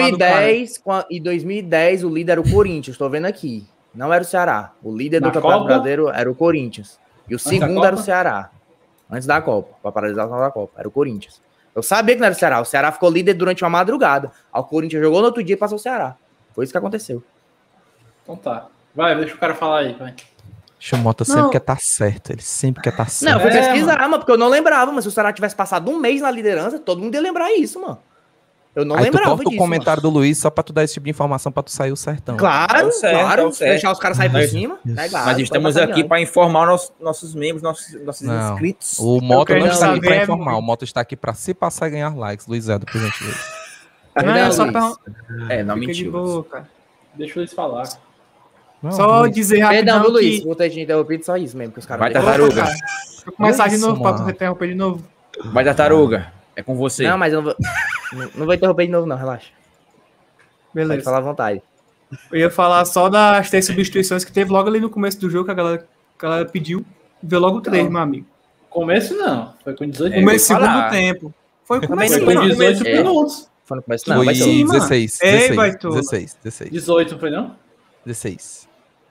2010, o líder era o Corinthians, tô vendo aqui. Não era o Ceará. O líder do Campeonato Brasileiro era o Corinthians. E o segundo era o Ceará. Antes da Copa, pra paralisação da Copa. Era o Corinthians. Eu sabia que não era o Ceará. O Ceará ficou líder durante uma madrugada. Aí o Corinthians jogou no outro dia e passou o Ceará. Foi isso que aconteceu. Então tá. Vai, deixa o cara falar aí, vai. O Mota sempre quer estar certo. Ele sempre quer estar certo. Não, eu fui pesquisar, mano, porque eu não lembrava. Mas se o Ceará tivesse passado um mês na liderança, todo mundo ia lembrar isso, mano. Eu não lembrava disso. Tu corta o comentário do Luiz só pra tu dar esse tipo de informação pra tu sair o certão. Claro, claro. Deixar os caras saírem por cima. Mas estamos aqui pra informar nossos membros, nossos inscritos. O Mota não está aqui pra informar. O Mota está aqui pra se passar e ganhar likes. Luiz Edo, por gentileza. Não, é só pra... não mentiu. Deixa o Luiz falar. Não, só dizer rapidão Perdão, Luiz, vou ter te interrompido, só isso mesmo, que os caras... Vai, Tartaruga. Vou começar de novo pra tu interromper de novo. Vai, Tartaruga. É com você. Não, mas eu não vou interromper de novo, não, relaxa. Beleza. Pode falar à vontade. Eu ia falar só das 3 substituições que teve logo ali no começo do jogo, que a galera pediu. Deu logo 3, meu amigo. Começo não, foi com 18 Começo segundo falar. tempo. Foi Também começo, Foi com mano. 18 É. minutos. Foi no começo, não, Foi vai ser. sim, mano. 16, Ei, 16, Baitola. 16, 16, 18, foi não? 16.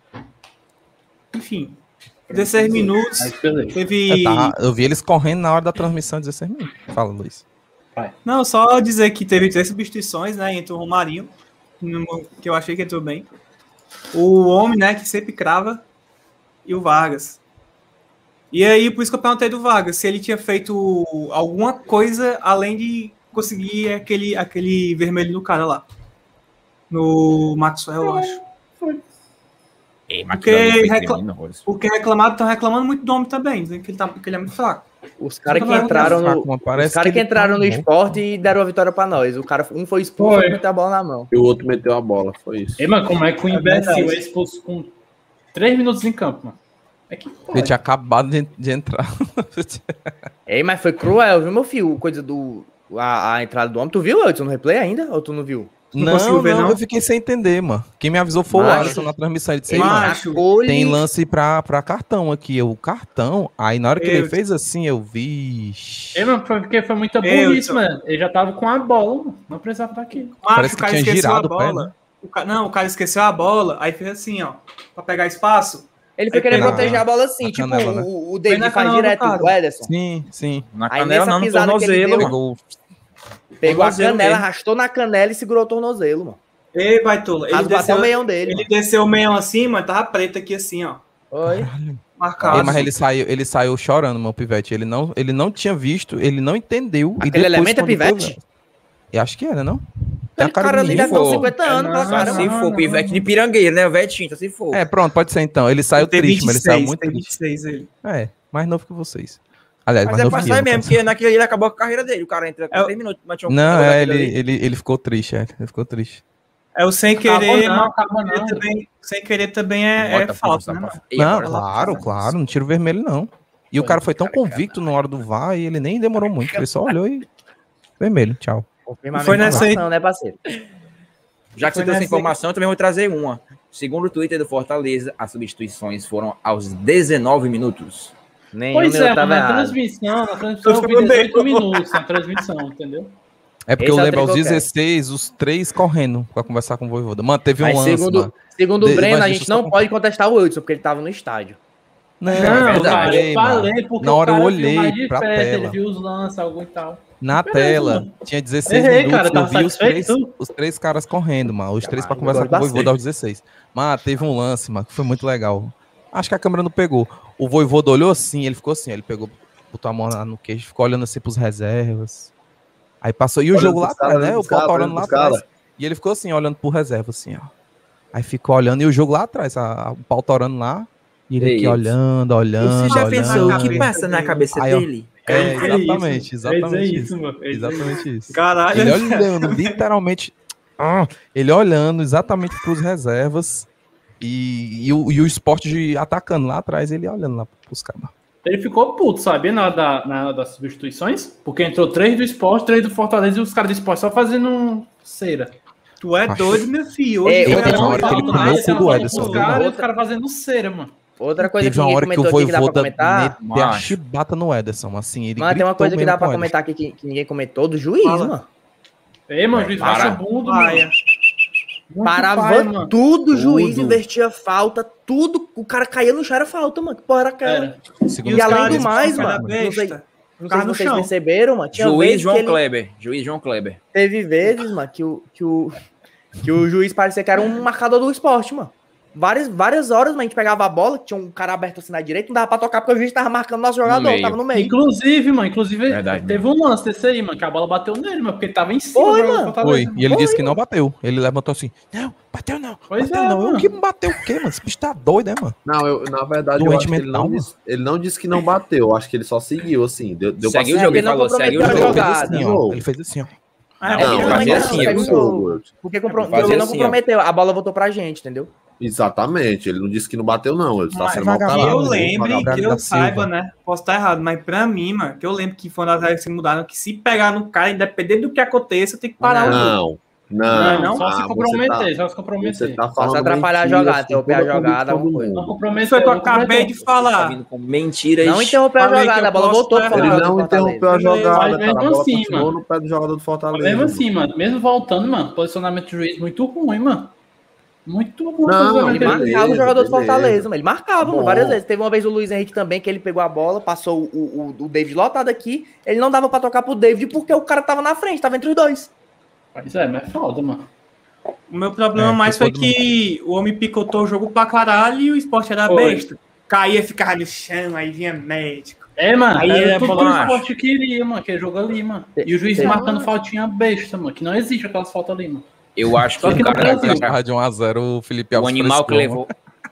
Enfim, 16 minutos. Aí, beleza. Teve. Eu vi eles correndo na hora da transmissão 16 minutos. Fala, Luiz. Não, só dizer que teve 3 substituições, né? Entrou o Romarinho, que eu achei que entrou bem. O homem, né? Que sempre crava. E o Vargas. E aí, por isso que eu perguntei do Vargas, se ele tinha feito alguma coisa além de conseguir aquele vermelho no cara lá. No Maxwell, eu acho. Ei, Porque reclamaram, estão reclamando muito do homem também, dizendo que ele é muito fraco. Os caras que Não, entraram Fraco, no. mas Os parece caras que ele entraram tá no bom. esporte e deram a vitória pra nós. O cara, um foi expulso Foi. e meteu a bola na mão. E o outro meteu a bola, foi isso. Ei, mano, como é que o imbecil verdade. é expulso com 3 minutos em campo, mano? É que Ele tinha acabado de entrar. Ei, mas foi cruel, viu, meu filho? Coisa do. A entrada do homem. Tu viu, Edson, no replay ainda? Ou tu não viu? Não conseguiu ver, não? Eu fiquei sem entender, mano. Quem me avisou foi o Macho. Alisson na transmissão. Ele disse, Ele "Ei, mano, Macho, marcou-lhe- tem lance pra cartão aqui." O cartão, aí na hora que ele Eu- fez assim, eu vi. Ei, mano, porque foi muita burrice, mano. Ele já tava com a bola, mano. Não precisava daquilo. Parece o que cara tinha esqueceu a girado o pé, bola. né? Não, o cara esqueceu a bola, aí fez assim, ó, pra pegar espaço. Ele foi Aí querendo pegou proteger a bola assim, na tipo canela, né? o Foi David na faz canela do direto, cara. o Ederson. Sim, sim. Na Aí canela nessa não, no pisada que ele tornozelo, deu, mano. Pegou. Pegou a Tornozelo canela, mesmo. arrastou na canela e segurou o tornozelo, mano. Ei, Baitola, ele Caso bateu desceu, o meião dele, ele desceu o meião assim, mano, tava preto aqui assim, ó, Oi. marcado. Mas ele saiu chorando, meu pivete. Ele não tinha visto, ele não entendeu. Aquele depois, elemento é quando pivete? foi- Eu acho que era, não? Tem a Aquele cara do ali menino. deve ter uns for. 50 anos, Não, pela cara, Se mano. for pivete de pirangueiro, né? O Vetinho, se for. É, pronto, pode ser então. Ele saiu Tem triste, mas ele saiu muito tem triste. 26 ele. É, mais novo que vocês. Aliás, Mas mais é novo pra que sair eu, mesmo, no caso. porque naquele ele acabou a carreira dele. O cara entra com É o- 3 minutos. Mas tinha um Não, negócio é, daquele ali. ele ficou triste, ele ficou triste. É o sem Acabou querer, não, mas acabou não. sem querer também é Bota, falta, né, força, mano? Ei, Não, agora- claro, não tiro vermelho, não. E o cara foi tão convicto na hora do VAR e ele nem demorou muito. Ele só olhou e. Vermelho, tchau. Confirma a Foi nessa aí- informação, né, parceiro? Já que você Foi trouxe essa nessa- informação, eu também vou trazer uma. Segundo o Twitter do Fortaleza, as substituições foram aos 19 minutos. Nenhum Pois meu é, tava na errado. transmissão eu Ficou vi 18 bem. minutos na transmissão, entendeu? É porque Esse eu é o lembro aos Tricocast. 16, os 3 correndo pra conversar com o Voivoda. Mano, teve um Mas lance, mano. segundo o De- Breno, mas a deixa gente eu só não pode contestar o Wilson, porque ele tava no estádio. Não, Não, eu cara, falei, eu mano. falei porque Na hora o eu cara viu olhei mais de pra perto, tela. ele viu os lances, algo e tal. Na Beleza, tela, mano. tinha 16 Errei, minutos cara, e eu tava vi satisfeito. os três caras correndo, mano. Os três pra Caralho, conversar com o agora Voivoda aos 16. Mano, teve um lance, mano, que foi muito legal. Acho que a câmera não pegou. O Voivoda olhou assim, ele ficou assim, ele pegou, botou a mão no queixo, ficou olhando assim pros reservas. Aí passou, e o Olhando jogo lá pros atrás, caras, né? O olhando pros pau caras, torando lá olhando pros atrás. E ele ficou assim, olhando pro reserva, assim, ó. Aí ficou olhando, e o jogo lá atrás, o pau torando lá. E ele aqui Eita. olhando, Você já olhando. pensou o que passa na cabeça Aí, ó. dele? É, exatamente, exatamente isso, isso. mano. Exatamente isso. Caralho. Ele olhando, literalmente. Ele olhando exatamente pros reservas. E o esporte atacando lá atrás, ele olhando lá pros caras. Ele ficou puto, sabia, na hora das substituições? Porque entrou 3 do Sport, 3 do Fortaleza e os caras do Sport só fazendo cera. Tu é doido, meu filho. Hoje É, foi teve a uma hora que ele falta, comeu né? o cu do Ederson, Os viu, caras, mano? os caras fazendo cera, mano. Outra coisa que Teve uma ninguém hora que o comentou aqui que dá pra Voivoda comentar. meteu a Macho. chibata no Ederson, assim, ele Mano, tem uma gritou coisa que mesmo dá pra com o comentar aqui que ninguém comentou do juiz, Fala. mano. Ei, mano, juiz para. vagabundo, Paia. mano. Muito Parava paia, mano. tudo, o juiz Tudo. investia falta, tudo. O cara caía no chão, era falta, mano. Que porra era aquela? Era. Segundo E E os além caras, do mais, cara mano, não sei, besta. não sei Cara se no vocês chão. perceberam, mano. Tinha Juiz vezes João que ele Kleber. Juiz João Kleber. teve vezes, mano, que o juiz parecia que era um marcador do esporte, mano. Várias horas, mano, a gente pegava a bola, tinha um cara aberto assim na direita, não dava pra tocar porque o juiz tava marcando nosso jogador, meio. tava no meio. Inclusive, mano, Verdade, teve um lance desse aí, mano, que a bola bateu nele, mano, porque ele tava em cima. Foi, do mano. Fortaleza, Foi, e ele Foi, disse que não bateu. Ele levantou assim, não, bateu não, Pois bateu é, não. Eu mano. que bateu o quê, mano? Esse bicho tá doido, né, mano? Não, na verdade, eu Doente acho que mental, ele não disse que não bateu. Eu acho que ele só seguiu, assim. Deu pra Segue o É, jogo, porque ele não falou. Segue o comprometeu a jogo. jogada. Assim, Jogo. ó, ele fez assim, ó. Ah, Não, porque ele fazia não, assim, segue ele o jogo. Porque Fazia ele não assim, ó. comprometeu, a bola voltou pra gente, entendeu? Exatamente, ele não disse que não bateu, não. Ele tá Mas sendo mal que vagabundo, eu calado. lembre, Vagabundo que eu da saiba, Silva. né? Posso estar errado, mas pra mim, mano, que eu lembro que foi uma das regras que mudaram, que se pegar no cara, independente do que aconteça, tem que parar o jogo. Não, só se você comprometer, tá- só se comprometer. Você tá Só falando se atrapalhar a mentira, jogada, assim, interromper a toda jogada, convicção alguma do coisa. Não mundo. comprometer. Foi o que eu não acabei comprometer. de Tá falar. vindo com mentiras. Não interrompeu a Falei que jogada, eu a bola posso voltou pro estar Ele Fortaleza. não interrompeu a Beleza. jogada, Mas cara. A mesmo bola assim, continuou mano. no pé do jogador do Mas Fortaleza. mesmo mano. assim, mano, mesmo voltando, mano, posicionamento do juiz muito ruim, mano. Muito ruim o Não, posicionamento Ele do juiz. marcava beleza, o jogador do beleza. Fortaleza, mano. Ele marcava, Bom. mano, várias vezes. Teve uma vez o Luiz Henrique também, que ele pegou a bola, passou o David lotado aqui. Ele não dava pra tocar pro David porque o cara tava na frente, tava entre os dois. Pois é, mas é foda, mano. O meu problema mais foi que o homem picotou o jogo pra caralho e o Sport era Foi. besta. Caía, ficava no chão, aí vinha médico. É, mano, Aí era é tudo que o bolacha. esporte queria, mano, que jogo ali, mano. E o juiz Tem- marcando faltinha besta, mano, que não existe aquelas faltas ali, mano. Eu acho que Só que o no cara. Brasil. Tava de 1x0, o Felipe O Alves animal que frescou, levou.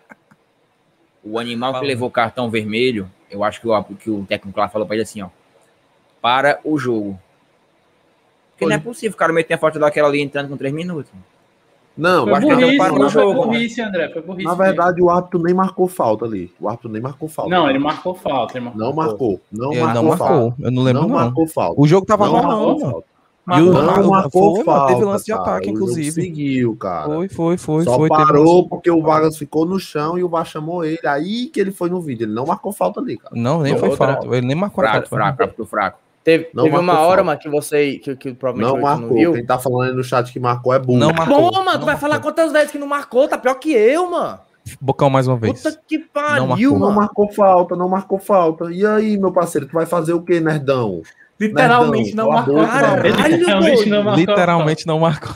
O animal que Fala. levou cartão vermelho, eu acho que o técnico lá falou pra ele assim, ó. Para o jogo. Porque não é possível o cara meter a falta daquela ali entrando com 3 minutos. Não, Foi acho que burrice, não parou não, o foi jogo, burrice, André, foi burrice. na verdade, o árbitro nem marcou falta ali. O árbitro nem marcou falta. Não, ele marcou falta, ele marcou. Não marcou. Não Ele marcou não marcou. falta. Eu não lembro, Não não. marcou falta. O jogo tava Não rolando, marcou mano. falta. E o Não marcou foi, falta, mano, teve lance de cara. ataque, O jogo inclusive. seguiu, cara. Foi. Só teve parou lance. porque o Vargas ficou no chão e o VAR chamou ele. Aí que ele foi no vídeo. Ele não marcou falta ali, cara. Não, nem Não, foi outra- falta. Ele nem marcou a Fraco, falta. fraco, fraco. Teve Não uma marcou hora, falta. mano, que você, que provavelmente Não o Edson marcou. viu. Quem tá falando aí no chat que marcou é burro. Não marcou. Bom, mano, tu vai falar quantas vezes que não marcou, tá pior que eu, mano. Bocão mais uma vez. Puta que pariu, marcou. Não mano. marcou falta, não marcou falta. E aí, meu parceiro, tu vai fazer o quê, nerdão? Literalmente Nerdão, não cala a marcou. boca, Caralho, mano. Literalmente doido. não marcou. Literalmente não marcou.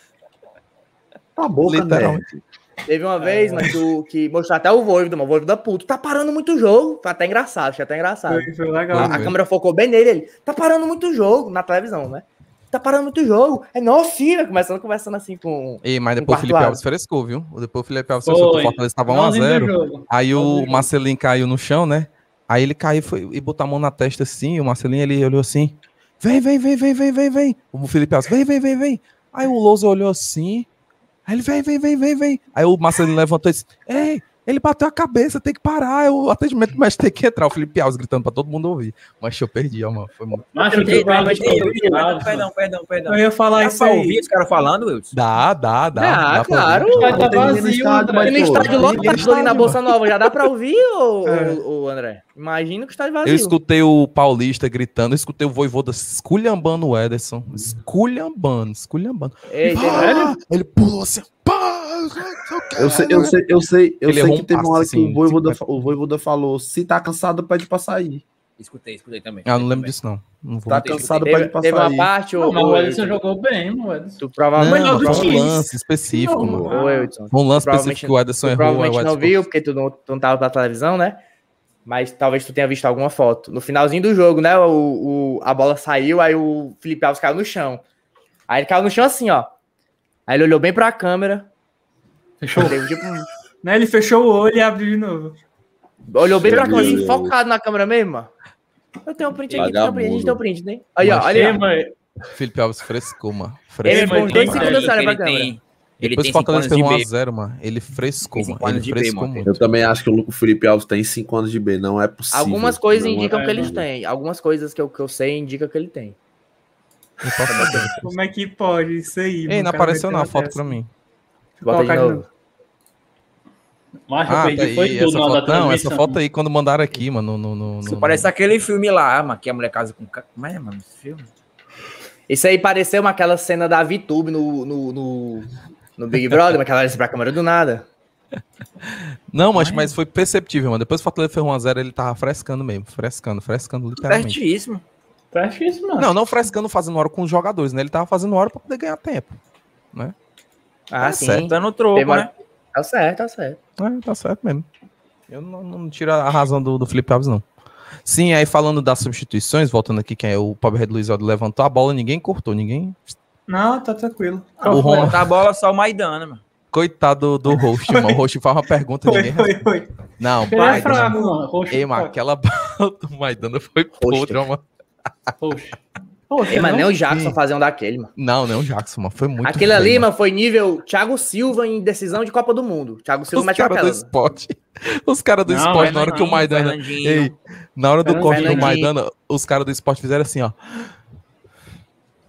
Tá a boca, Literalmente. nerd. Teve uma vez, mas que mostrou até o Voivoda, mano. O Voivoda puto. Tá parando muito o jogo. Foi até engraçado, achei até engraçado. Foi legal. A câmera focou bem nele. Ele tá parando muito o jogo, na televisão, né? Tá parando muito o jogo. É não, filho. Conversando assim com. Ei, mas Um depois o Felipe quarto Alves frescou, viu? Depois o Felipe Alves Foi. frescou. O Fortaleza tava Finalzinho do 1x0. jogo. Aí o Finalzinho do jogo. Marcelinho caiu no chão, né? Aí ele caiu e botou a mão na testa assim. O Marcelinho, ele olhou assim. Vem. O Felipe Alves, vem. Aí o Lousa olhou assim. Aí ele, vem. Aí o Marcelinho levantou e disse, ei, ele bateu a cabeça, tem que parar. O atendimento mais tem que entrar. O Felipe Alves gritando pra todo mundo ouvir. Mas eu perdi, ó, mano. Foi muito... Macho, eu Perdão. Eu ia falar Dá isso pra aí. ouvir os caras falando, Wilson? Dá Ah, pra claro. ouvir. Vai tá Tem vazio, estádio, André. E no estádio Pô, lotado ali na Bolsa Nova, já dá pra ouvir, É. ô André? Imagina que o estádio vazio. Eu escutei o Paulista gritando, eu escutei o Voivoda esculhambando o Ederson. Esculhambando. Ei, Ele pulou assim, pá! Eu sei Ele errou que um teve uma hora passe, que assim, o Voivoda falou: se tá cansado, pede pra sair. Escutei também. Ah, não lembro disso, não. Não vou Tá mentir. cansado, pede pra teve uma sair. parte, Não, mas ô o Edson Edson, jogou bem, mano. Edson. tu provavelmente Não, do foi um time. lance específico, Não, mano. Ô, Edson, Foi um lance provavelmente- específico que o Ederson tu errou. provavelmente aí o não Ederson viu, porque tu não tava na televisão, né? Mas talvez tu tenha visto alguma foto. No finalzinho do jogo, né? A bola saiu, aí o Felipe Alves caiu no chão. Aí ele caiu no chão assim, ó. Aí ele olhou bem pra câmera. Fechou. Teve, tipo, Né, ele fechou o olho e abriu de novo. olhou bem pra câmera, assim, Deus. focado na câmera mesmo, mano. Eu tenho um print aqui, a gente tem um print, né? Aí, ó, Mas olha Ei, aí. ó. mano, Felipe Alves frescou, mano. Ele Frescou. ficou uns 2 tem segundos ideia olha pra Ele câmera. tem. Ele Depois tem o Fortaleza 5 fez anos de B. 1x0, mano. Ele frescou, Tem mano. 5 anos Ele de B, frescou mano. muito. Eu também acho que o Felipe Alves tem 5 anos de B, não é possível. Algumas coisas Não é indicam que eles possível. têm. Algumas coisas que eu sei indicam que ele tem. Eu posso saber. Como é que pode isso aí? Ei, não cara, apareceu meteu na uma foto dessa. pra mim. Bota de Colocar de novo. novo. macho, eu Ah, perdi, tá aí. foi Essa tudo na hora da foto, não, essa transmissão. foto aí quando mandaram aqui, mano. Isso parece aquele filme lá, mano, que a mulher casa com... Como é, mano, esse filme? Isso aí pareceu aquela cena da VTube no Big Brother, mas que ela olha pra câmera do nada. Não, mas foi perceptível, mano. Depois o Fortaleza fez 1x0, ele tava frescando mesmo. Frescando, literalmente. Certíssimo. Certíssimo, mano. Não frescando fazendo hora com os jogadores, né? Ele tava fazendo hora pra poder ganhar tempo. Né? Ah, sim. certo. Tá no troco, Teve uma- né? Tá certo, tá certo. É, tá certo mesmo. Eu não tiro a razão do Felipe Alves, não. Sim, aí falando das substituições, voltando aqui, quem é o Pobre Red Luiz levantou a bola, ninguém cortou, ninguém. Não, tá tranquilo. O Roma, Tá a bola só o Maidana, mano. coitado do host, mano. O host faz uma pergunta, ninguém responde. Foi. Não, Ele é pai, fraco, mano. Roxo, ei, mano, aquela bola do Maidana foi podre, ó, mano. roxo. Ei, mas nem o Jackson fazer um daquele, mano. Não, o Jackson, mano. Foi muito Aquele ali, feio, mano, foi nível Thiago Silva em decisão de Copa do Mundo. Thiago Silva Os meteu caras do aquela. esporte. Os caras do Não, esporte, na hora que o Fernandinho, Maidana. Fernandinho. Ei, na hora do corte do Fernandinho. Maidana, os caras do esporte fizeram assim, ó.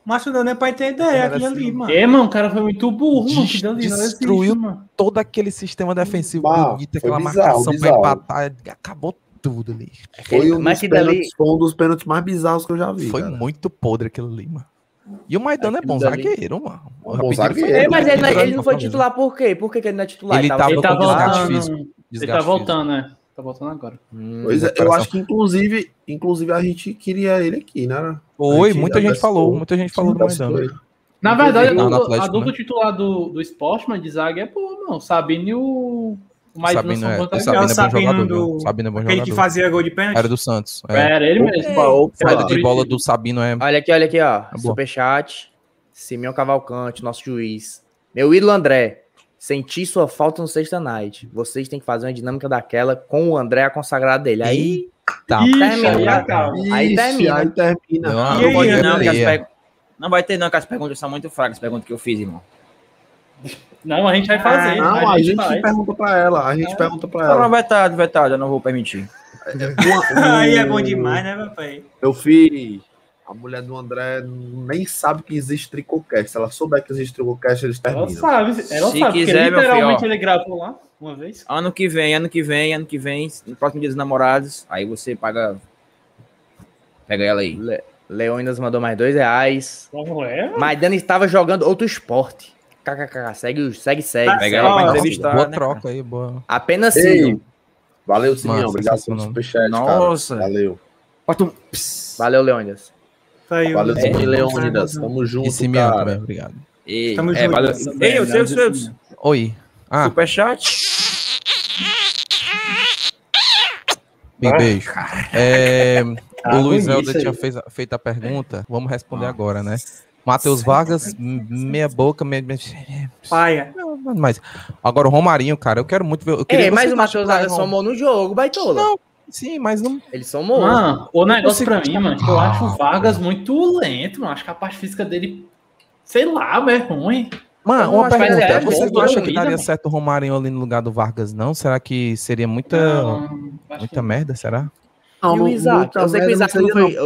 Mas não deu nem pra entender aquilo ali, mano. Mano, o cara foi muito burro, mano. Que dali não existe, Destruiu mano. todo aquele sistema defensivo Bah, bonito, foi aquela bizarro, marcação bizarro. pra empatar, acabou tudo ali. Foi um Mas dos que dali- pênaltis, foi um dos pênaltis mais bizarros que eu já vi. Foi cara. muito podre aquilo ali, mano. E o Maidana é bom Aquilo dali- zagueiro, mano. Bom O Rapidinho zagueiro. foi- Mas ele não foi Fortaleza. titular por quê? Por que que ele não é titular? Ele tava Ele tá com desgaste voltando. físico. Ele tá Desgaste voltando, né? Tá voltando agora. Pois é, eu recuperação. acho que inclusive a gente queria ele aqui, né? Foi, A gente muita gente testou. falou, muita gente falou do testou Maidana. ele. Na verdade, Não, no a Atlético, dupla né? titular do esporte, mano, de zaga é boa, não. O Sabino e o Maidana Sabino são é, bons o zagueiros. Sabino é bom Sabino jogador, do- viu? Sabino é bom Aquele que jogador. fazia gol de pênalti. Era do Santos. É. Era ele mesmo. Opa, Saída de Curitiba. bola do Sabino é... Olha aqui, ó. boa. Superchat. Simeão Cavalcante, nosso juiz. Meu ídolo André. Senti sua falta no Sexta Night. Vocês têm que fazer uma dinâmica daquela com o André a consagrada dele. Aí Tá. termina. aí já. acaba. Aí Ixi, termina. Aí termina. Não, Não, E aí, pode André? não, que as André? não vai ter não, que as perguntas são muito fracas, as perguntas que eu fiz, irmão. Não, a gente vai fazer. Não, a gente faz. pergunta pra ela. A gente pergunta pra Não, ela. vetado, eu não vou permitir. Aí é bom demais, né, papai? Eu fiz. A mulher do André nem sabe que existe Tricocast. Se ela souber que existe Tricocast, eles Ela terminam. sabe, Se porque quiser, meu filho, literalmente ó. ele gravou lá uma vez. Ano que vem, no próximo dia dos namorados, aí você paga. Pega ela aí. Leônidas mandou mais R$2. Como é? Maidana estava jogando outro esporte. KKK. Segue. Pega ela pra Nossa, entrevistar. Boa né, troca aí, boa. Apenas Ei, sigam. valeu, Simeão. Massa, Obrigado pelo sensacional. superchat, Nossa. cara. Valeu. Valeu, Leônidas. Tá aí, Valeu, ó. Simeão Leônidas. Tamo E junto, Simeão cara. também, obrigado. E, Tamo é, junto. valeu. Ei, o seu Oi. Ah, superchat. beijo. É, o Luiz isso Helder aí. tinha feito a pergunta. Vamos responder agora, né? Matheus Vargas, meia boca, Paia. mas agora o Romarinho, cara, eu quero muito ver. Eu queria Mas vocês o Matheus titular, Vargas Rom- somou no jogo, baitola. Não, sim, mas não. Ele somou. Mano, o negócio pra consigo- mim, mano, que eu acho o Vargas muito lento, mano. Acho que a parte física dele, sei lá, é ruim. Mano, Eu uma acho que ele pergunta. é Vocês bom, não acham que corrida, daria mano. certo o Romarinho ali no lugar do Vargas, não? Será que seria muita Acho muita que- merda, será? E o Isaac? Eu sei que o Isaac não foi.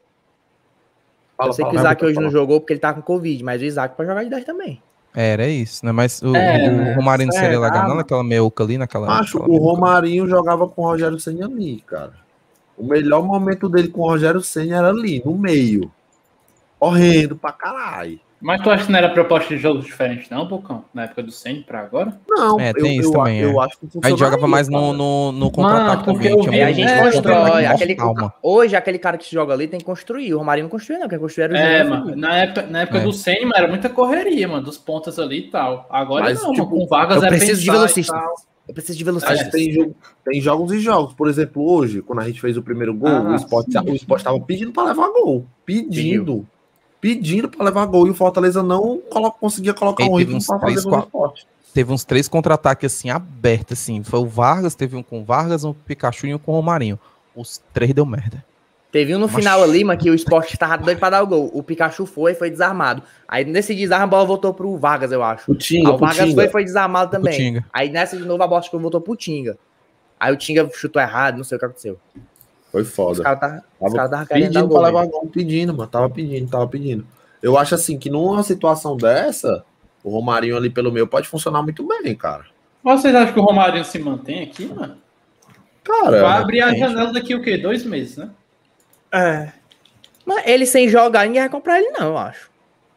Eu sei que o Isaac hoje não jogou porque ele tá com Covid, mas o Isaac pode jogar de 10 também. Era isso, né? Mas o É, Romarinho não seria legal, não? mano. Naquela meiuca ali, naquela. Acho que naquela o Romarinho jogava com o Rogério Ceni ali, cara. O melhor momento dele com o Rogério Ceni era ali, no meio. Correndo pra caralho. Mas tu acha que não era proposta de jogos diferentes, não, Bocão? Na época do Senna pra agora? Não, É, tem isso também, eu é. acho que A gente jogava funcionaria, mais cara. no contra-ataque porque também. eu tinha vi- Aí a muito- gente É, constrói. muito Aquele, calma. hoje, aquele cara que joga ali tem que construir. O Romarinho não construiu, não. Quem construiu era o É, Júnior. mano. Na época É. do Senna, mano, era muita correria, mano, dos pontas ali e tal. Agora Mas, não, tipo, mano. Com Vargas Eu é preciso de pensar e velocista. tal. Eu preciso de Mas velocidade. tem jogos e jogos. Por exemplo, hoje, quando a gente fez o primeiro gol, Ah, o Sport tava pedindo pra levar gol. Pedindo pra levar gol. E o Fortaleza não conseguia colocar Ei, um teve ritmo uns pra fazer 3, gol no 4. Sport. Teve uns 3 contra-ataques assim, abertos, assim. Foi o Vargas, teve um com o Vargas, um com o Pikachu e um com o Romarinho. Os 3 deu merda. Teve um no final ali, mano, que o Sport tava doido pra dar o gol. O Pikachu foi desarmado. Aí nesse desarme a bola voltou pro Vargas, eu acho. O Tinga, Aí o Vargas foi desarmado Pro também. Tinga. Aí nessa de novo a bola acho que voltou pro Tinga. Aí o Tinga chutou errado, não sei o que aconteceu. Foi Os foda. caras estavam querendo dar Pedindo o pra gol. levar mesmo. gol, pedindo, mano. Tava pedindo. Eu acho assim que numa situação dessa, o Romarinho ali pelo meio pode funcionar muito bem, cara. Mas vocês acham que o Romarinho se mantém aqui, mano? Cara, Vai abrir a depende. janela daqui o quê? 2 meses, né? É. Mas ele sem jogar, ninguém vai comprar ele, não, eu acho.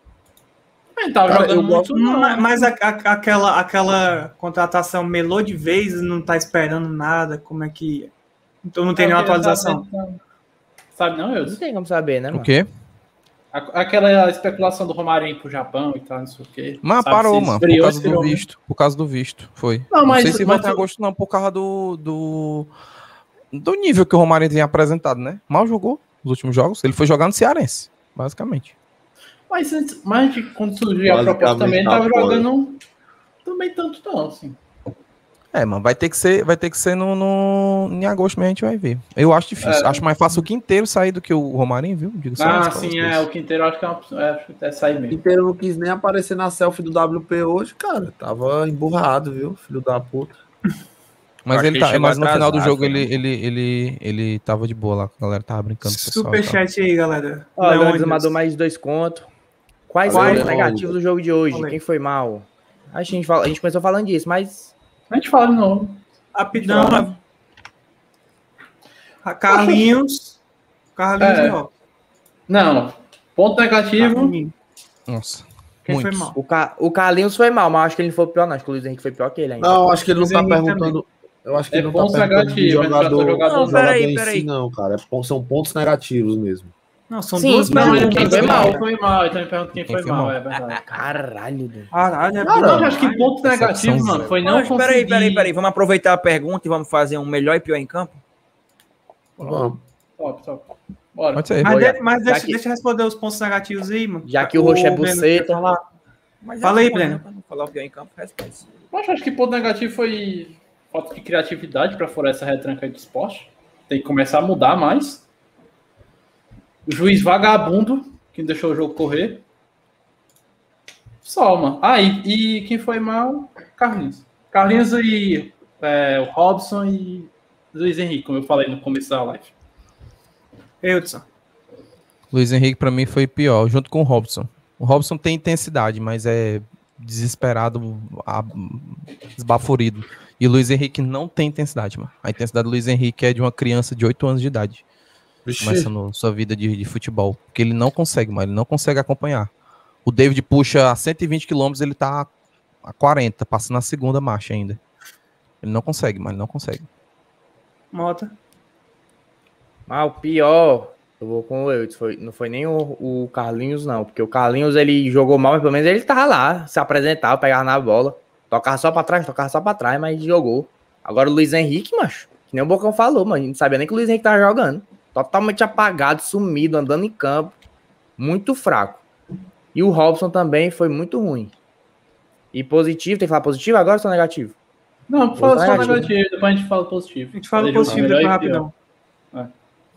Ele tava Cara, jogando eu gosto- muito, não. Mas aquela contratação melou de vez, não tá esperando nada, como é que. Então não tem nenhuma atualização. Sabe não, Não Wilson? tem como saber, né, O mano? quê? Aquela especulação do Romarinho pro Japão e tal, não sei o quê. Mas Sabe parou, se mano. Por esfriou, causa do esfriou, né? visto. Por causa do visto. Foi. Não, Não mas- sei se mas vai ter tu- agosto, não, por causa do nível que o Romarinho tem apresentado, né? Mal jogou nos últimos jogos. Ele foi jogar no Cearense, basicamente. Mas quando surgiu a proposta Basicamente, também, ele tá tava fora. jogando também tanto não, assim. É, mano, vai ter que ser em agosto, mas a gente vai ver. Eu acho difícil. Acho mais fácil o Quinteiro sair do que o Romarinho, viu? Digo só Ah, isso pra sim, vocês. o Quinteiro acho que é uma opção. Acho que até sair O mesmo. Inteiro não quis nem aparecer na selfie do WP hoje, cara. Tava emburrado, viu? Filho da puta. Mas, Acho ele que ele mas chegou no final do atrasado, jogo né? ele tava de boa lá, a galera tava brincando com o pessoal. e tal. Superchat aí, galera. Ó, o Leônidas. Leônidas mandou mais 2 contos. Quais Valeu, foram os Leandro. negativos do jogo de hoje? Falei. Quem foi mal? A gente começou falando disso, mas A gente fala de novo. Rapidão. A Carlinhos. Carlinhos É. não. Não. Ponto negativo. Carlinhos. Nossa. Quem foi muitos. mal? o Carlinhos foi mal, mas acho que ele não foi pior, não. Acho que o Luiz Henrique foi pior que ele ainda. Não, acho que ele não Luiz tá Henrique perguntando. Eu acho que É ele não tá pontos perguntando de negativos, ele jogador, tratou jogador. Não, jogador peraí, em peraí. si, não, cara. São pontos negativos mesmo. Não, são Sim, duas mas Não, ele quem perguntas. foi perguntou mal? quem foi mal. Então ele pergunta quem Quem foi foi mal, mal? é verdade. Caralho, Deus. Caralho, é Não, bom eu acho que demais. pontos negativos, Decepção mano, zero. foi não Mas conseguir... peraí. Vamos aproveitar a pergunta e vamos fazer um melhor e pior em campo? Vamos. Top. Bora. Pode ser. Mas Já deixa, que- deixa eu responder os pontos negativos aí, mano. Já que o roxo é Breno buceta. quer falar. Mas Fala aí, já Breno. pra não falar o pior em campo, responde. Mas acho que ponto negativo foi falta de criatividade para furar essa retranca aí do esporte. Tem que começar a mudar mais. O juiz vagabundo, que não deixou o jogo correr. Só, mano. Ah, e quem foi mal? Carlinhos. Carlinhos e o Robson e Luiz Henrique, como eu falei no começo da live. Eudson. Luiz Henrique pra mim foi pior, junto com o Robson. O Robson tem intensidade, mas é desesperado, esbaforido. E o Luiz Henrique não tem intensidade, mano. A intensidade do Luiz Henrique é de uma criança de 8 anos de idade, Vixe. começando sua vida de futebol. Porque ele não consegue, mano. Ele não consegue acompanhar. O David puxa a 120 km, ele tá a 40, passando na segunda marcha ainda. Ele não consegue, mano. Ele não consegue. Mota. Ah, o pior, eu vou com o Eudson, não foi nem o Carlinhos, não. Porque o Carlinhos, ele jogou mal, mas pelo menos ele tava lá, se apresentava, pegava na bola. Tocava só pra trás, mas jogou. Agora o Luiz Henrique, macho, que nem o Bocão falou, mano, não sabia nem que o Luiz Henrique tava jogando. Totalmente apagado, sumido, andando em campo. Muito fraco. E o Robson também foi muito ruim. E positivo, tem que falar positivo agora ou só negativo? Não, fala só negativo. negativo, depois a gente fala positivo. A gente fala Ele positivo jogou depois melhor e pior. rapidão.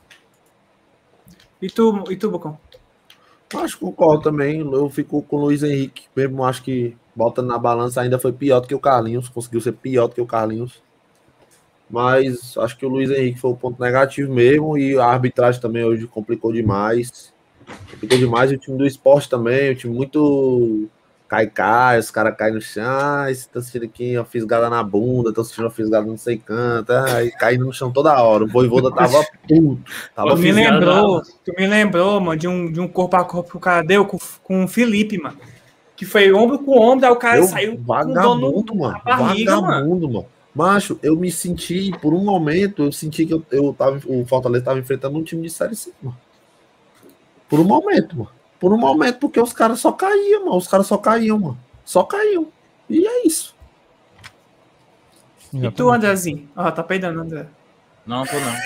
E tu, Bocão? Acho que concordo também. Eu fico com o Luiz Henrique. Mesmo acho que botando na balança ainda foi pior do que o Carlinhos. Conseguiu ser pior do que o Carlinhos. Mas acho que o Luiz Henrique foi o ponto negativo mesmo. E a arbitragem também hoje complicou demais. Complicou demais. E o time do esporte também. O time muito cai. Os caras caem no chão. Estão assistindo aqui uma fisgada na bunda. Estão assistindo uma fisgada não sei canto. E caindo no chão toda hora. O Voivoda tava puto. Tava Tu me fisgado. lembrou, mano, de um corpo a corpo que o cara deu com o Felipe, mano. Que foi ombro com ombro, aí o cara saiu com dor Vagabundo, mano. na barriga, mano. Vagabundo, mano. Macho, eu me senti, por um momento, eu senti que o Fortaleza tava enfrentando um time de Série C, mano. Por um momento, mano. Por um momento, porque os caras só caíam, mano. Os caras só caíam, mano. Só caíam. E é isso. E tu, Andrezinho? Ah, tá peidando, André. Não, tô não.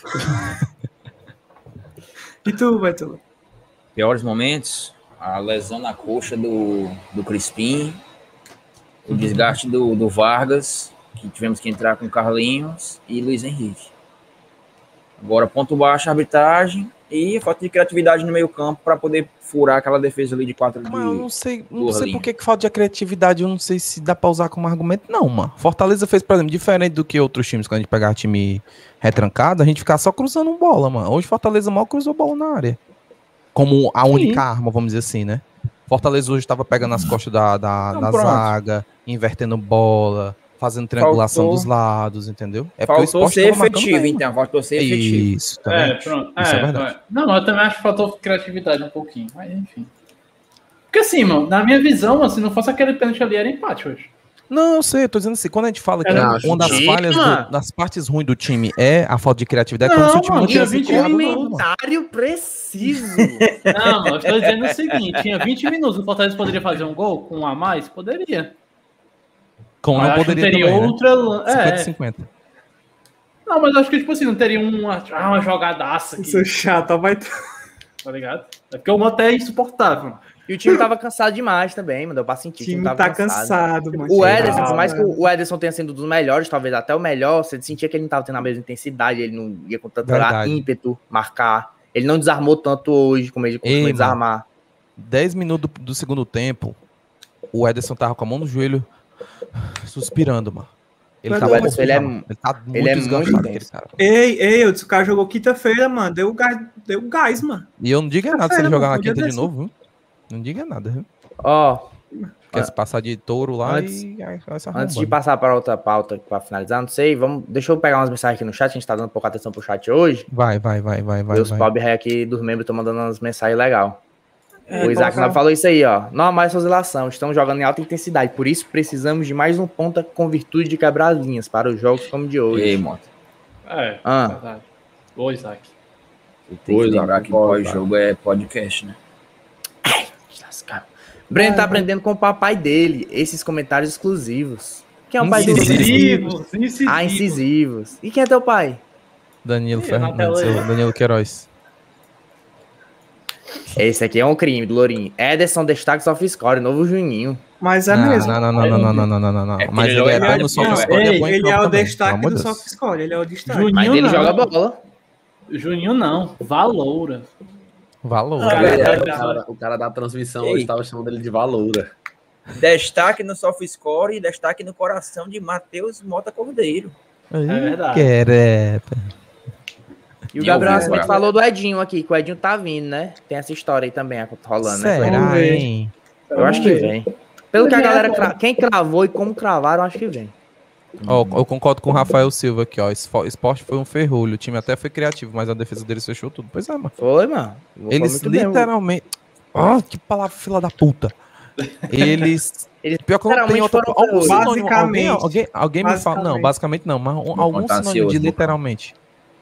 E tu, Beto? Piores momentos, a lesão na coxa do Crispim, o desgaste do Vargas, que tivemos que entrar com Carlinhos e Luiz Henrique. Agora, ponto baixo, arbitragem e falta de criatividade no meio campo para poder furar aquela defesa ali de 4 de... Mas eu não sei Orlinho. por que falta de criatividade, eu não sei se dá pra usar como argumento, não, mano. Fortaleza fez, por exemplo, diferente do que outros times, quando a gente pegar time retrancado, a gente ficar só cruzando bola, mano. Hoje Fortaleza mal cruzou bola na área. Como a única arma, vamos dizer assim, né? Fortaleza hoje tava pegando as costas da Então, pronto. zaga, invertendo bola, fazendo triangulação Faltou- dos lados, entendeu? É porque o Faltou Sport ser tava marcando efetivo, bem, então. Faltou ser efetivo. Isso, também. Pronto. Isso é verdade. Não, eu também acho que faltou criatividade um pouquinho, mas enfim. Porque assim, mano, na minha visão, mano, se não fosse aquele pênalti ali, era empate hoje. Não, eu sei, eu tô dizendo assim, quando a gente fala que Era uma das time, falhas, mano. das partes ruins do time é a falta de criatividade, Não, como se o time mano, não tinha tivesse 20 criado nada, mano. Comentário preciso. Não, mano, eu estou dizendo o seguinte, tinha 20 minutos, o Fortaleza poderia fazer um gol com um a mais? Poderia. Como Mas não acho que poderia teria também, né? outra... 50-50. Não, mas acho que, tipo assim, não teria uma jogadaça aqui, Seu chato, vai. tá ligado? É porque o Mota é insuportável. E o time tava cansado demais também, mano. Deu pra sentir. O time tava tá cansado, mano. O Ederson, Geral, por mais que né? o Ederson tenha sido um dos melhores, talvez até o melhor, você sentia que ele não tava tendo a mesma intensidade, ele não ia com tanto Verdade. ímpeto, marcar. Ele não desarmou tanto hoje como ele costuma Ei, desarmar. 10 minutos do segundo tempo, o Ederson tava com a mão no joelho, suspirando, mano. Ele Mas tá não, muito mas ele é- desgastado, ele tá muito ele é desgastado, muito aquele denso. cara. Ei, o cara jogou quinta-feira, mano. Deu gás, mano. E eu não digo nada se ele Quinta-feira, jogar mano, na podia quinta de descer. novo, viu? Não diga nada, viu? Ó, Quer se passar de touro lá Antes- e aí vai se antes de arrombando. passar para outra pauta para finalizar, não sei, deixa eu pegar umas mensagens aqui no chat, a gente tá dando pouca atenção pro chat hoje. Vai. E os pobre ré aqui dos membros estão mandando umas mensagens legais. O Isaac colocar- falou isso aí, ó. Não há mais oscilação, estamos jogando em alta intensidade, por isso precisamos de mais um ponta com virtude de quebrar linhas para os jogos como o de hoje. Ei, Mota. É, Ah. verdade. Boa, Isaac. Tem que Pois, lembrar que concordo, pós-jogo é podcast, né? Breno tá aprendendo com o papai dele, esses comentários exclusivos. Quem é o pai do Incisivos, incisivos. Ah, incisivos. E quem é teu pai? Danilo Ih, Fernandes, na tela aí. ou Danilo Queiroz. Esse aqui é um crime do Lourinho. Ederson Destaques Off Score, novo Juninho. Mas é Não, mesmo. não. É porque Mas ele ele é joga- bom no soft Não, score e é bom em Ele é campo o também, pelo destaque amor do de Deus. soft score, ele é o destaque. Juninho Mas ele não. joga bola. Juninho não. Valoura. Valor. O cara da transmissão Ei. hoje estava chamando ele de Valoura. Destaque no soft score e destaque no coração de Matheus Mota Cordeiro. Aí, verdade. quereta. E o Eu Gabriel vi, Nascimento cara. falou do Edinho aqui, que o Edinho tá vindo, né? Tem essa história aí também rolando, né? Será, Vamos ver. hein? Eu acho que vem. Pelo que a Ele é galera. bom. Quem cravou e como cravaram, acho que vem. Ó, eu concordo com o Rafael Silva aqui, ó. Esporte foi um ferrolho. O time até foi criativo, mas a defesa deles fechou tudo. Pois é, mano. Foi, mano. Eles Foi muito bem. literalmente. Ó, que palavra fila da puta. Eles. Eles Pior que eu não tenho literalmente outra. foram Algum ferrolho. sinônimo. Alguém me fala. Não, basicamente não. Mas algum Fantasioso, sinônimo de vou literalmente.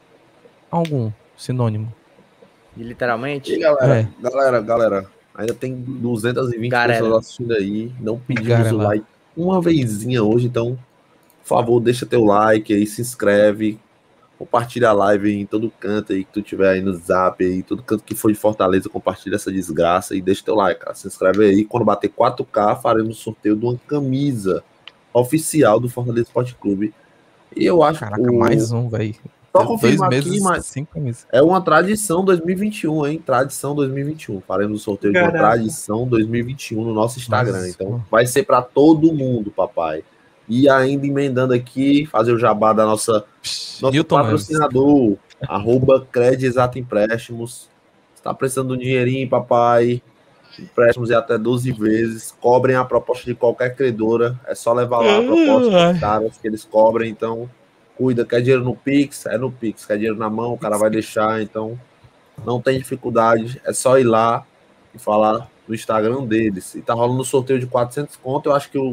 Algum sinônimo. E literalmente. E galera, É. galera, ainda tem 220 Galera. pessoas assistindo aí. Não pedimos Galera. o like uma vezinha hoje, então, por favor, deixa teu like aí, se inscreve, compartilha a live aí em todo canto aí que tu tiver aí no Zap aí, todo canto que for de Fortaleza, compartilha essa desgraça e deixa teu like, cara. Se inscreve aí. Quando bater 4K, faremos um sorteio de uma camisa oficial do Fortaleza Esporte Clube. E eu acho Caraca, o- mais um, velho. Só 2 confirmar meses, aqui, mas 5 meses. é uma tradição 2021, hein? Tradição 2021. Faremos o sorteio de uma Caraca. tradição 2021 no nosso Instagram. Nossa. Então, vai ser para todo mundo, papai. E ainda emendando aqui, fazer o jabá da nosso Newton Neves. patrocinador, @Cred Exato Empréstimos. Está precisando de um dinheirinho, papai? Empréstimos é até 12 vezes. Cobrem a proposta de qualquer credora. É só levar lá a proposta dos caras que eles cobrem. Então, cuida. Quer dinheiro no Pix? É no Pix. Quer dinheiro na mão? O cara vai deixar. Então, não tem dificuldade. É só ir lá e falar no Instagram deles. E tá rolando um sorteio de 400 conto. Eu acho que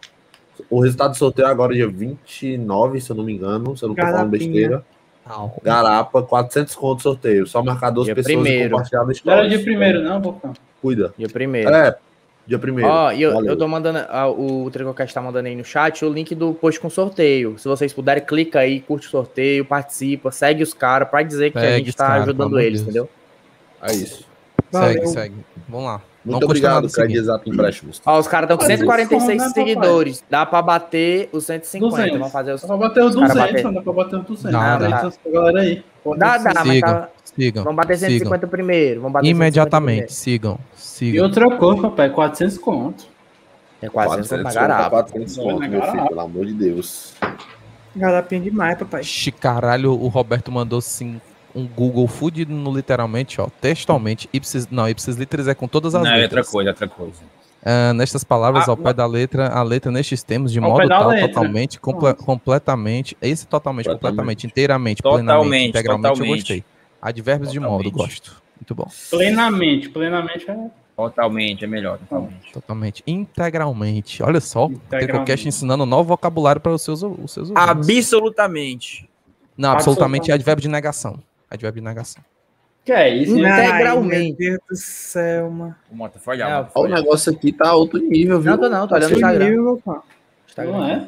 o resultado do sorteio é agora dia 29, se eu não me engano. Se eu não tô falando Garapinha. besteira. Garapa, 400 conto sorteio. Só marcar 2 Dia pessoas e primeiro. compartilhar no Não era stories. dia primeiro, não, Bocão? Cuida. Dia primeiro. É, dia primeiro. Ó, e eu Valeu. tô mandando, o Tricocast tá mandando aí no chat o link do post com sorteio. Se vocês puderem, clica aí, curte o sorteio, participa, segue os caras pra dizer que a Segue gente os tá cara, ajudando pelo amor de eles, Deus. entendeu? É isso. Valeu. Segue. Vamos lá. Muito Não custa nada obrigado, Cred seguir. Exato Empréstimos. Ó, os caras estão com Mas 146 isso, né, papai? seguidores. Dá pra bater os 150. 200. Vamos fazer os. Dá pra bater os os cara 200, bater. mano. Dá pra bater os 200. Dá, Dá, dá. pra galera aí. Dá, mas Sigam, tá. sigam. Vamos bater 150 primeiro. Vamos bater 150 Imediatamente, sigam. E Sigam. outra coisa, papai, 400 conto. primeiro. É 400 na conto, garapa. 400 conto, Na meu filho, garapa. pelo amor de Deus. Garapinha demais, papai. Ixi, caralho, o Roberto mandou sim um Google fudido no literalmente, ó. Textualmente. Ipsis literis é com todas as Não, é outra letras. coisa, outra coisa. Nestas palavras, ao pé da letra, a letra nestes termos, de Ao modo pé da tal, letra. totalmente, completamente, esse totalmente, completamente, inteiramente, Totalmente, plenamente, integralmente, eu totalmente. gostei. Advérbios de modo, Totalmente. gosto. Muito bom. Plenamente é... Totalmente, é melhor, totalmente. Totalmente. Integralmente. Olha só, o Integralmente. TecoCast ensinando um novo vocabulário para os seus ouvintes. Absolutamente. Não, absolutamente é advérbio de negação. Advérbio de negação. Que é isso, né? Integralmente. Ai, meu Deus do céu, mano. O Mota foi olhar. Não, Ó, o negócio aqui tá outro nível, viu? Não, tô olhando o Que Instagram. nível, pô. Não é?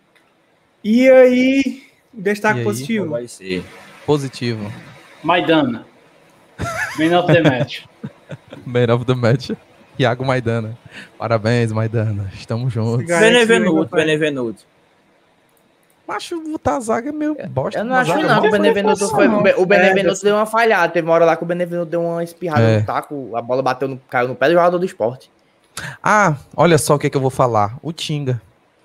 E aí, destaque E aí? positivo. Vai ser. Positivo. Maidana. Man of the match. Man of the match. Iago Maidana. Parabéns, Maidana. Estamos juntos. Benevenuto. Macho, botar a zaga é meio bosta. Eu não acho Zaga não que o mal. Benevenuto foi. O Benevenuto deu uma falhada. Teve uma hora lá que o Benevenuto deu uma espirrada É. no taco, a bola bateu caiu no pé do jogador do esporte. Ah, olha só o que, é que eu vou falar. O Tinga.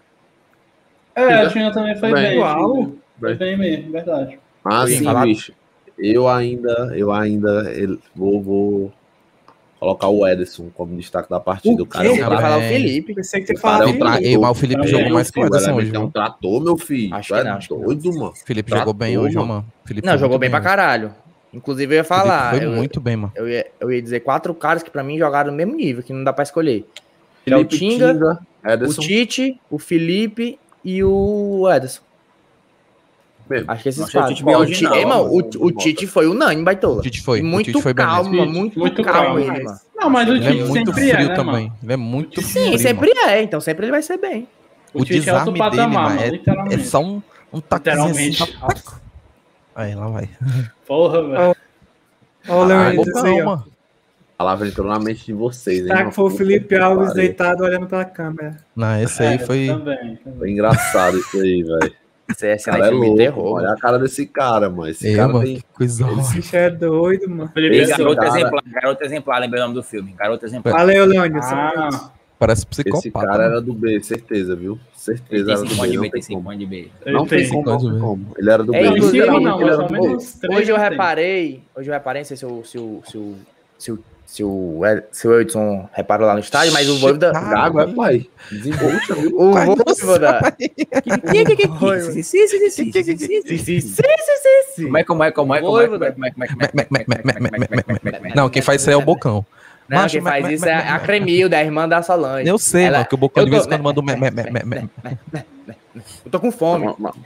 É, o Tinha também foi bem. Uau. Tinha. Foi bem mesmo, verdade. Ah, Sim, sim, falar- bicho. Eu ainda vou Colocar o Ederson como destaque da partida. O cara é um Você vai falar o Felipe. Pensei que você O cara é falava um trator. Ei, mas o Felipe Também, jogou mais que o Filho, Ederson ela hoje, é um viu? trator, meu filho. Acho Tu que é não, acho que não. doido, mano. O Felipe Trator, jogou bem hoje, ó, mano. mano. Felipe Não, foi jogou muito bem pra hoje. caralho. Inclusive, eu ia Felipe falar. foi muito bem, mano. Eu ia dizer 4 caras que pra mim jogaram no mesmo nível, que não dá pra escolher. Que é o Felipe Tinga, o Ederson. Tite, o Felipe e o Ederson. Mesmo. Acho que esses Não achei o quatro. Tite bem Ó, hoje, não. Ei, mano, Não, o Tite foi unânime, Baitola. O Tite foi. E O muito Tite foi bem calmo, mesmo. muito calmo ele, mano. Não, mas o Ele é Tite muito sempre frio né, também. mano? Ele é muito Sim, frio, sempre mano. então sempre ele vai ser bem. O Tite é outro desarme dele, patamar, mano, mano, é literalmente. só um taquezinho assim. Literalmente. Tá... Aí, lá vai. Porra, velho. Ó, o Leonidas aí, Bocão, ó. mano. A palavra entrou na mente de vocês, hein? Tá mano? que foi o Felipe Alves Pariu. deitado olhando pra câmera. Não, esse aí foi... Também. Foi engraçado isso aí, velho. Esse é O cara é filme de louco, terror. olha a cara desse cara, mano. Esse Ei, cara mano, tem... que coisa O horrível. bicho é doido, mano. Felipe Esse Alves. Garoto Exemplar, lembrei o nome do filme. Garoto Exemplar. Valeu, Leônidas. Ah, Parece Esse psicopata. cara mano. era do B, certeza, viu? Certeza Tem era do 5 B. anos de Não B, tem tem 5 como. anos de B. Não tem tem. como, não tem como. Ele era do É, B. inclusive, Literalmente, não, ele era mas do ao B. menos Hoje eu 3 reparei, não sei se o Edson reparou lá no estádio, mas o Voivoda... Gago, é pai. Desembucha, viu? O Pai, Voivoda... Como é? Não, quem faz isso aí é o Bocão. Não, Macho, quem faz isso é a Cremilda, a irmã da Solange. Eu sei, Ela- mano, que o Bocão de eu vez tô- em quando manda um... Eu tô com fome.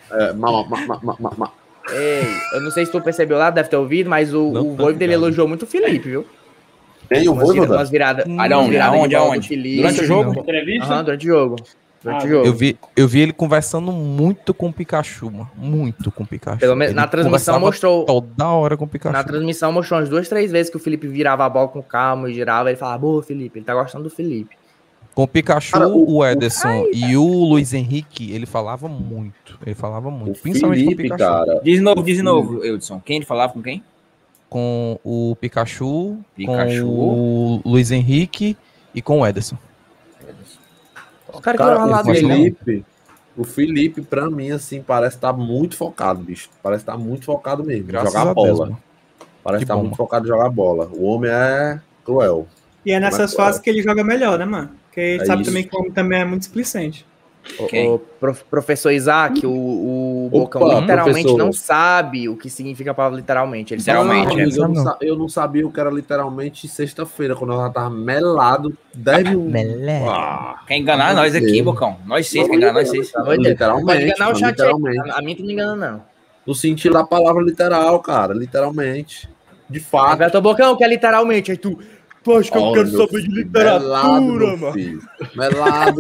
Ei, eu não sei se tu percebeu lá, deve ter ouvido, mas o Não, Voivoda dele ligado. elogiou muito o Felipe, viu? Tem o Voivoda? Umas viradas. Aonde? Aonde? Durante o jogo? Entrevista? Aham, durante o jogo. Durante Ah, o jogo. Eu vi ele conversando muito com o Pikachu, mano. Muito com o Pikachu. Pelo menos Ele na transmissão conversava mostrou. toda hora com o Pikachu. Na transmissão mostrou umas 2, 3 vezes que o Felipe virava a bola com calma e girava. Ele falava, boa, Felipe, ele tá gostando do Felipe. Com o Pikachu, Cara, o Ederson e o Luiz Henrique, ele falava muito. Ele falava muito. O Principalmente Felipe, com o Pikachu. cara. Diz de novo, Eudson. Quem ele falava com quem? Com o Pikachu, Pikachu. com o Luiz Henrique e com o Ederson. Os caras Cara, que iam lá ele dele. o Felipe, pra mim, assim, parece estar muito focado, bicho. Parece estar muito focado mesmo. em Graças jogar a Deus, bola. mano. Parece Que estar bom, muito mano. focado em jogar bola. O homem é cruel. E é nessas Mas, fases que ele joga melhor, né, mano? Porque a gente É sabe isso. também que o homem também é muito displicente. Quem? O professor Isaac, o Bocão Opa, literalmente professor. não sabe o que significa a palavra literalmente. Ele só Literalmente, sabe- Amigo, Não. eu não sabia o que era literalmente sexta-feira, quando eu já tava melado. 10 mil. Melé. Ah, Quer enganar nós aqui, Deus. Bocão? Nós seis, quer enganar nós seis. Pelo amor de Deus. Literalmente, Pode enganar o mano, chat aí. literalmente. A mim tu não engana, não. No sentido da palavra literal, cara. Literalmente. De fato. Agora tua Bocão, que é literalmente. Aí tu acha que eu Olha, quero meu saber de filho, literatura, meu mano. filho. Melado.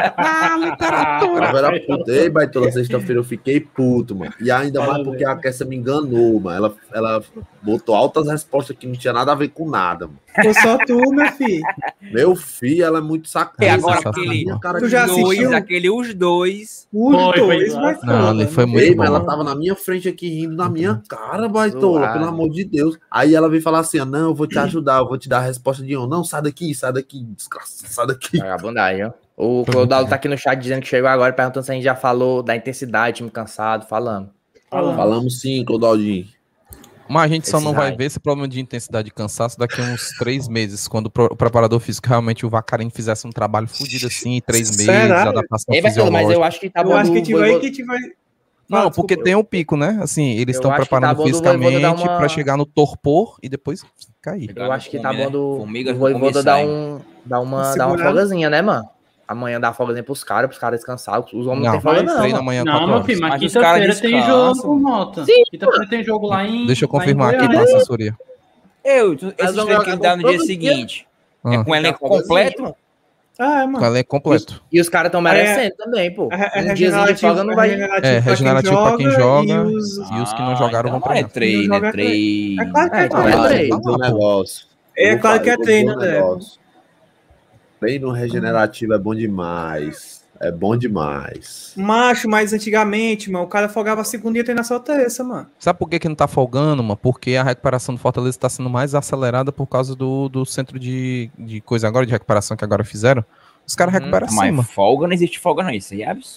Agora, puta, ei, Baitola, sexta-feira eu fiquei puto, mano. E ainda mais porque a Kessa me enganou, mano. Ela botou altas respostas que não tinha nada a ver com nada, mano. Foi só tu, meu filho. Meu filho, ela é muito E sacana. agora Sensacional. aquele Tu já assistiu? os dois. Os Foi, dois, foi. mas Não, ele foi muito Ei, bom. mas ela mano. tava na minha frente aqui rindo na minha cara, Baitola, Zoado. pelo amor de Deus. Aí ela veio falar assim: ó, não, eu vou te ajudar, eu vou te dar a resposta de um. Não, sai daqui, desgraçado, sai daqui. Vagabundagem, ó. O Clodalo tá aqui no chat dizendo que chegou agora, perguntando se a gente já falou da intensidade, time cansado, falando. Falamos sim, Clodaldinho. Mas a gente só não vai Intensidade. ver esse problema de intensidade e cansaço daqui a uns 3 meses, quando o preparador físico realmente o Vacarim fizesse um trabalho fodido assim, em 3 meses, Será? adaptação Ei, Beto, mas fisiológica. eu acho que tá eu bom. acho que a do gente vai... Voivoda- Que a gente vai... Não, Fala, porque desculpa. tem um pico, né? Assim, eles Eu estão acho que tá preparando bom do Voivoda fisicamente dar uma- pra chegar no torpor e depois cair. Eu acho que tá bom do Formigas Voivoda dar dar uma Segurar. folgazinha, né, mano? Amanhã dá folgazinha pros caras descansar. Os homens não Não, tem folga, mas não. treina Mano. amanhã Não, 4 meu horas. filho, mas Mas os quinta-feira caras tem descansam. jogo, Mota. Sim, Quinta-feira tem jogo lá em. Deixa eu lá em confirmar aqui Goiás. pra assessoria. Esse Mas vamos treino que ele dá no dia todo dia. seguinte. Ah, É com o elenco folgazinha, completo? mano. Ah, é, com mano. o elenco completo. E os caras estão merecendo também, pô. Um diazinho de folga não vai. Regenerativo pra quem joga E os... e os que não jogaram vão então pra é dentro. treino, Não joga é treino. É claro que é então treino. é treino. Vou dizer um negócio. É Vou claro que é vou dizer treino, um né? negócio. Treino regenerativo é bom demais. É bom demais. Macho, mas antigamente, mano, o cara folgava a segunda e ia treinar só terça, mano. Sabe por que não tá folgando, mano? Porque a recuperação do Fortaleza tá sendo mais acelerada por causa do centro de coisa agora, de recuperação que agora fizeram. Os caras recuperam assim, Mas mano. folga não existe folga, não. Isso aí é absurdo.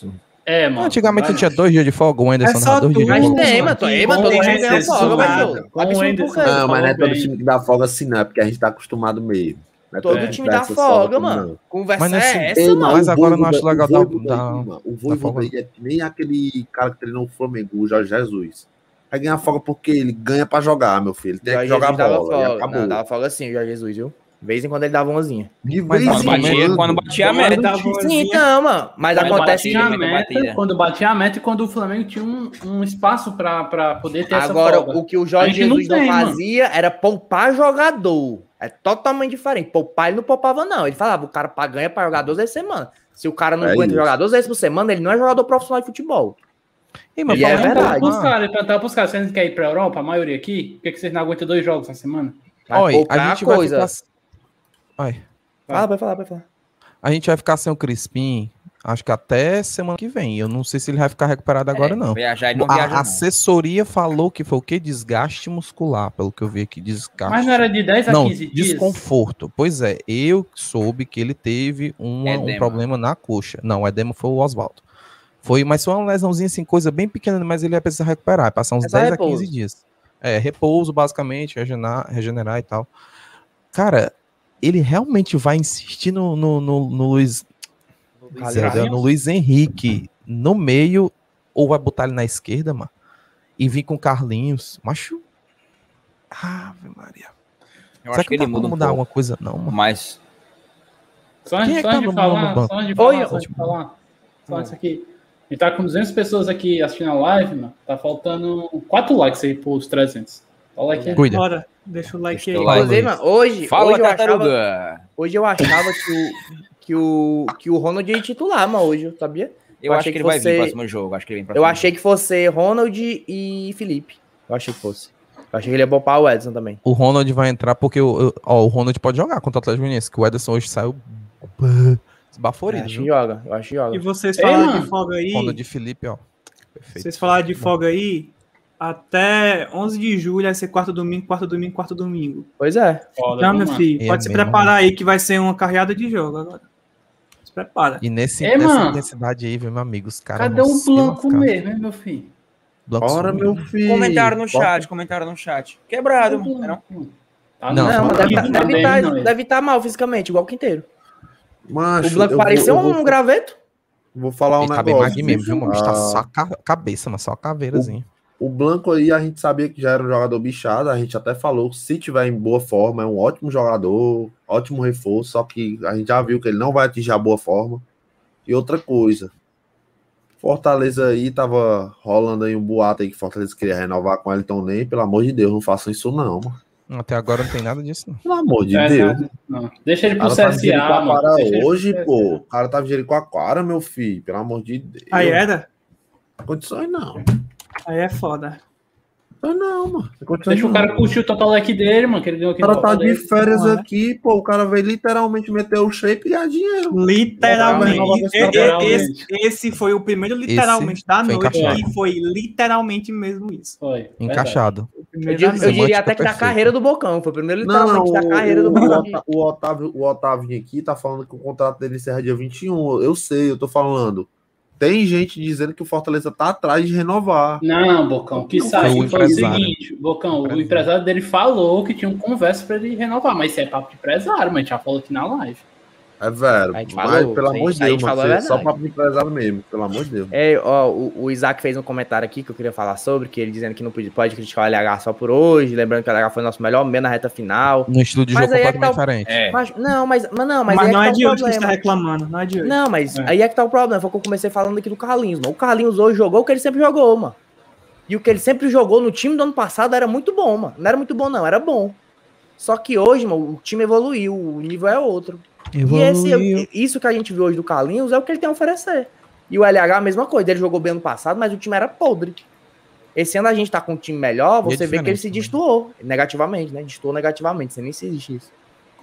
É, mano. Antigamente vai tinha não. 2 dias de folga, o Anderson É só dava 2 dias de tu, Mas folga. tem, mano. Todo time ganha folga, velho. Com o Anderson. Não, mas não é todo bem. time que dá folga assim, não. É porque a gente tá acostumado mesmo. Não é Todo time time que dá essas folga, assim, mano. não. Conversa Mas nesse- é essa, Ei, mano. Mas o agora eu não Voivoda- acho legal o Voivoda dar- aí, mano, o dar Voivoda folga. aí é que nem aquele cara que treinou o Flamengo, o Jorge Jesus. Vai ganhar folga porque ele ganha pra jogar, meu filho. Ele tem que Jorge jogar Jesus dava bola. E folga. acabou. Não, dava folga sim, o Jorge Jesus, viu? De vez em quando ele dava umazinha. De Mas vez Quando em batia, quando. quando batia a Quando meta. dava Sim, umazinha. então, mano. Mas Quando acontece batia a que- meta, quando batia a meta e quando o Flamengo tinha um espaço pra poder ter agora, essa folga. o que o A Jorge gente não Jesus não tem, mano. fazia era poupar jogador. É totalmente diferente. Poupar ele não poupava, não. Ele falava, o cara ganha pra jogar 2 vezes por semana. Se o cara não É aguenta isso. jogar 2 vezes por semana, ele não é jogador profissional de futebol. Ih, mas E é falando em verdade. poupar, Ele perguntava pros caras, vocês querem ir pra Europa, a maioria aqui? Por que vocês não aguentam 2 jogos na semana? Mas Olha, poupar a é gente vai coisa. ficar... Olha, Vai falar. a gente vai ficar sem o Crispim, acho que até semana que vem. Eu não sei se ele vai ficar recuperado agora, não. Viajar e não A viaja, não. assessoria falou que foi o quê? Desgaste muscular, pelo que eu vi aqui, desgaste. Mas não era de 10 a Não, 15 dias? desconforto. Pois é, eu soube que ele teve um Edema. problema na coxa. Não, o edema foi o Oswaldo. Mas foi uma lesãozinha assim, coisa bem pequena, mas ele vai precisar recuperar, vai passar uns É só 10 a repouso. 15 dias. É, repouso, basicamente, regenerar e tal. Cara, ele realmente vai insistir no Luiz... no Luiz Henrique no meio, ou vai botar ele na esquerda, mano? E vir com o Carlinhos. Macho. Ave Maria. Eu Será acho que ele não dá pra muda um mudar pouco. alguma coisa, não, mano? Mas Só Quem é antes que tá de no falar, banco? só antes de Oi, falar, só antes de falar. Só Hum. antes aqui. A gente tá com 200 pessoas aqui assistindo a live, mano. Tá faltando 4 likes aí pros 300. Dá o like aí. Cuida. Bora, deixa o like aí. Deixa o like. Inclusive, mano, hoje fala, eu achava, tartaruga. hoje eu achava que o Ronald ia titular, mano, hoje, eu sabia? Eu acho que ele vai vir fosse- no próximo jogo. Acho que ele vem no Eu próximo achei que fosse Ronald e Felipe. Eu achei que fosse. Eu achei que ele ia poupar o Edson também. O Ronald vai entrar porque o Ronald pode jogar contra o Atlético Goianiense, que o Ederson hoje saiu Eu esbaforido. acho que viu? joga, eu acho que joga. E vocês Ei, falaram mano. de folga aí. Ronald e Felipe, ó. Perfeito. Vocês falaram de folga aí. Até 11 de julho vai ser quarto domingo. Pois é. Foda, Então, viu, meu mano? filho, É pode se mesmo, preparar aí que vai ser uma carreada de jogo agora. Se prepara. E nessa mano. intensidade aí, meu amigo, os caras. Cadê vão o se Blanco lascar. mesmo, hein, meu filho? Blanco Ora, sumiu. meu filho. Comentaram no chat. Quebrado, mano. Não? Tá Não, Não, não, deve estar mal fisicamente, igual o Quinteiro. Macho, O Blanco eu pareceu vou- um graveto. Vou falar um Ele tá bem negócio. magro mesmo, viu, mano? Tá Ah, só a cabeça, mas só a caveirazinha. O Blanco aí, a gente sabia que já era um jogador bichado, a gente até falou, se tiver em boa forma, é um ótimo jogador, ótimo reforço, só que a gente já viu que ele não vai atingir a boa forma. E outra coisa, Fortaleza aí, tava rolando aí um boato aí que Fortaleza queria renovar com o Elton Ney, pelo amor de Deus, não façam isso não, mano. Até agora não tem nada disso, não. Pelo amor de É, Deus. não. Deixa ele O pro cara tá de CSA, Jericoacoara mano. Deixa ele pro hoje, CSA. pô. O cara tá de Jericoacoara, meu filho, pelo amor de Deus. Aí era? Condições não. Aí é foda. Não, mano. Condições Deixa o não. cara curtir o totalec dele, mano, que ele ganhou aqui O cara no tá Copa de dele. férias Não é? aqui, pô. O cara veio literalmente meter o shape e ganhar dinheiro. Literalmente. Literalmente. Esse foi o primeiro literalmente da foi noite encaixado. e foi literalmente mesmo isso. Foi. Encaixado. O Eu, primeiro digo- da eu noite. diria semântica até que da perfeita. carreira do Bocão. Foi o primeiro Não, literalmente da carreira do Bocão. o Otávio aqui tá falando que o contrato dele encerra dia 21. Eu sei, eu tô falando. Tem gente dizendo que o Fortaleza tá atrás de renovar. Não, Bocão, o que Foi saiu o foi o empresário. seguinte, Bocão, o empresário dele falou que tinha um conversa pra ele renovar, mas isso é papo de empresário, mas a gente já falou aqui na live. É velho. A gente Mas, falou, pelo isso aí- amor de isso aí a Deus, gente mano. falou, é Só verdade. pra empresário mesmo, pelo amor de Deus. É, ó, o Isaac fez um comentário aqui que eu queria falar sobre, que ele dizendo que não pode criticar o LH só por hoje, lembrando que o LH foi o nosso melhor meio na reta final. No estilo de Mas jogo aí é que completamente tá o- diferente. É. Mas não, mas Mas aí não que é tá de o hoje que você tá problema. reclamando. Não é de hoje. Não, mas É. aí é que tá o problema. Foi o que eu comecei falando aqui do Carlinhos, mano. O Carlinhos hoje jogou o que ele sempre jogou, mano. E o que ele sempre jogou no time do ano passado era muito bom, mano. Não era muito bom, não, era bom. Só que hoje, mano, o time evoluiu, o nível é outro. E isso que a gente viu hoje do Carlinhos é o que ele tem a oferecer. E o LH, a mesma coisa. Ele jogou bem ano passado, mas o time era podre. Esse ano a gente tá com um time melhor, E é você vê que ele diferente se também. destoou negativamente, né? Destoou negativamente, você nem se existe isso.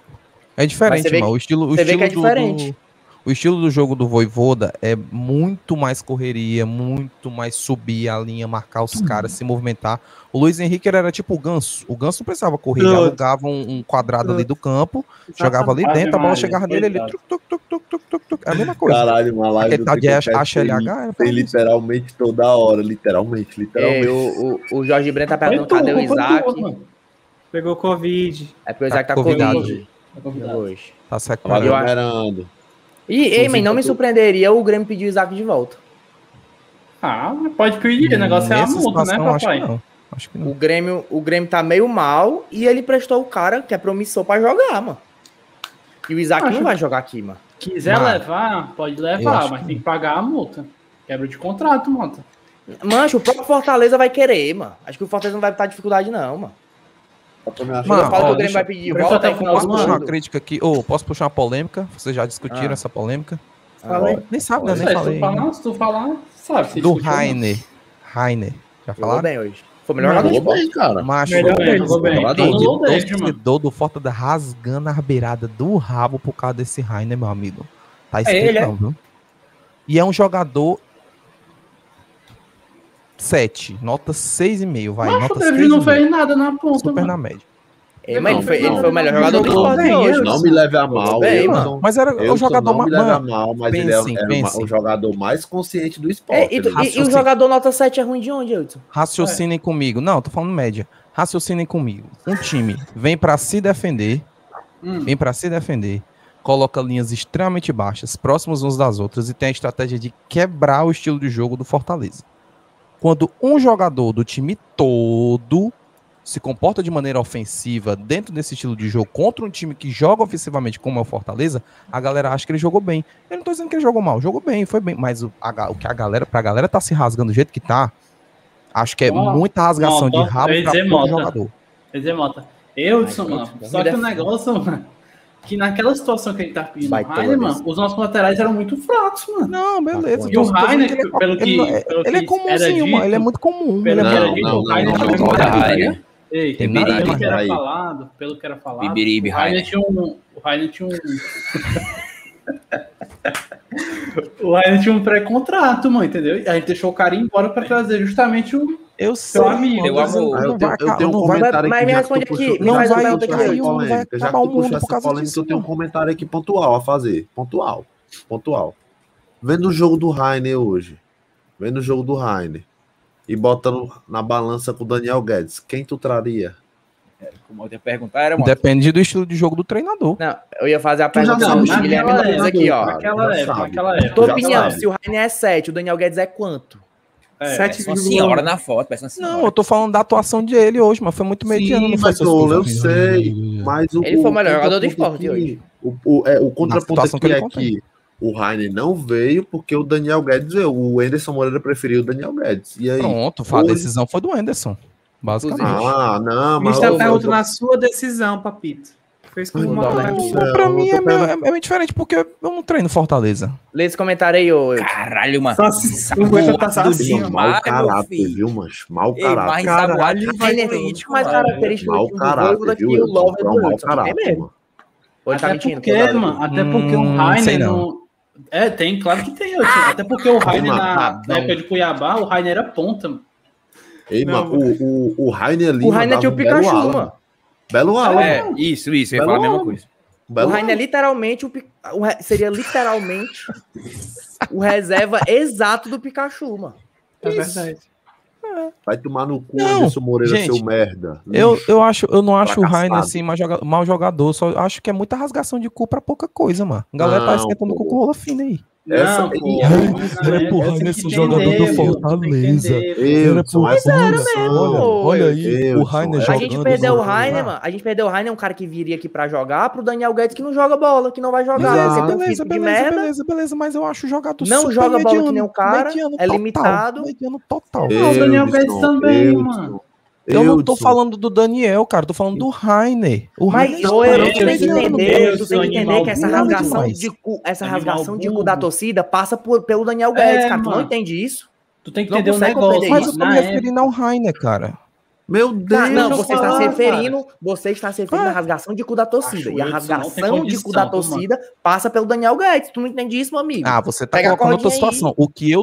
É diferente, Mas você vê mano. que- O estilo, você vê que é diferente. O estilo do jogo do Voivoda é muito mais correria, muito mais subir a linha, marcar os caras, se movimentar. O Luiz Henrique era tipo o Ganso. O Ganso não precisava correr, ele Pronto. alugava um quadrado ali do campo, jogava ali Ave dentro, a bola Maria, chegava nele, ele coitado. truc, truc, truc, truc, É a mesma coisa. Caralho, uma live Aquele tal de HLH, tem literalmente toda hora, literalmente. O Jorge Breno tá perguntando cadê o Isaac. Pegou Covid. É porque o Isaac tá com convidado. Covid. Hoje. Tá se Tava recuperando. aglomerando. E, mas não me surpreenderia o Grêmio pedir o Isaac de volta. Ah, mas pode pedir, o negócio é a Nessa multa, né, situação, acho que papai? não. Acho que não. O Grêmio tá meio mal e ele prestou o cara que é promissor pra jogar, mano. E o Isaac Acho- não vai jogar aqui, mano. Quiser Mano, levar, pode eu levar, acho mas que tem que pagar a multa. Quebra de contrato, mano. Mancho, o próprio Fortaleza vai querer, mano. Acho que o Fortaleza não vai botar dificuldade, não, mano. Mano, Eu falo que ó, o Grêmio vai pedir de deixa- volta até aí o final Posso do puxar uma ano. crítica aqui? Posso puxar uma polêmica? Vocês já discutiram essa polêmica? Fala aí. Nem sabe, né? Nem Se falei. tu falar, sabe. se Do discutiu, não. Rainer. Já Jogou falaram? bem hoje. Foi o melhor jogador do Jogou esporte. bem, cara. Macho, Melhor bem, jogou bem. tem Tá no low dois date, mano. torcedor do Fortaleza rasgando a beirada do rabo por causa desse Rainer, meu amigo. Tá ele, escrito não, viu? E é um jogador 7, nota 6,5, vai. Mas o Nota David não 6,5. fez nada na ponta, Super mano. na média. Mas ele foi o melhor não, jogador do jogou esporte bem, hoje. Não me leve a mal, bem, Wilson. mano. Mas era o Wilson jogador não me leve a mano, mal, mas ele pensem, é pensem. o jogador mais consciente do esporte. E o Raciocínio. jogador nota 7 é ruim de onde, Hudson? Raciocinem comigo. Não, tô falando média. Raciocinem comigo. Um time vem pra se defender, coloca linhas extremamente baixas, próximas uns das outras e tem a estratégia de quebrar o estilo de jogo do Fortaleza. Quando um jogador do time todo se comporta de maneira ofensiva dentro desse estilo de jogo contra um time que joga ofensivamente como é o Fortaleza, a galera acha que ele jogou bem. Eu não tô dizendo que ele jogou mal, jogou bem, foi bem, mas o que pra galera tá se rasgando do jeito que tá, acho que é muita rasgação de rabo pra todo jogador. Quer dizer, Mota, Hudson, Ai, mano. Hudson, Só me que o defende. negócio, mano, que naquela situação que ele tá pedindo o Baitola Rainer, mano, desse. os nossos laterais eram muito fracos, mano. Não, beleza. E o tô dizendo Rainer, que ele pelo que ele é era comumzinho, mano. Ele é dito, muito comum. pelo Ele que é era Não, dito, não, o Rainer não, tinha não, um- não, Rainer. Ei, Tem pelo nada, que era aí. falado, pelo que era falado, Bibiribe, o Rainer Rainer. tinha um... O Rainer tinha um pré-contrato, mano, entendeu? E a gente deixou o cara ir embora pra trazer justamente o... Eu sei, amigo, mano, eu mas amo- Eu tenho um não vai- comentário mas aqui. me já que tu responde puxou- aqui, já me que faz tu uma pergunta puxou aqui, essa Hudson. Não vai polêmica, já acabar que o tu mundo puxou por essa causa polêmica, disso, eu tenho um não. comentário aqui pontual a fazer. Pontual. Vendo o jogo do Rainer hoje, e botando na balança com o Daniel Guedes, quem tu traria? Como eu ia perguntar, era uma. Depende do estilo de jogo do treinador. Não, eu ia fazer a Tu já pergunta sabe, do Guilherme naquela Nunes aqui, ó. cara. Naquela já época, sabe. naquela época. Tua já opinião, sabe. se o Rainer é 7, o Daniel Guedes é quanto? É, Parece uma senhora na foto, parece uma senhora. Não, eu tô falando da atuação dele hoje, mas foi muito mediano. Sim, Não foi mas essas eu coisas. sei, mas Ele foi o melhor jogador do esporte aqui- hoje. O contraponto situação que aqui ele é contém. que o Rainer não veio porque o Daniel Guedes veio. O Anderson Moreira preferiu o Daniel Guedes. E aí? Pronto, a Hoje- decisão foi do Anderson, basicamente. Ah, não, Me mas está eu- perguntando na sua decisão, papito. Fez com Ai, uma não, pergunta. não. Não, pra mim eu tô é meio diferente, porque eu não treino Fortaleza. Lê esse comentário aí, ô. Caralho, mano. Só se o Guetta tá Saco assim, do ó. mau Demais, meu caráter, filho. viu, mancho? Mau Ei, caráter. mas Caralho, Samuel vai é tudo. político, mais mano. característico Mau do caráter, Voivoda que viu? o Love É um mau Hudson. Tem caráter, mesmo. mano. Ou ele tá Até mentindo? porque, Cuidado. mano, até porque o sei Rainer não. não... É, tem, claro que tem. Até porque o Rainer, Mano, na época de Cuiabá, o Rainer era ponta, mano. Ei, Não, mano, o Rainer ali. O Rainer tinha o mandava um Pikachu, belo ala, mano. Belo ala. É, mano. isso, eu ia Belo falar a mesma ala. coisa. O Belo Rainer é literalmente seria literalmente o reserva exato do Pikachu, mano. É verdade. Vai tomar no cu, Não, Anderson Moreira, gente, seu merda. Eu não acho o fracassado. Rainer assim mau jogador, só acho que é muita rasgação de cu pra pouca coisa, mano. A galera tá Não, esquentando o cu pô. com rola fina aí. Essa- Não, pô. Era pro Rainer tem ser que jogador do entender, meu, Fortaleza. tem que entender. Era Eudson, pro essa era discussão- mesmo. Olha aí, o Eudson, Rainer a A jogando. gente perdeu o no- Rainer, mano. A gente perdeu o Rainer, um cara que viria aqui pra jogar, pro Daniel Guedes que não joga bola, que não vai jogar. Beleza, Você tem um beleza, físico de beleza, merda, beleza, mas eu acho o jogador não super joga bola que mediano, nem o cara, mediano é total, limitado. mediano total. Não, o Daniel Guedes também, Eudson, mano. Eu não tô Eudson. falando do Daniel, cara, tô falando do Rainer. O Mas, Rainer ô, é Heron, tu mediano, tem que Deus, entender, Deus, tu tem que entender animal que essa burro rasgação demais. de cu, essa Animal rasgação de cu burro. da torcida passa pelo Daniel Guedes, cara. Tu não mano. entende isso? Tu tem que Não entender o consegue negócio. compreender Mas isso. eu tô me Na época- referindo ao Rainer, cara. Meu Deus, Tá, não, deixa eu você está se falar, referindo, você está se referindo à rasgação de cu da torcida. Acho E a isso, não tem rasgação de cu da condição, torcida passa pelo Daniel Guedes. Tu não entende isso, meu amigo? Ah, você tá Pega a colocando outra cordinha aí. situação.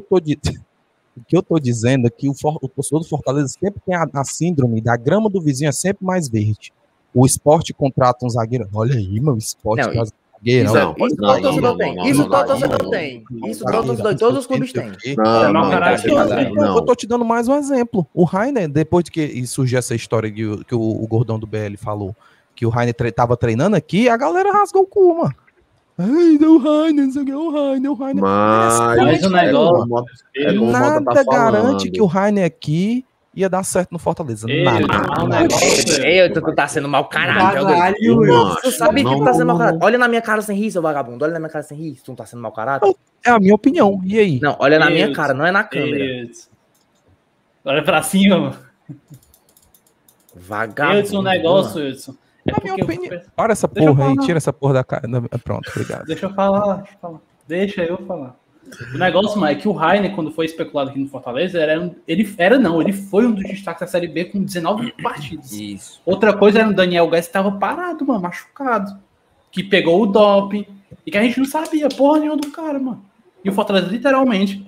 O que eu tô dizendo é que o torcedor do Fortaleza sempre tem a síndrome da grama do vizinho é sempre mais verde. O esporte contrata um zagueiro. Olha aí, meu, o esporte Não, traz Gay, Isso, não. isso todo torcedor tem. Isso todo torcedor tem. Isso todo torcedor, todos os clubes têm. Eu tô te dando mais um exemplo. O Rainer, depois de que surgiu essa história que o Gordão do BL falou, que o Rainer tava treinando aqui, a galera rasgou o cu, mano. Ai, deu Rainer, não sei o que, o Rainer. Mas o negócio... Nada garante que o Rainer aqui ia dar certo no Fortaleza. Nada. Ei, tu tá sendo mau caralho. Tu sabe que tu tá sendo mau caralho. Olha na minha cara sem rir, seu vagabundo. Olha na minha cara sem rir. Tu não tá sendo mau caralho? É a minha opinião. E aí? Não, olha na minha cara, não é na câmera. Olha pra cima, mano. Vagabundo. Edson, um negócio, Edson. É minha opinião. Para essa porra aí, tira essa porra da cara. Pronto, obrigado. Deixa eu falar. Deixa eu falar. O negócio, mano, é que o Rainer, quando foi especulado aqui no Fortaleza, ele foi um dos destaques da Série B com 19 partidas. Isso. Outra coisa era o Daniel Guedes que tava parado, mano, machucado. Que pegou o doping. E que a gente não sabia porra nenhuma do cara, mano. E o Fortaleza literalmente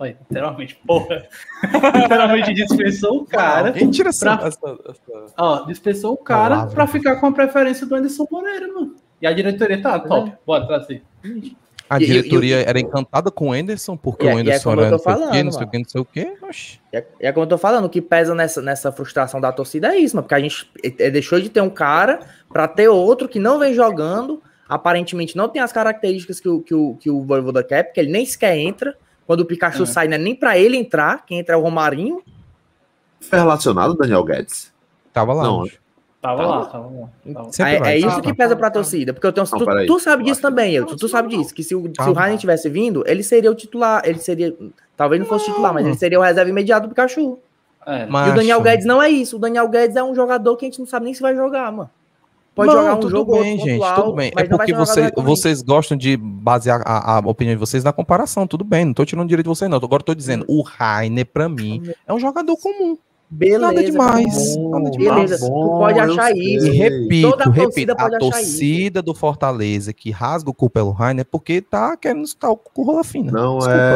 dispensou o cara. Dispensou o cara pra ficar com a preferência do Anderson Moreira, mano. E a diretoria tá top. Bora trazer. A diretoria era encantada com o Anderson, porque o Anderson era não sei o quê. É como eu tô falando, o que pesa nessa frustração da torcida é isso, mano, porque a gente deixou de ter um cara pra ter outro que não vem jogando, aparentemente não tem as características que o Voivoda quer, porque ele nem sequer entra. Quando o Pikachu sai, não é nem pra ele entrar, quem entra é o Romarinho. Foi relacionado o Daniel Guedes? Tava lá. Não, Tava lá. É isso que pesa pra torcida, porque eu tenho, tu sabe disso também, eu. Tu sabe disso, que se o Rainer tivesse vindo, ele seria o titular, talvez não fosse titular, mas ele seria o reserva imediato do Pikachu. E o Daniel Guedes não é isso, o Daniel Guedes é um jogador que a gente não sabe nem se vai jogar, mano. Pode jogar um jogo bem, gente, pontual, tudo bem. É porque vocês gostam de basear a opinião de vocês na comparação, tudo bem, não tô tirando direito de vocês não, agora tô dizendo, o Rainer pra mim é um jogador comum. Beleza, nada demais. Beleza, tu pode achar isso. E repito, a torcida do Fortaleza que rasga o cu pelo Rainer é porque tá querendo estar com rola fina. Não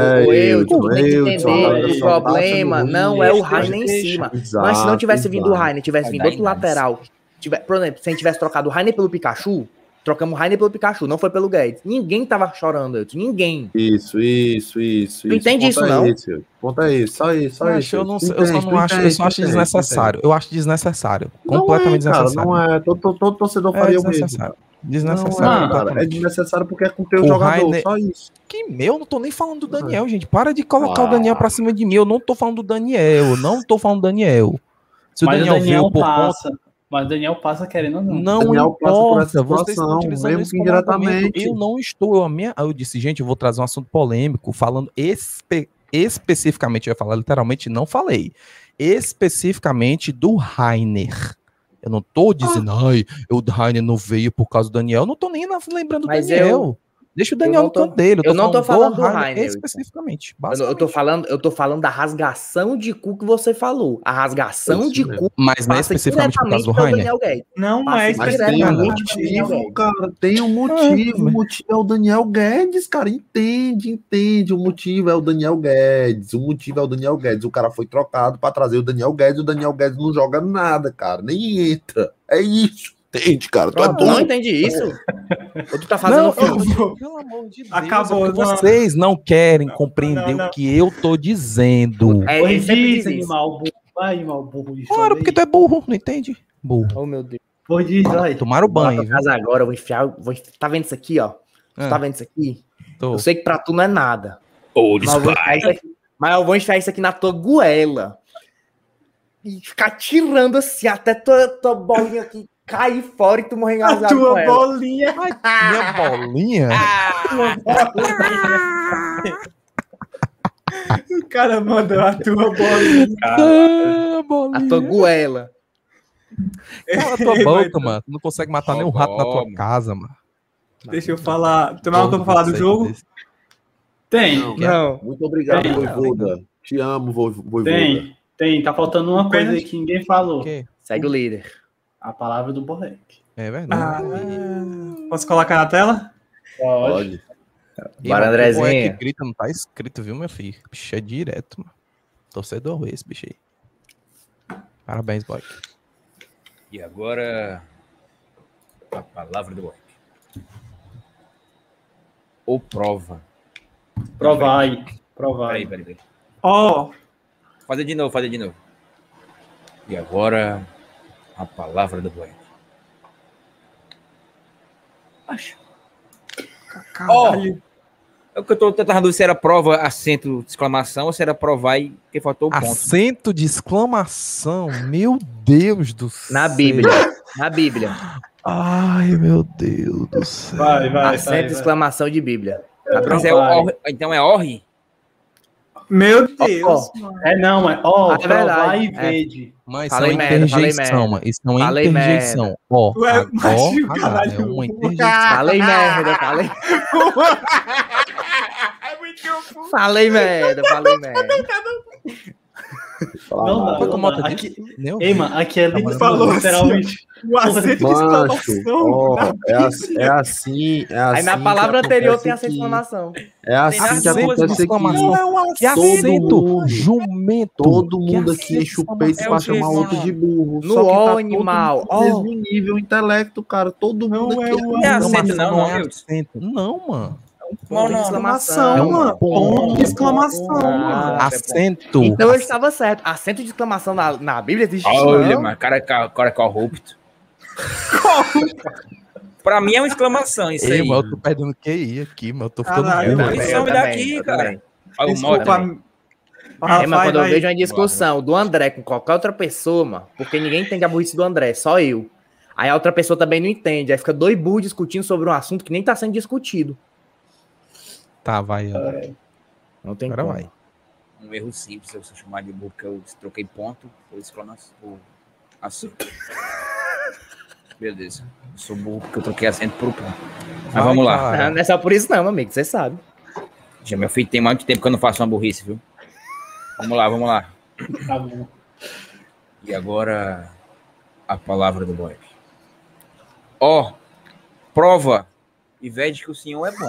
o problema não é o Rainer em cima. Mas se não tivesse vindo o Rainer, tivesse vindo outro lateral, por exemplo, se a gente tivesse trocado o Rainer pelo Pikachu, trocamos o Rainer pelo Pikachu, não foi pelo Guedes. Ninguém tava chorando, Edson. Ninguém. Isso. Tu entende isso, não? Conta isso, só isso. Eu só acho desnecessário. Eu acho desnecessário. Completamente desnecessário. Não é. Todo torcedor faria o mesmo. Desnecessário. Cara, é desnecessário porque é com o teu jogador, Rainer, só isso. Que meu, não tô nem falando do Daniel, gente. Para de colocar o Daniel pra cima de mim. Eu não tô falando do Daniel. Se o Daniel veio por conta... Mas o Daniel passa querendo ou não. Não importa, vocês estão utilizando isso como argumento. Eu não estou. Eu disse, gente, eu vou trazer um assunto polêmico, falando especificamente, eu ia falar literalmente, não falei. Especificamente do Rainer. Eu não tô dizendo, o Rainer não veio por causa do Daniel. Eu não tô nem lembrando do Daniel. Deixa o Daniel no canto dele. Eu não tô falando do Rainer especificamente. Eu tô falando da rasgação de cu que você falou. A rasgação de cu. Mas não é especificamente por causa do Rainer. Não é especificamente. Tem um motivo, cara. Tem um motivo. O motivo é o Daniel Guedes, cara. Entende. O motivo é o Daniel Guedes. O cara foi trocado pra trazer o Daniel Guedes. O Daniel Guedes não joga nada, cara. Nem entra. É isso. Entende, cara? Tu não entende isso? Ou tu tá fazendo filme? Pelo amor de Deus. Acabou. Vocês não querem compreender o que eu tô dizendo. Claro, porque tu é burro, não entende? Burro. Oh, meu Deus. Tomaram banho. Casa agora, eu vou enfiar. Tá vendo isso aqui, ó? Tu tá vendo isso aqui? Eu sei que pra tu não é nada. Mas eu vou enfiar isso aqui na tua goela. E ficar tirando assim, até tua bolinha aqui cair fora e tu morrer engasgado com ela. Minha bolinha? O cara mandou a tua bolinha. A tua goela. Cala a tua boca, mano. Tu não consegue matar nem um rato na tua casa, mano. Deixa eu falar. Tem mais uma coisa pra falar do jogo? Tem. Não. Muito obrigado, Voivoda. Te amo, Voivoda. Tem. Tá faltando uma coisa aí que ninguém falou. Segue o líder. A palavra do Borrec. É verdade. Posso colocar na tela? Pode. Bora, Andrezinho. Que grita, não tá escrito, viu, meu filho? Bicho é direto, mano. Torcedor esse, bicho aí. Parabéns, boy. E agora, a palavra do boy. ou prova? Provai. Peraí. Ó, Fazer de novo. E agora, a palavra do Boeck. Acho. caralho. É o que eu tô tentando dúvida se era prova, acento de exclamação, ou se era provar e que faltou o ponto. Acento de exclamação. Meu Deus do céu. Na Bíblia. Na Bíblia. Ai, meu Deus do céu. Vai. Acento de exclamação de Bíblia. Na Mas Bíblia. é or, então é orre? Meu Deus, mano. Não, mas ó, É verdade, provai e é. vede. Mas isso é Falei uma merda, falei interjeição, merda. mano. Isso não é Falei interjeição. Ó, Tu é macho, é caralho. uma interjeição. Falei merda, falei. Falei merda. Não dá. Foi como Mano, Mota aqui, disse? Nem ei, mano, aqui é Ele falou literalmente. O acento de Macho, exclamação. ó, é assim. Aí na que palavra anterior tem acento de acontece aqui. exclamação. É assim que Acento de acontece exclamação. aqui. Que Todo acento mundo. jumento. Todo Que mundo acento aqui enche o peito É pra o que, chamar outro mano? de burro. No Só que ó, tá animal, todo mundo ó. no mesmo nível intelecto, cara. Todo mundo aqui Não é acento não, é Milton. acento. Não, mano. Não, de não. Exclamação, É um mano. Ponto de exclamação, mano. Acento. Então eu estava certo. Acento de exclamação na Bíblia existe. Olha, não? mano, cara é corrupto. Pra mim é uma exclamação isso Ei, aí. mano, eu tô perdendo QI aqui, mano. Eu tô ficando Caralho, burro. velho. Isso me daqui, cara. Olha o Mota, Desculpa. velho. É, mas quando eu vejo uma vai. discussão do André com qualquer outra pessoa, mano, porque ninguém entende a burrice do André, só eu. Aí a outra pessoa também não entende. Aí fica dois burros discutindo sobre um assunto que nem tá sendo discutido. Tá, vai. André. Não tem Agora como. vai. Um erro simples, eu sou chamado de burro, porque eu troquei ponto por exclamação. Por acento. Beleza. Eu sou burro porque eu troquei acento por ponto. Mas Vai, vamos lá. cara. Não é só por isso não, meu amigo, você sabe. Já, meu filho, tem muito tempo que eu não faço uma burrice, viu? Vamos lá. Tá bom. E agora, a palavra do boy. Ó, prova e vede que o senhor é bom.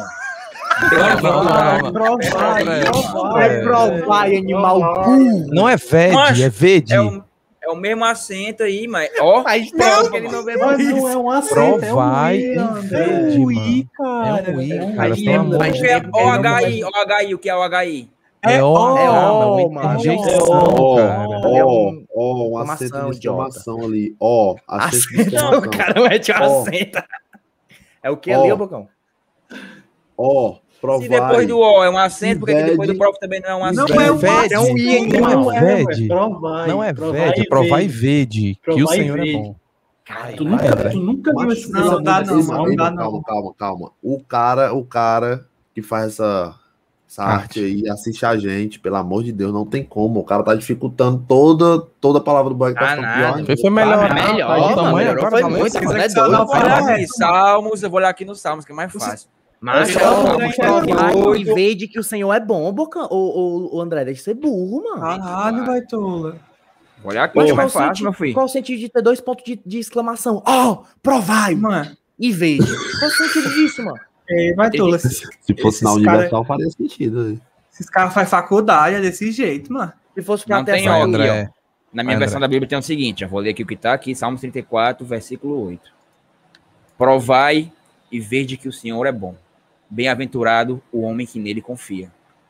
Vai provar, animal burro. Não é vede, Macho, é vede. É o mesmo acento aí, mas. Ó, Faz prova, tempo que ele não vê Mas mais não é um acento, Provai é e um vede, mano. cara. É um I, É um cara. I, Pelo amor o de que é Deus. OHI? O que é OHI? É ó, é ó, mano. mano. Interjeição, Ó, cara. um acento de exclamação ali. Ó, acento de Não, exclamação. o cara mete o Ó. acento. É o que ali, Ó. ô Bocão? Ó, provai. Se depois do O é um acento, porque Vede. depois do prova também não é um acento. Não é vede, é um I, não animal. é vede. Provai. Não é provai vede, e provar e vede. vede. Que o Provar e Senhor é vede. bom. Cara, Tu Vai, André. nunca viu esse Não dá não, mano, não dá não. Calma. O cara que faz essa arte aí, assiste a gente, pelo amor de Deus, não tem como. O cara tá dificultando toda a palavra do boy que tá ficando nada. pior ainda. Foi melhor. melhor, Tá de mano, tamanho melhorou, agora, foi valeu. muito, mano, é quiser doido. Eu vou olhar Vai, aqui, Salmos, eu vou olhar aqui no Salmos, que é mais fácil. Mas Deixa eu provar e vede que o senhor é bom, Bocão. O André, deixa de ser burro, mano. Caralho, vai tola. Vou olhar aqui, Mas que é qual mais fácil, meu filho. o sentido de ter 2 pontos de exclamação? Ó, provai Mano, e vede. Qual o sentido disso, mano? vai tola. Se fosse na Esses Universal, faria sentido. Né? Esses caras fazem faculdade, é desse jeito, mano. Se fosse pra Não ter tem essa ordem, André. Na minha André. versão da Bíblia tem o seguinte, eu vou ler aqui o que tá aqui, Salmos 34, versículo 8. Provai e vede que o Senhor é bom. Bem-aventurado o homem que nele confia.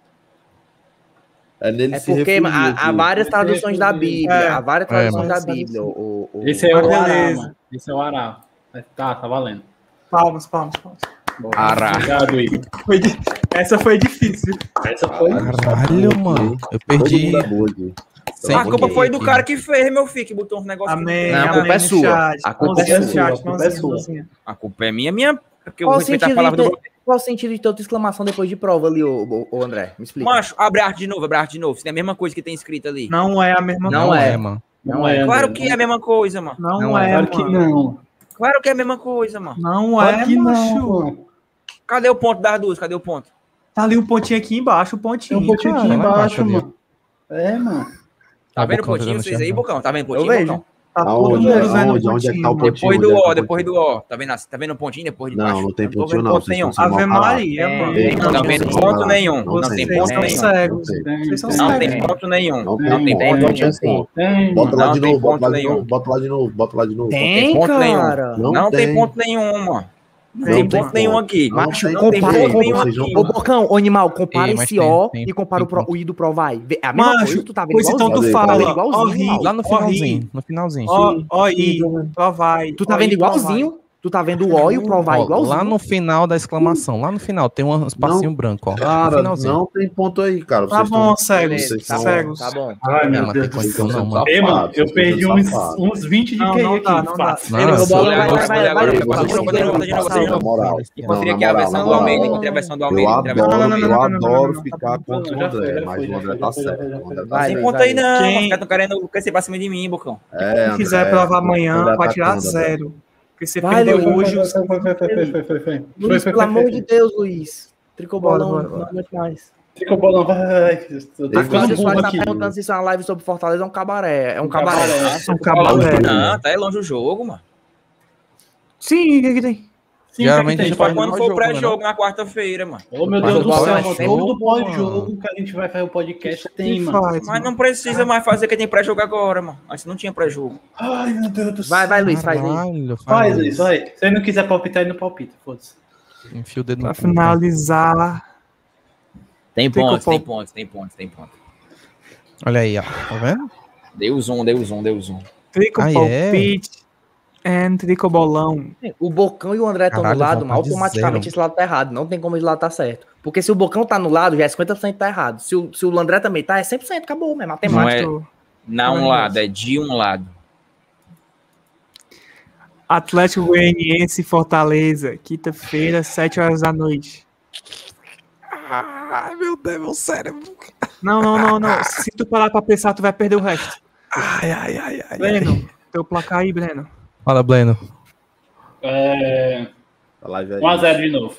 É nele É se porque refugia, há tio. várias traduções da Bíblia. É. Há várias traduções da mas- Bíblia. Esse é o Beleza. Ará, mano. Esse é o Ará. Tá valendo. Palmas. Ará. Obrigado, Igor. Essa foi difícil. Essa foi. Caralho, mano. Eu Todo perdi. mundo é boa aqui. Sem A culpa foi do aqui. cara que fez, meu filho, que botou uns negócios. Amém. Não, a amém culpa é no sua. chat. A culpa é Mãozinha no sua. chat, A culpa é mãozinha, sua. mãozinha. A culpa é minha, porque eu Qual vou o respeitar a sentido palavra do qual o sentido de ter outra exclamação depois de prova ali, ô André? Me explica. Macho, abre a arte de novo. Se tem a mesma coisa que tem escrito ali. Não é a mesma Não coisa. é. mano. Não é. Claro que é a mesma coisa, mano. Não é, Claro que mano. não. Claro que é a mesma coisa, mano. Não é, Claro que macho. não, mano. Cadê o ponto das duas? Cadê o ponto? Tá ali um pontinho aqui embaixo, o Tem pontinho. um pouquinho aqui cara. embaixo, ali. mano. É, mano. Tá vendo o Bocão pontinho? jogando Vocês aí, chão. Bocão? Tá vendo o Eu pontinho, vejo. Bocão? Tá todo Aonde? mundo vendo o Onde é que tá o pontinho. Depois Onde do é que O, tá o depois do O. Tá vendo o pontinho depois de Não, baixo? não tem Eu tô pontinho vendo não. ponto Vocês nenhum. estão sendo Ave mal parados. Maria, mano. Ei, Não tá vendo vocês ponto não nenhum. tem. Não tem Vocês ponto são nenhum. cegos. Não tem. Vocês são Não tem cegos. ponto nenhum. Não Não tem tem, ponto não nenhum. tem. Tem, Bota mano. lá Não de tem novo, ponto nenhum. bota lá de novo. Tem ponto nenhum. cara. Não tem ponto nenhum, mano. Não tem ponto nenhum aqui. Macho, Não tem compara, ponto nenhum vocês aqui. não- Ô, Bocão, ô, animal, compara Ei, mas esse tem- O tem- e compara tem o I do Pro vai. É a mesma Macho, coisa, tu tá vendo pois então tu igualzinho. Tá vendo fala. igualzinho, Ó, animal. Lá no finalzinho, no finalzinho. Ó, aí, Provai. Tu tá vendo igualzinho? Tu tá vendo o O e o Pro vai Ó, igualzinho. lá no final da exclamação, lá no final, tem um espacinho branco, ó. No Cara, finalzinho. não tem ponto aí, cara. Tá Vocês bom, tão- cegos. vocês tão- Cegos. Tá bom. Ai, meu Mas Deus tem do condição céu. não, mano. Ei, mano, eu Vocês perdi são uns, safados. uns 20 de Não, QI não aqui. dá, não dá. fácil. Ele roubou, Olha vai, agora, vai, olha vai, agora, vai, bota de vai, novo, vai, bota de novo, vai, bota de Na novo. moral. Confira Não, aqui a na versão do moral. Almeida, encontrei a versão do Eu Almeida. encontrei a versão do adoro, Almeida. eu não, não, adoro não, ficar contra o já foi, André, já mas foi, o já André foi, tá já foi, certo. já O foi. André tá Vai, Sem certo. ponto aí não, Quem- os caras tão querendo crescer pra cima de mim, Bocão. É, Se quiser André, provar amanhã, André vai tá tirar atacando, 0. Porque você Vai, perdeu Luiz. hoje. Foi. Luiz, pelo amor de Deus, Luiz. Tricobolão, Bora, bora, não aguento mais. Tricobolão, vai. Eu tô Aqui, ficando o pessoal burro tá aqui. perguntando se isso é uma live sobre Fortaleza ou um cabaré. É um cabaré. Um cabaré. Não, tá aí longe o jogo, mano. Sim, o que tem? Sim, Geralmente tá a aqui, gente tem, faz Quando no for o jogo, né, pré-jogo na quarta-feira, mano. Ô, meu Mas Deus do o céu, Bola mano. é Todo sempre- pós-jogo que a gente vai fazer o podcast tem, Que mano. faz, Mas não precisa mais fazer que tem pré-jogo agora, mano. Antes não tinha pré-jogo. Ai, meu Deus do céu. Vai, Luiz, faz aí. Caralho, Faz isso, vai. Se ele não quiser palpitar, ele não palpita, foda-se. Enfia o dedo no Pra cu, finalizar. Tem Tem pontos, que tem pôr. pontos, tem pontos, tem pontos. Olha aí, ó. Tá vendo? Deu zoom, deu zoom, deu zoom. Trico Ah, é? palpite and tricobolão. O Bocão e o André estão no Caralho, lado, vontade mas de automaticamente zero. esse lado tá errado. Não tem como esse lado tá certo. Porque se o Bocão tá no lado, já é 50% tá errado. Se o André também tá, é 100%, acabou, é Não matemática. é na um lado, é de um lado. Atlético Goianiense e Fortaleza, quinta-feira, 7 horas da noite. Ai, meu Deus, meu cérebro. Não. Se tu parar pra pensar, tu vai perder o resto. Ai. Breno, teu placar aí, Breno. Fala, Bleno. É... A live é 1x0 de novo.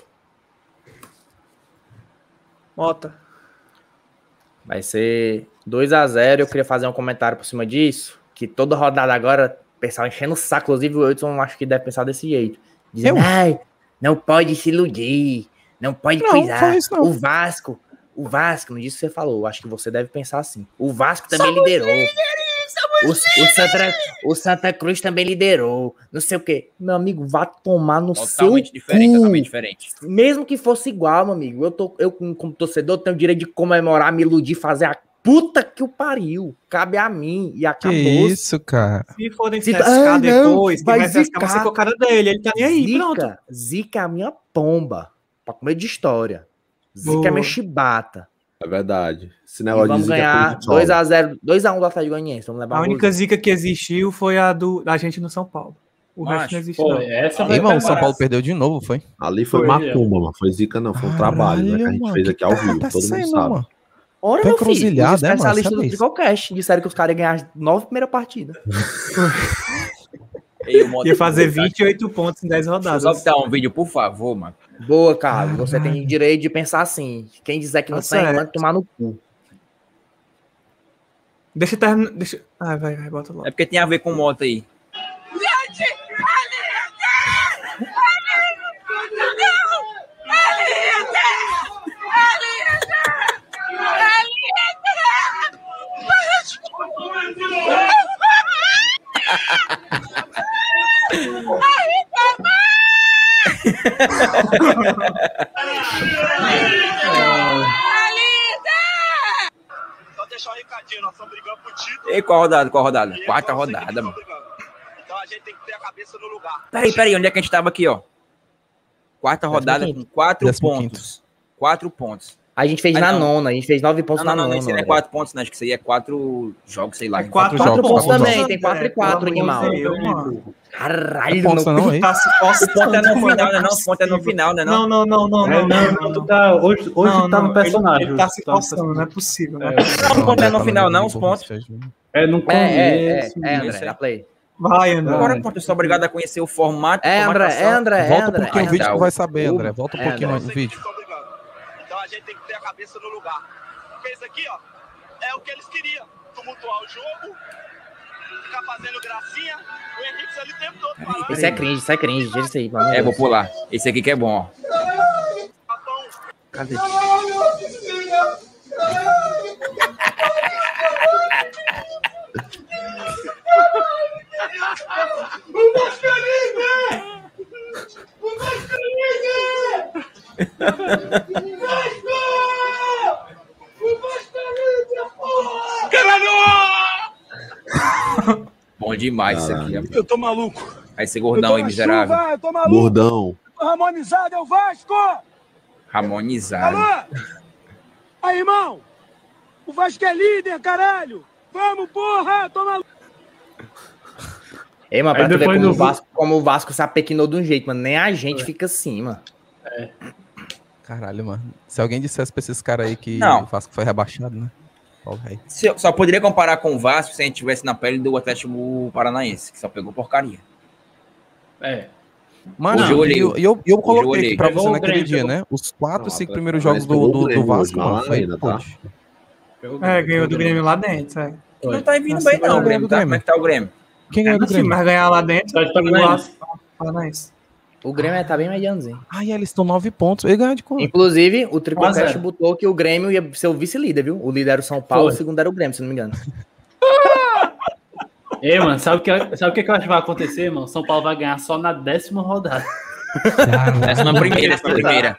Mota. Vai ser 2-0. Eu queria fazer um comentário por cima disso. Que toda rodada agora, o pessoal enchendo o saco. Inclusive o Edson acho que deve pensar desse jeito. Dizendo, ai, não pode se iludir. Não pode Não, cuidar. fala isso não. O Vasco, não disse o que você falou. Eu acho que você deve pensar assim. O Vasco também liderou. O Santa Cruz também liderou. Não sei o quê. Meu amigo, vá tomar no Totalmente seu diferente, cu. totalmente diferente. Mesmo que fosse igual, meu amigo. Eu como torcedor, tenho o direito de comemorar, me iludir, fazer a puta que o pariu. Cabe a mim. E Que acabou. isso, cara? Se forem Se- pescar Ah, não, depois, vai quem vai pescar zicar. você com a cara dele. Ele tá nem aí, pronto. Zica é a minha pomba. Pra comer de história. Zica Boa. é minha chibata. É verdade. Esse E negócio vamos de zica é ganhar coisa de sol. 2x0, 2x1 do Atlético Goianiense. Vamos levar A um única golzinho. zica que existiu foi a da gente no São Paulo. O Macho, resto não existe, Pô, não. essa Ei, vai mano, o São preparar. Paulo perdeu de novo, foi? Ali foi Foi, macumba, mano. Foi zica, não. Foi um trabalho, né? Que a gente mano, fez aqui ao vivo. Tá Todo mundo saindo, sabe. mano. Ora, Tá meu filho, os encruzilhada, é, mano? especialistas Sabe do isso? Tricocast disseram que os caras iam ganhar as 9 primeiras partidas. Ia fazer 28 pontos em 10 rodadas. Só botar um vídeo, por favor, mano. Boa, cara. Você tem direito de pensar assim. Quem disser que não Tá tem, certo. manda tomar no cu. Deixa eu terminar. Deixa... Ah, vai, bota logo. É porque tem a ver com moto aí. Só deixar um recadinho, nós estamos brigando por título. E qual rodada? Qual rodada? Quarta rodada, mano. Então a gente tem que ter a cabeça no lugar. Peraí, onde é que a gente tava aqui, ó? Quarta rodada com 4 15º. pontos. 4 pontos. A gente fez Ah, na não. nona. A gente fez 9 pontos Não, na nona. isso aí não é André. 4 pontos, não. Acho que isso aí é 4 jogos, sei lá. É 4 jogos, 4 pontos quatro também. jogos. Tem 4 e 4, animal. Caralho, Pontos não, hein? Tá se O ponto é no mano, final, né? Não, o possível. ponto é no final, né? Não. Não. Tu tá, hoje tá no personagem. Ele tá se coçando, não é possível. Né? Não, o ponto é no final, não, os pontos. É no começo. André, dá play. Vai, André. Agora, ponto, eu sou obrigado a conhecer o formato. André. Volta um pouquinho o vídeo que André. vai saber, André. Volta um É, pouquinho André. mais no vídeo. Então a gente tem que ter a cabeça no lugar. Porque isso aqui, ó, é o que eles queriam. Tumultuar o jogo, ficar fazendo gracinha. O Henrique ali o tempo todo falando. Isso é cringe, tira isso aí. pelo amor de É, vou Deus. pular. Esse aqui que é bom, ó. Cadê? Bom demais isso aqui. Eu tô maluco. Aí esse gordão aí, miserável. Eu tô maluco. Gordão. Tô ramonizado, é o Vasco. Ramonizado. Alô? Aí, irmão. O Vasco é líder, caralho. Vamos, porra. Tô maluco. Ei, mano, Aí pra tu ver depois como o Vasco se apequinou de um jeito, mano. Nem a gente fica assim, mano. Caralho, mano. Se alguém dissesse pra esses caras aí que Não. o Vasco foi rebaixado, né? Só poderia comparar com o Vasco se a gente tivesse na pele do Atlético Paranaense, que só pegou porcaria. Mano, Hoje eu olhei. eu coloquei olhei. aqui pra você Pegou o naquele Grêmio, dia, pegou. né? Os 4 e 5 Não, primeiros mas jogos pegou o do Grêmio Vasco, hoje, mano. lá Foi, ainda, tá? poxa. Ganhou do Grêmio lá dentro, é. Não tá vindo Nossa, bem, não, ganhou o Grêmio. do Tá? Grêmio. Como é que tá o Grêmio? Quem ganhou do Assim, Grêmio? mas ganhar lá dentro, Tá de o Paranaense. Paranaense. O Grêmio tá bem medianozinho. Ai, eles estão 9 pontos. Ele ganhou de quanto? Inclusive, o 1 a Tricocast 0. botou que o Grêmio ia ser o vice-líder, viu? O líder era o São Paulo, Foi. o segundo era o Grêmio, se não me engano. Ei, mano, sabe o que eu acho que vai acontecer, mano? São Paulo vai ganhar só na 10ª rodada. Décima primeira.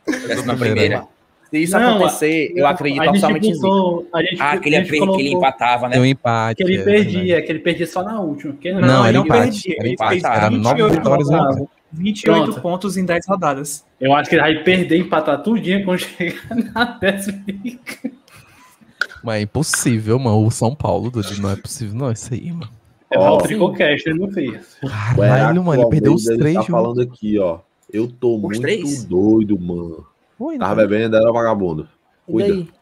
Se isso Não, acontecer, eu acredito a gente totalmente em Zico. botou, a gente, Ah, a aquele gente que ele empatava, né? Tem um empate. que ele é perdia, verdade. que ele perdia só na última. Porque Não, ele era não empate. perdia. Era Ele empate. fez Era 9 28 vitórias e um rodadas. empate. 28 Pronto. pontos em 10 rodadas. Eu acho que ele vai perder e empatar tudinho quando chegar na 10ª. Mas é impossível, mano. O São Paulo, Dudu, não é possível, não. Isso aí, mano. É o Tricocast, ele não fez. Caralho, mano. Ele perdeu os 3 Tá jogos. falando aqui, ó. Eu tô Os muito 3? doido, mano. Oi, Tava não. bebendo, era vagabundo. E Cuida. aí?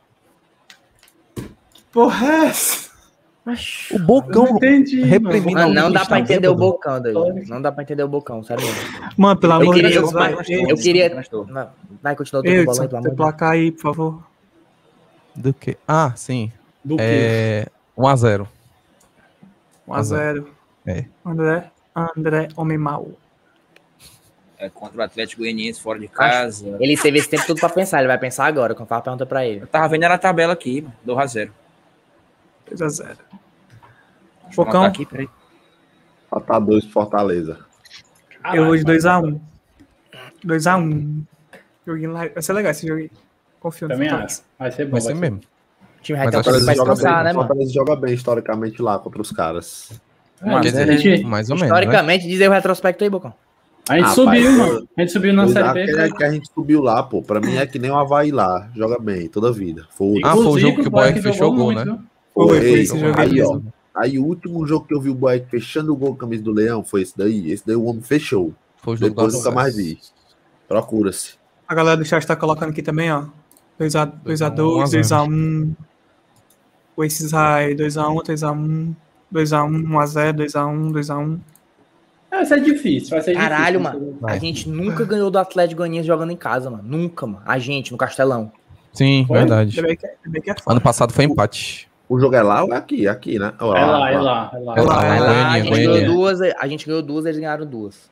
Porra, é essa? O Bocão Eu não entendi, reprimindo Mano, a não dá Augusta, pra entender o bêbado. Bocão, daí. Não dá pra entender o Bocão, sério mesmo. Mano, pelo amor de queria- Deus, vai. Eu queria... Vai, continua o teu bolão aí, pelo amor Teu de Deus. placar aí, por favor. Do que? Ah, sim. Do quê? É 1-0. 1x0. É. André, homem mau. É contra o Atlético Goianiense fora de casa. Ele teve esse tempo todo pra pensar, ele vai pensar agora, quando fala a pergunta pra ele. Eu tava vendo na tabela aqui, 2x0. 2x0. Deixa eu Bocão? anotar aqui, peraí. Falta 2 pro Fortaleza. Eu vou de 2x1. 2x1. Joguinho lá. Vai ser legal esse jogo aí. Confio no Também Fortaleza. acho. Vai ser bom. Vai ser mesmo. O time vai Mas ter um acho que tempo pra eles jogam descansar, né, mano? Fortaleza joga bem historicamente lá contra os caras. A Quer gente, dizer, mais ou menos. Né? Historicamente, diz aí o retrospecto aí, Bocão. a gente Rapaz, subiu, mano. A gente subiu na Série B. Aquele que a gente subiu lá, pô. Pra mim é que nem o Havaí lá. Joga bem, toda a vida. Foda-se. Ah, foi o jogo que o Boeck Boeck fechou o gol, muito, né? viu? Foi Ei, esse jogo aí, ó. mesmo. Aí o último jogo que eu vi o Boeck fechando o gol com a camisa do Leão foi esse daí. Esse daí o homem fechou. Foi o jogo Depois do nunca mais acesso. vi. Procura-se. A galera do chat tá colocando aqui também, ó. 2x2, 2x1. O Aces High, 2x1, 3x1. 2x1, 1x0, 2x1, 2x1. Vai ser difícil, vai ser Caralho, difícil. mano. A gente nunca ganhou do Atlético Goianiense jogando em casa, mano. Nunca, mano. A gente, no Castelão. Sim, Foi? verdade. Ainda bem que é foda. Ano passado foi empate. O jogo é lá ou é aqui? É aqui, né? Ó, É lá, é lá, é lá. É lá, Vai é lá, Goiânia, a gente Goiânia. ganhou duas, eles ganharam duas.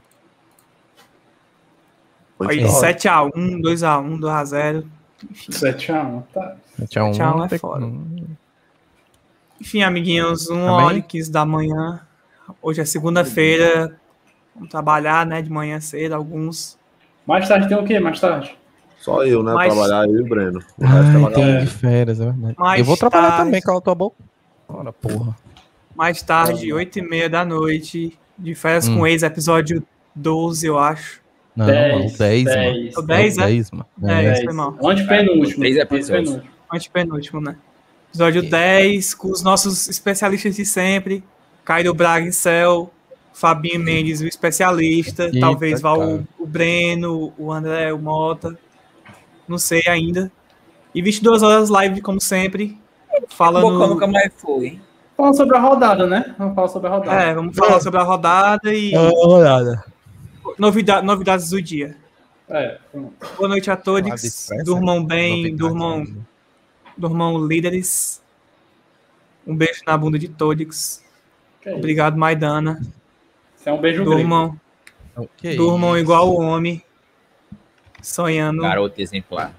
Foi Aí, história. 7x1, 2x1, 2x0. 7x1, tá. 7x1 é tem- foda. Enfim, amiguinhos, 1 Tá hora bem? e 15 da manhã. Hoje é segunda-feira. Vamos trabalhar, né? De manhã cedo, alguns. Mais tarde tem o quê? Mais tarde? Só eu, né? Mas- Trabalhar, eu e o Breno. O resto é Ai, vagabundo. tem de férias, é verdade. Mais Eu vou trabalhar tarde. também, cala tua boca. Ora, porra. Mais tarde, 8h30 da noite. De férias com ex, episódio 12, eu acho. Não, 10, mano, o 10, mano. 10. O 10, É o é? 10, mano. É, É. isso foi mal. Antepenúltimo. 3 episódios. Antepenúltimo. Antepenúltimo, né? Episódio 10, com os nossos especialistas de sempre. Caio Braga em Céu, Fabinho Mendes, o especialista. Eita, Talvez vá cara. o Breno, o André, o Mota. Não sei ainda. E 22 horas live, como sempre. Bocão Falando. nunca mais foi, hein? Falando sobre a rodada, né? Vamos falar sobre a rodada. É, vamos falar sobre a rodada e Olhada. novidades do dia. É, pronto. Boa noite a Falar de todos. festa, Durmam bem, novidades, durmam líderes. Um beijo na bunda de todos. Que é isso? Obrigado, Maidana. Isso é um beijo grego. Durmam igual o homem. Sonhando. Garoto exemplar.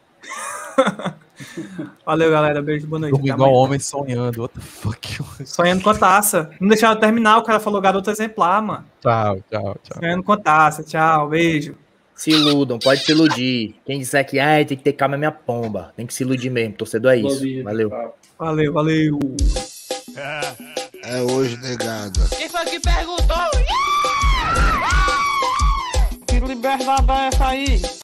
Valeu, galera. Beijo, boa noite. Durmo Até igual amanhã. homem sonhando. What the fuck? Sonhando com a taça. Não deixaram eu terminar, o cara falou garoto exemplar, mano. Tchau, tchau, tchau. Sonhando com a taça. Tchau, beijo. Se iludam, pode se iludir. Quem disser que tem que ter calma é minha pomba. Tem que se iludir mesmo. Torcedor é isso. Valeu. Valeu. É hoje, negada. Quem foi que perguntou? Que liberdade é essa aí?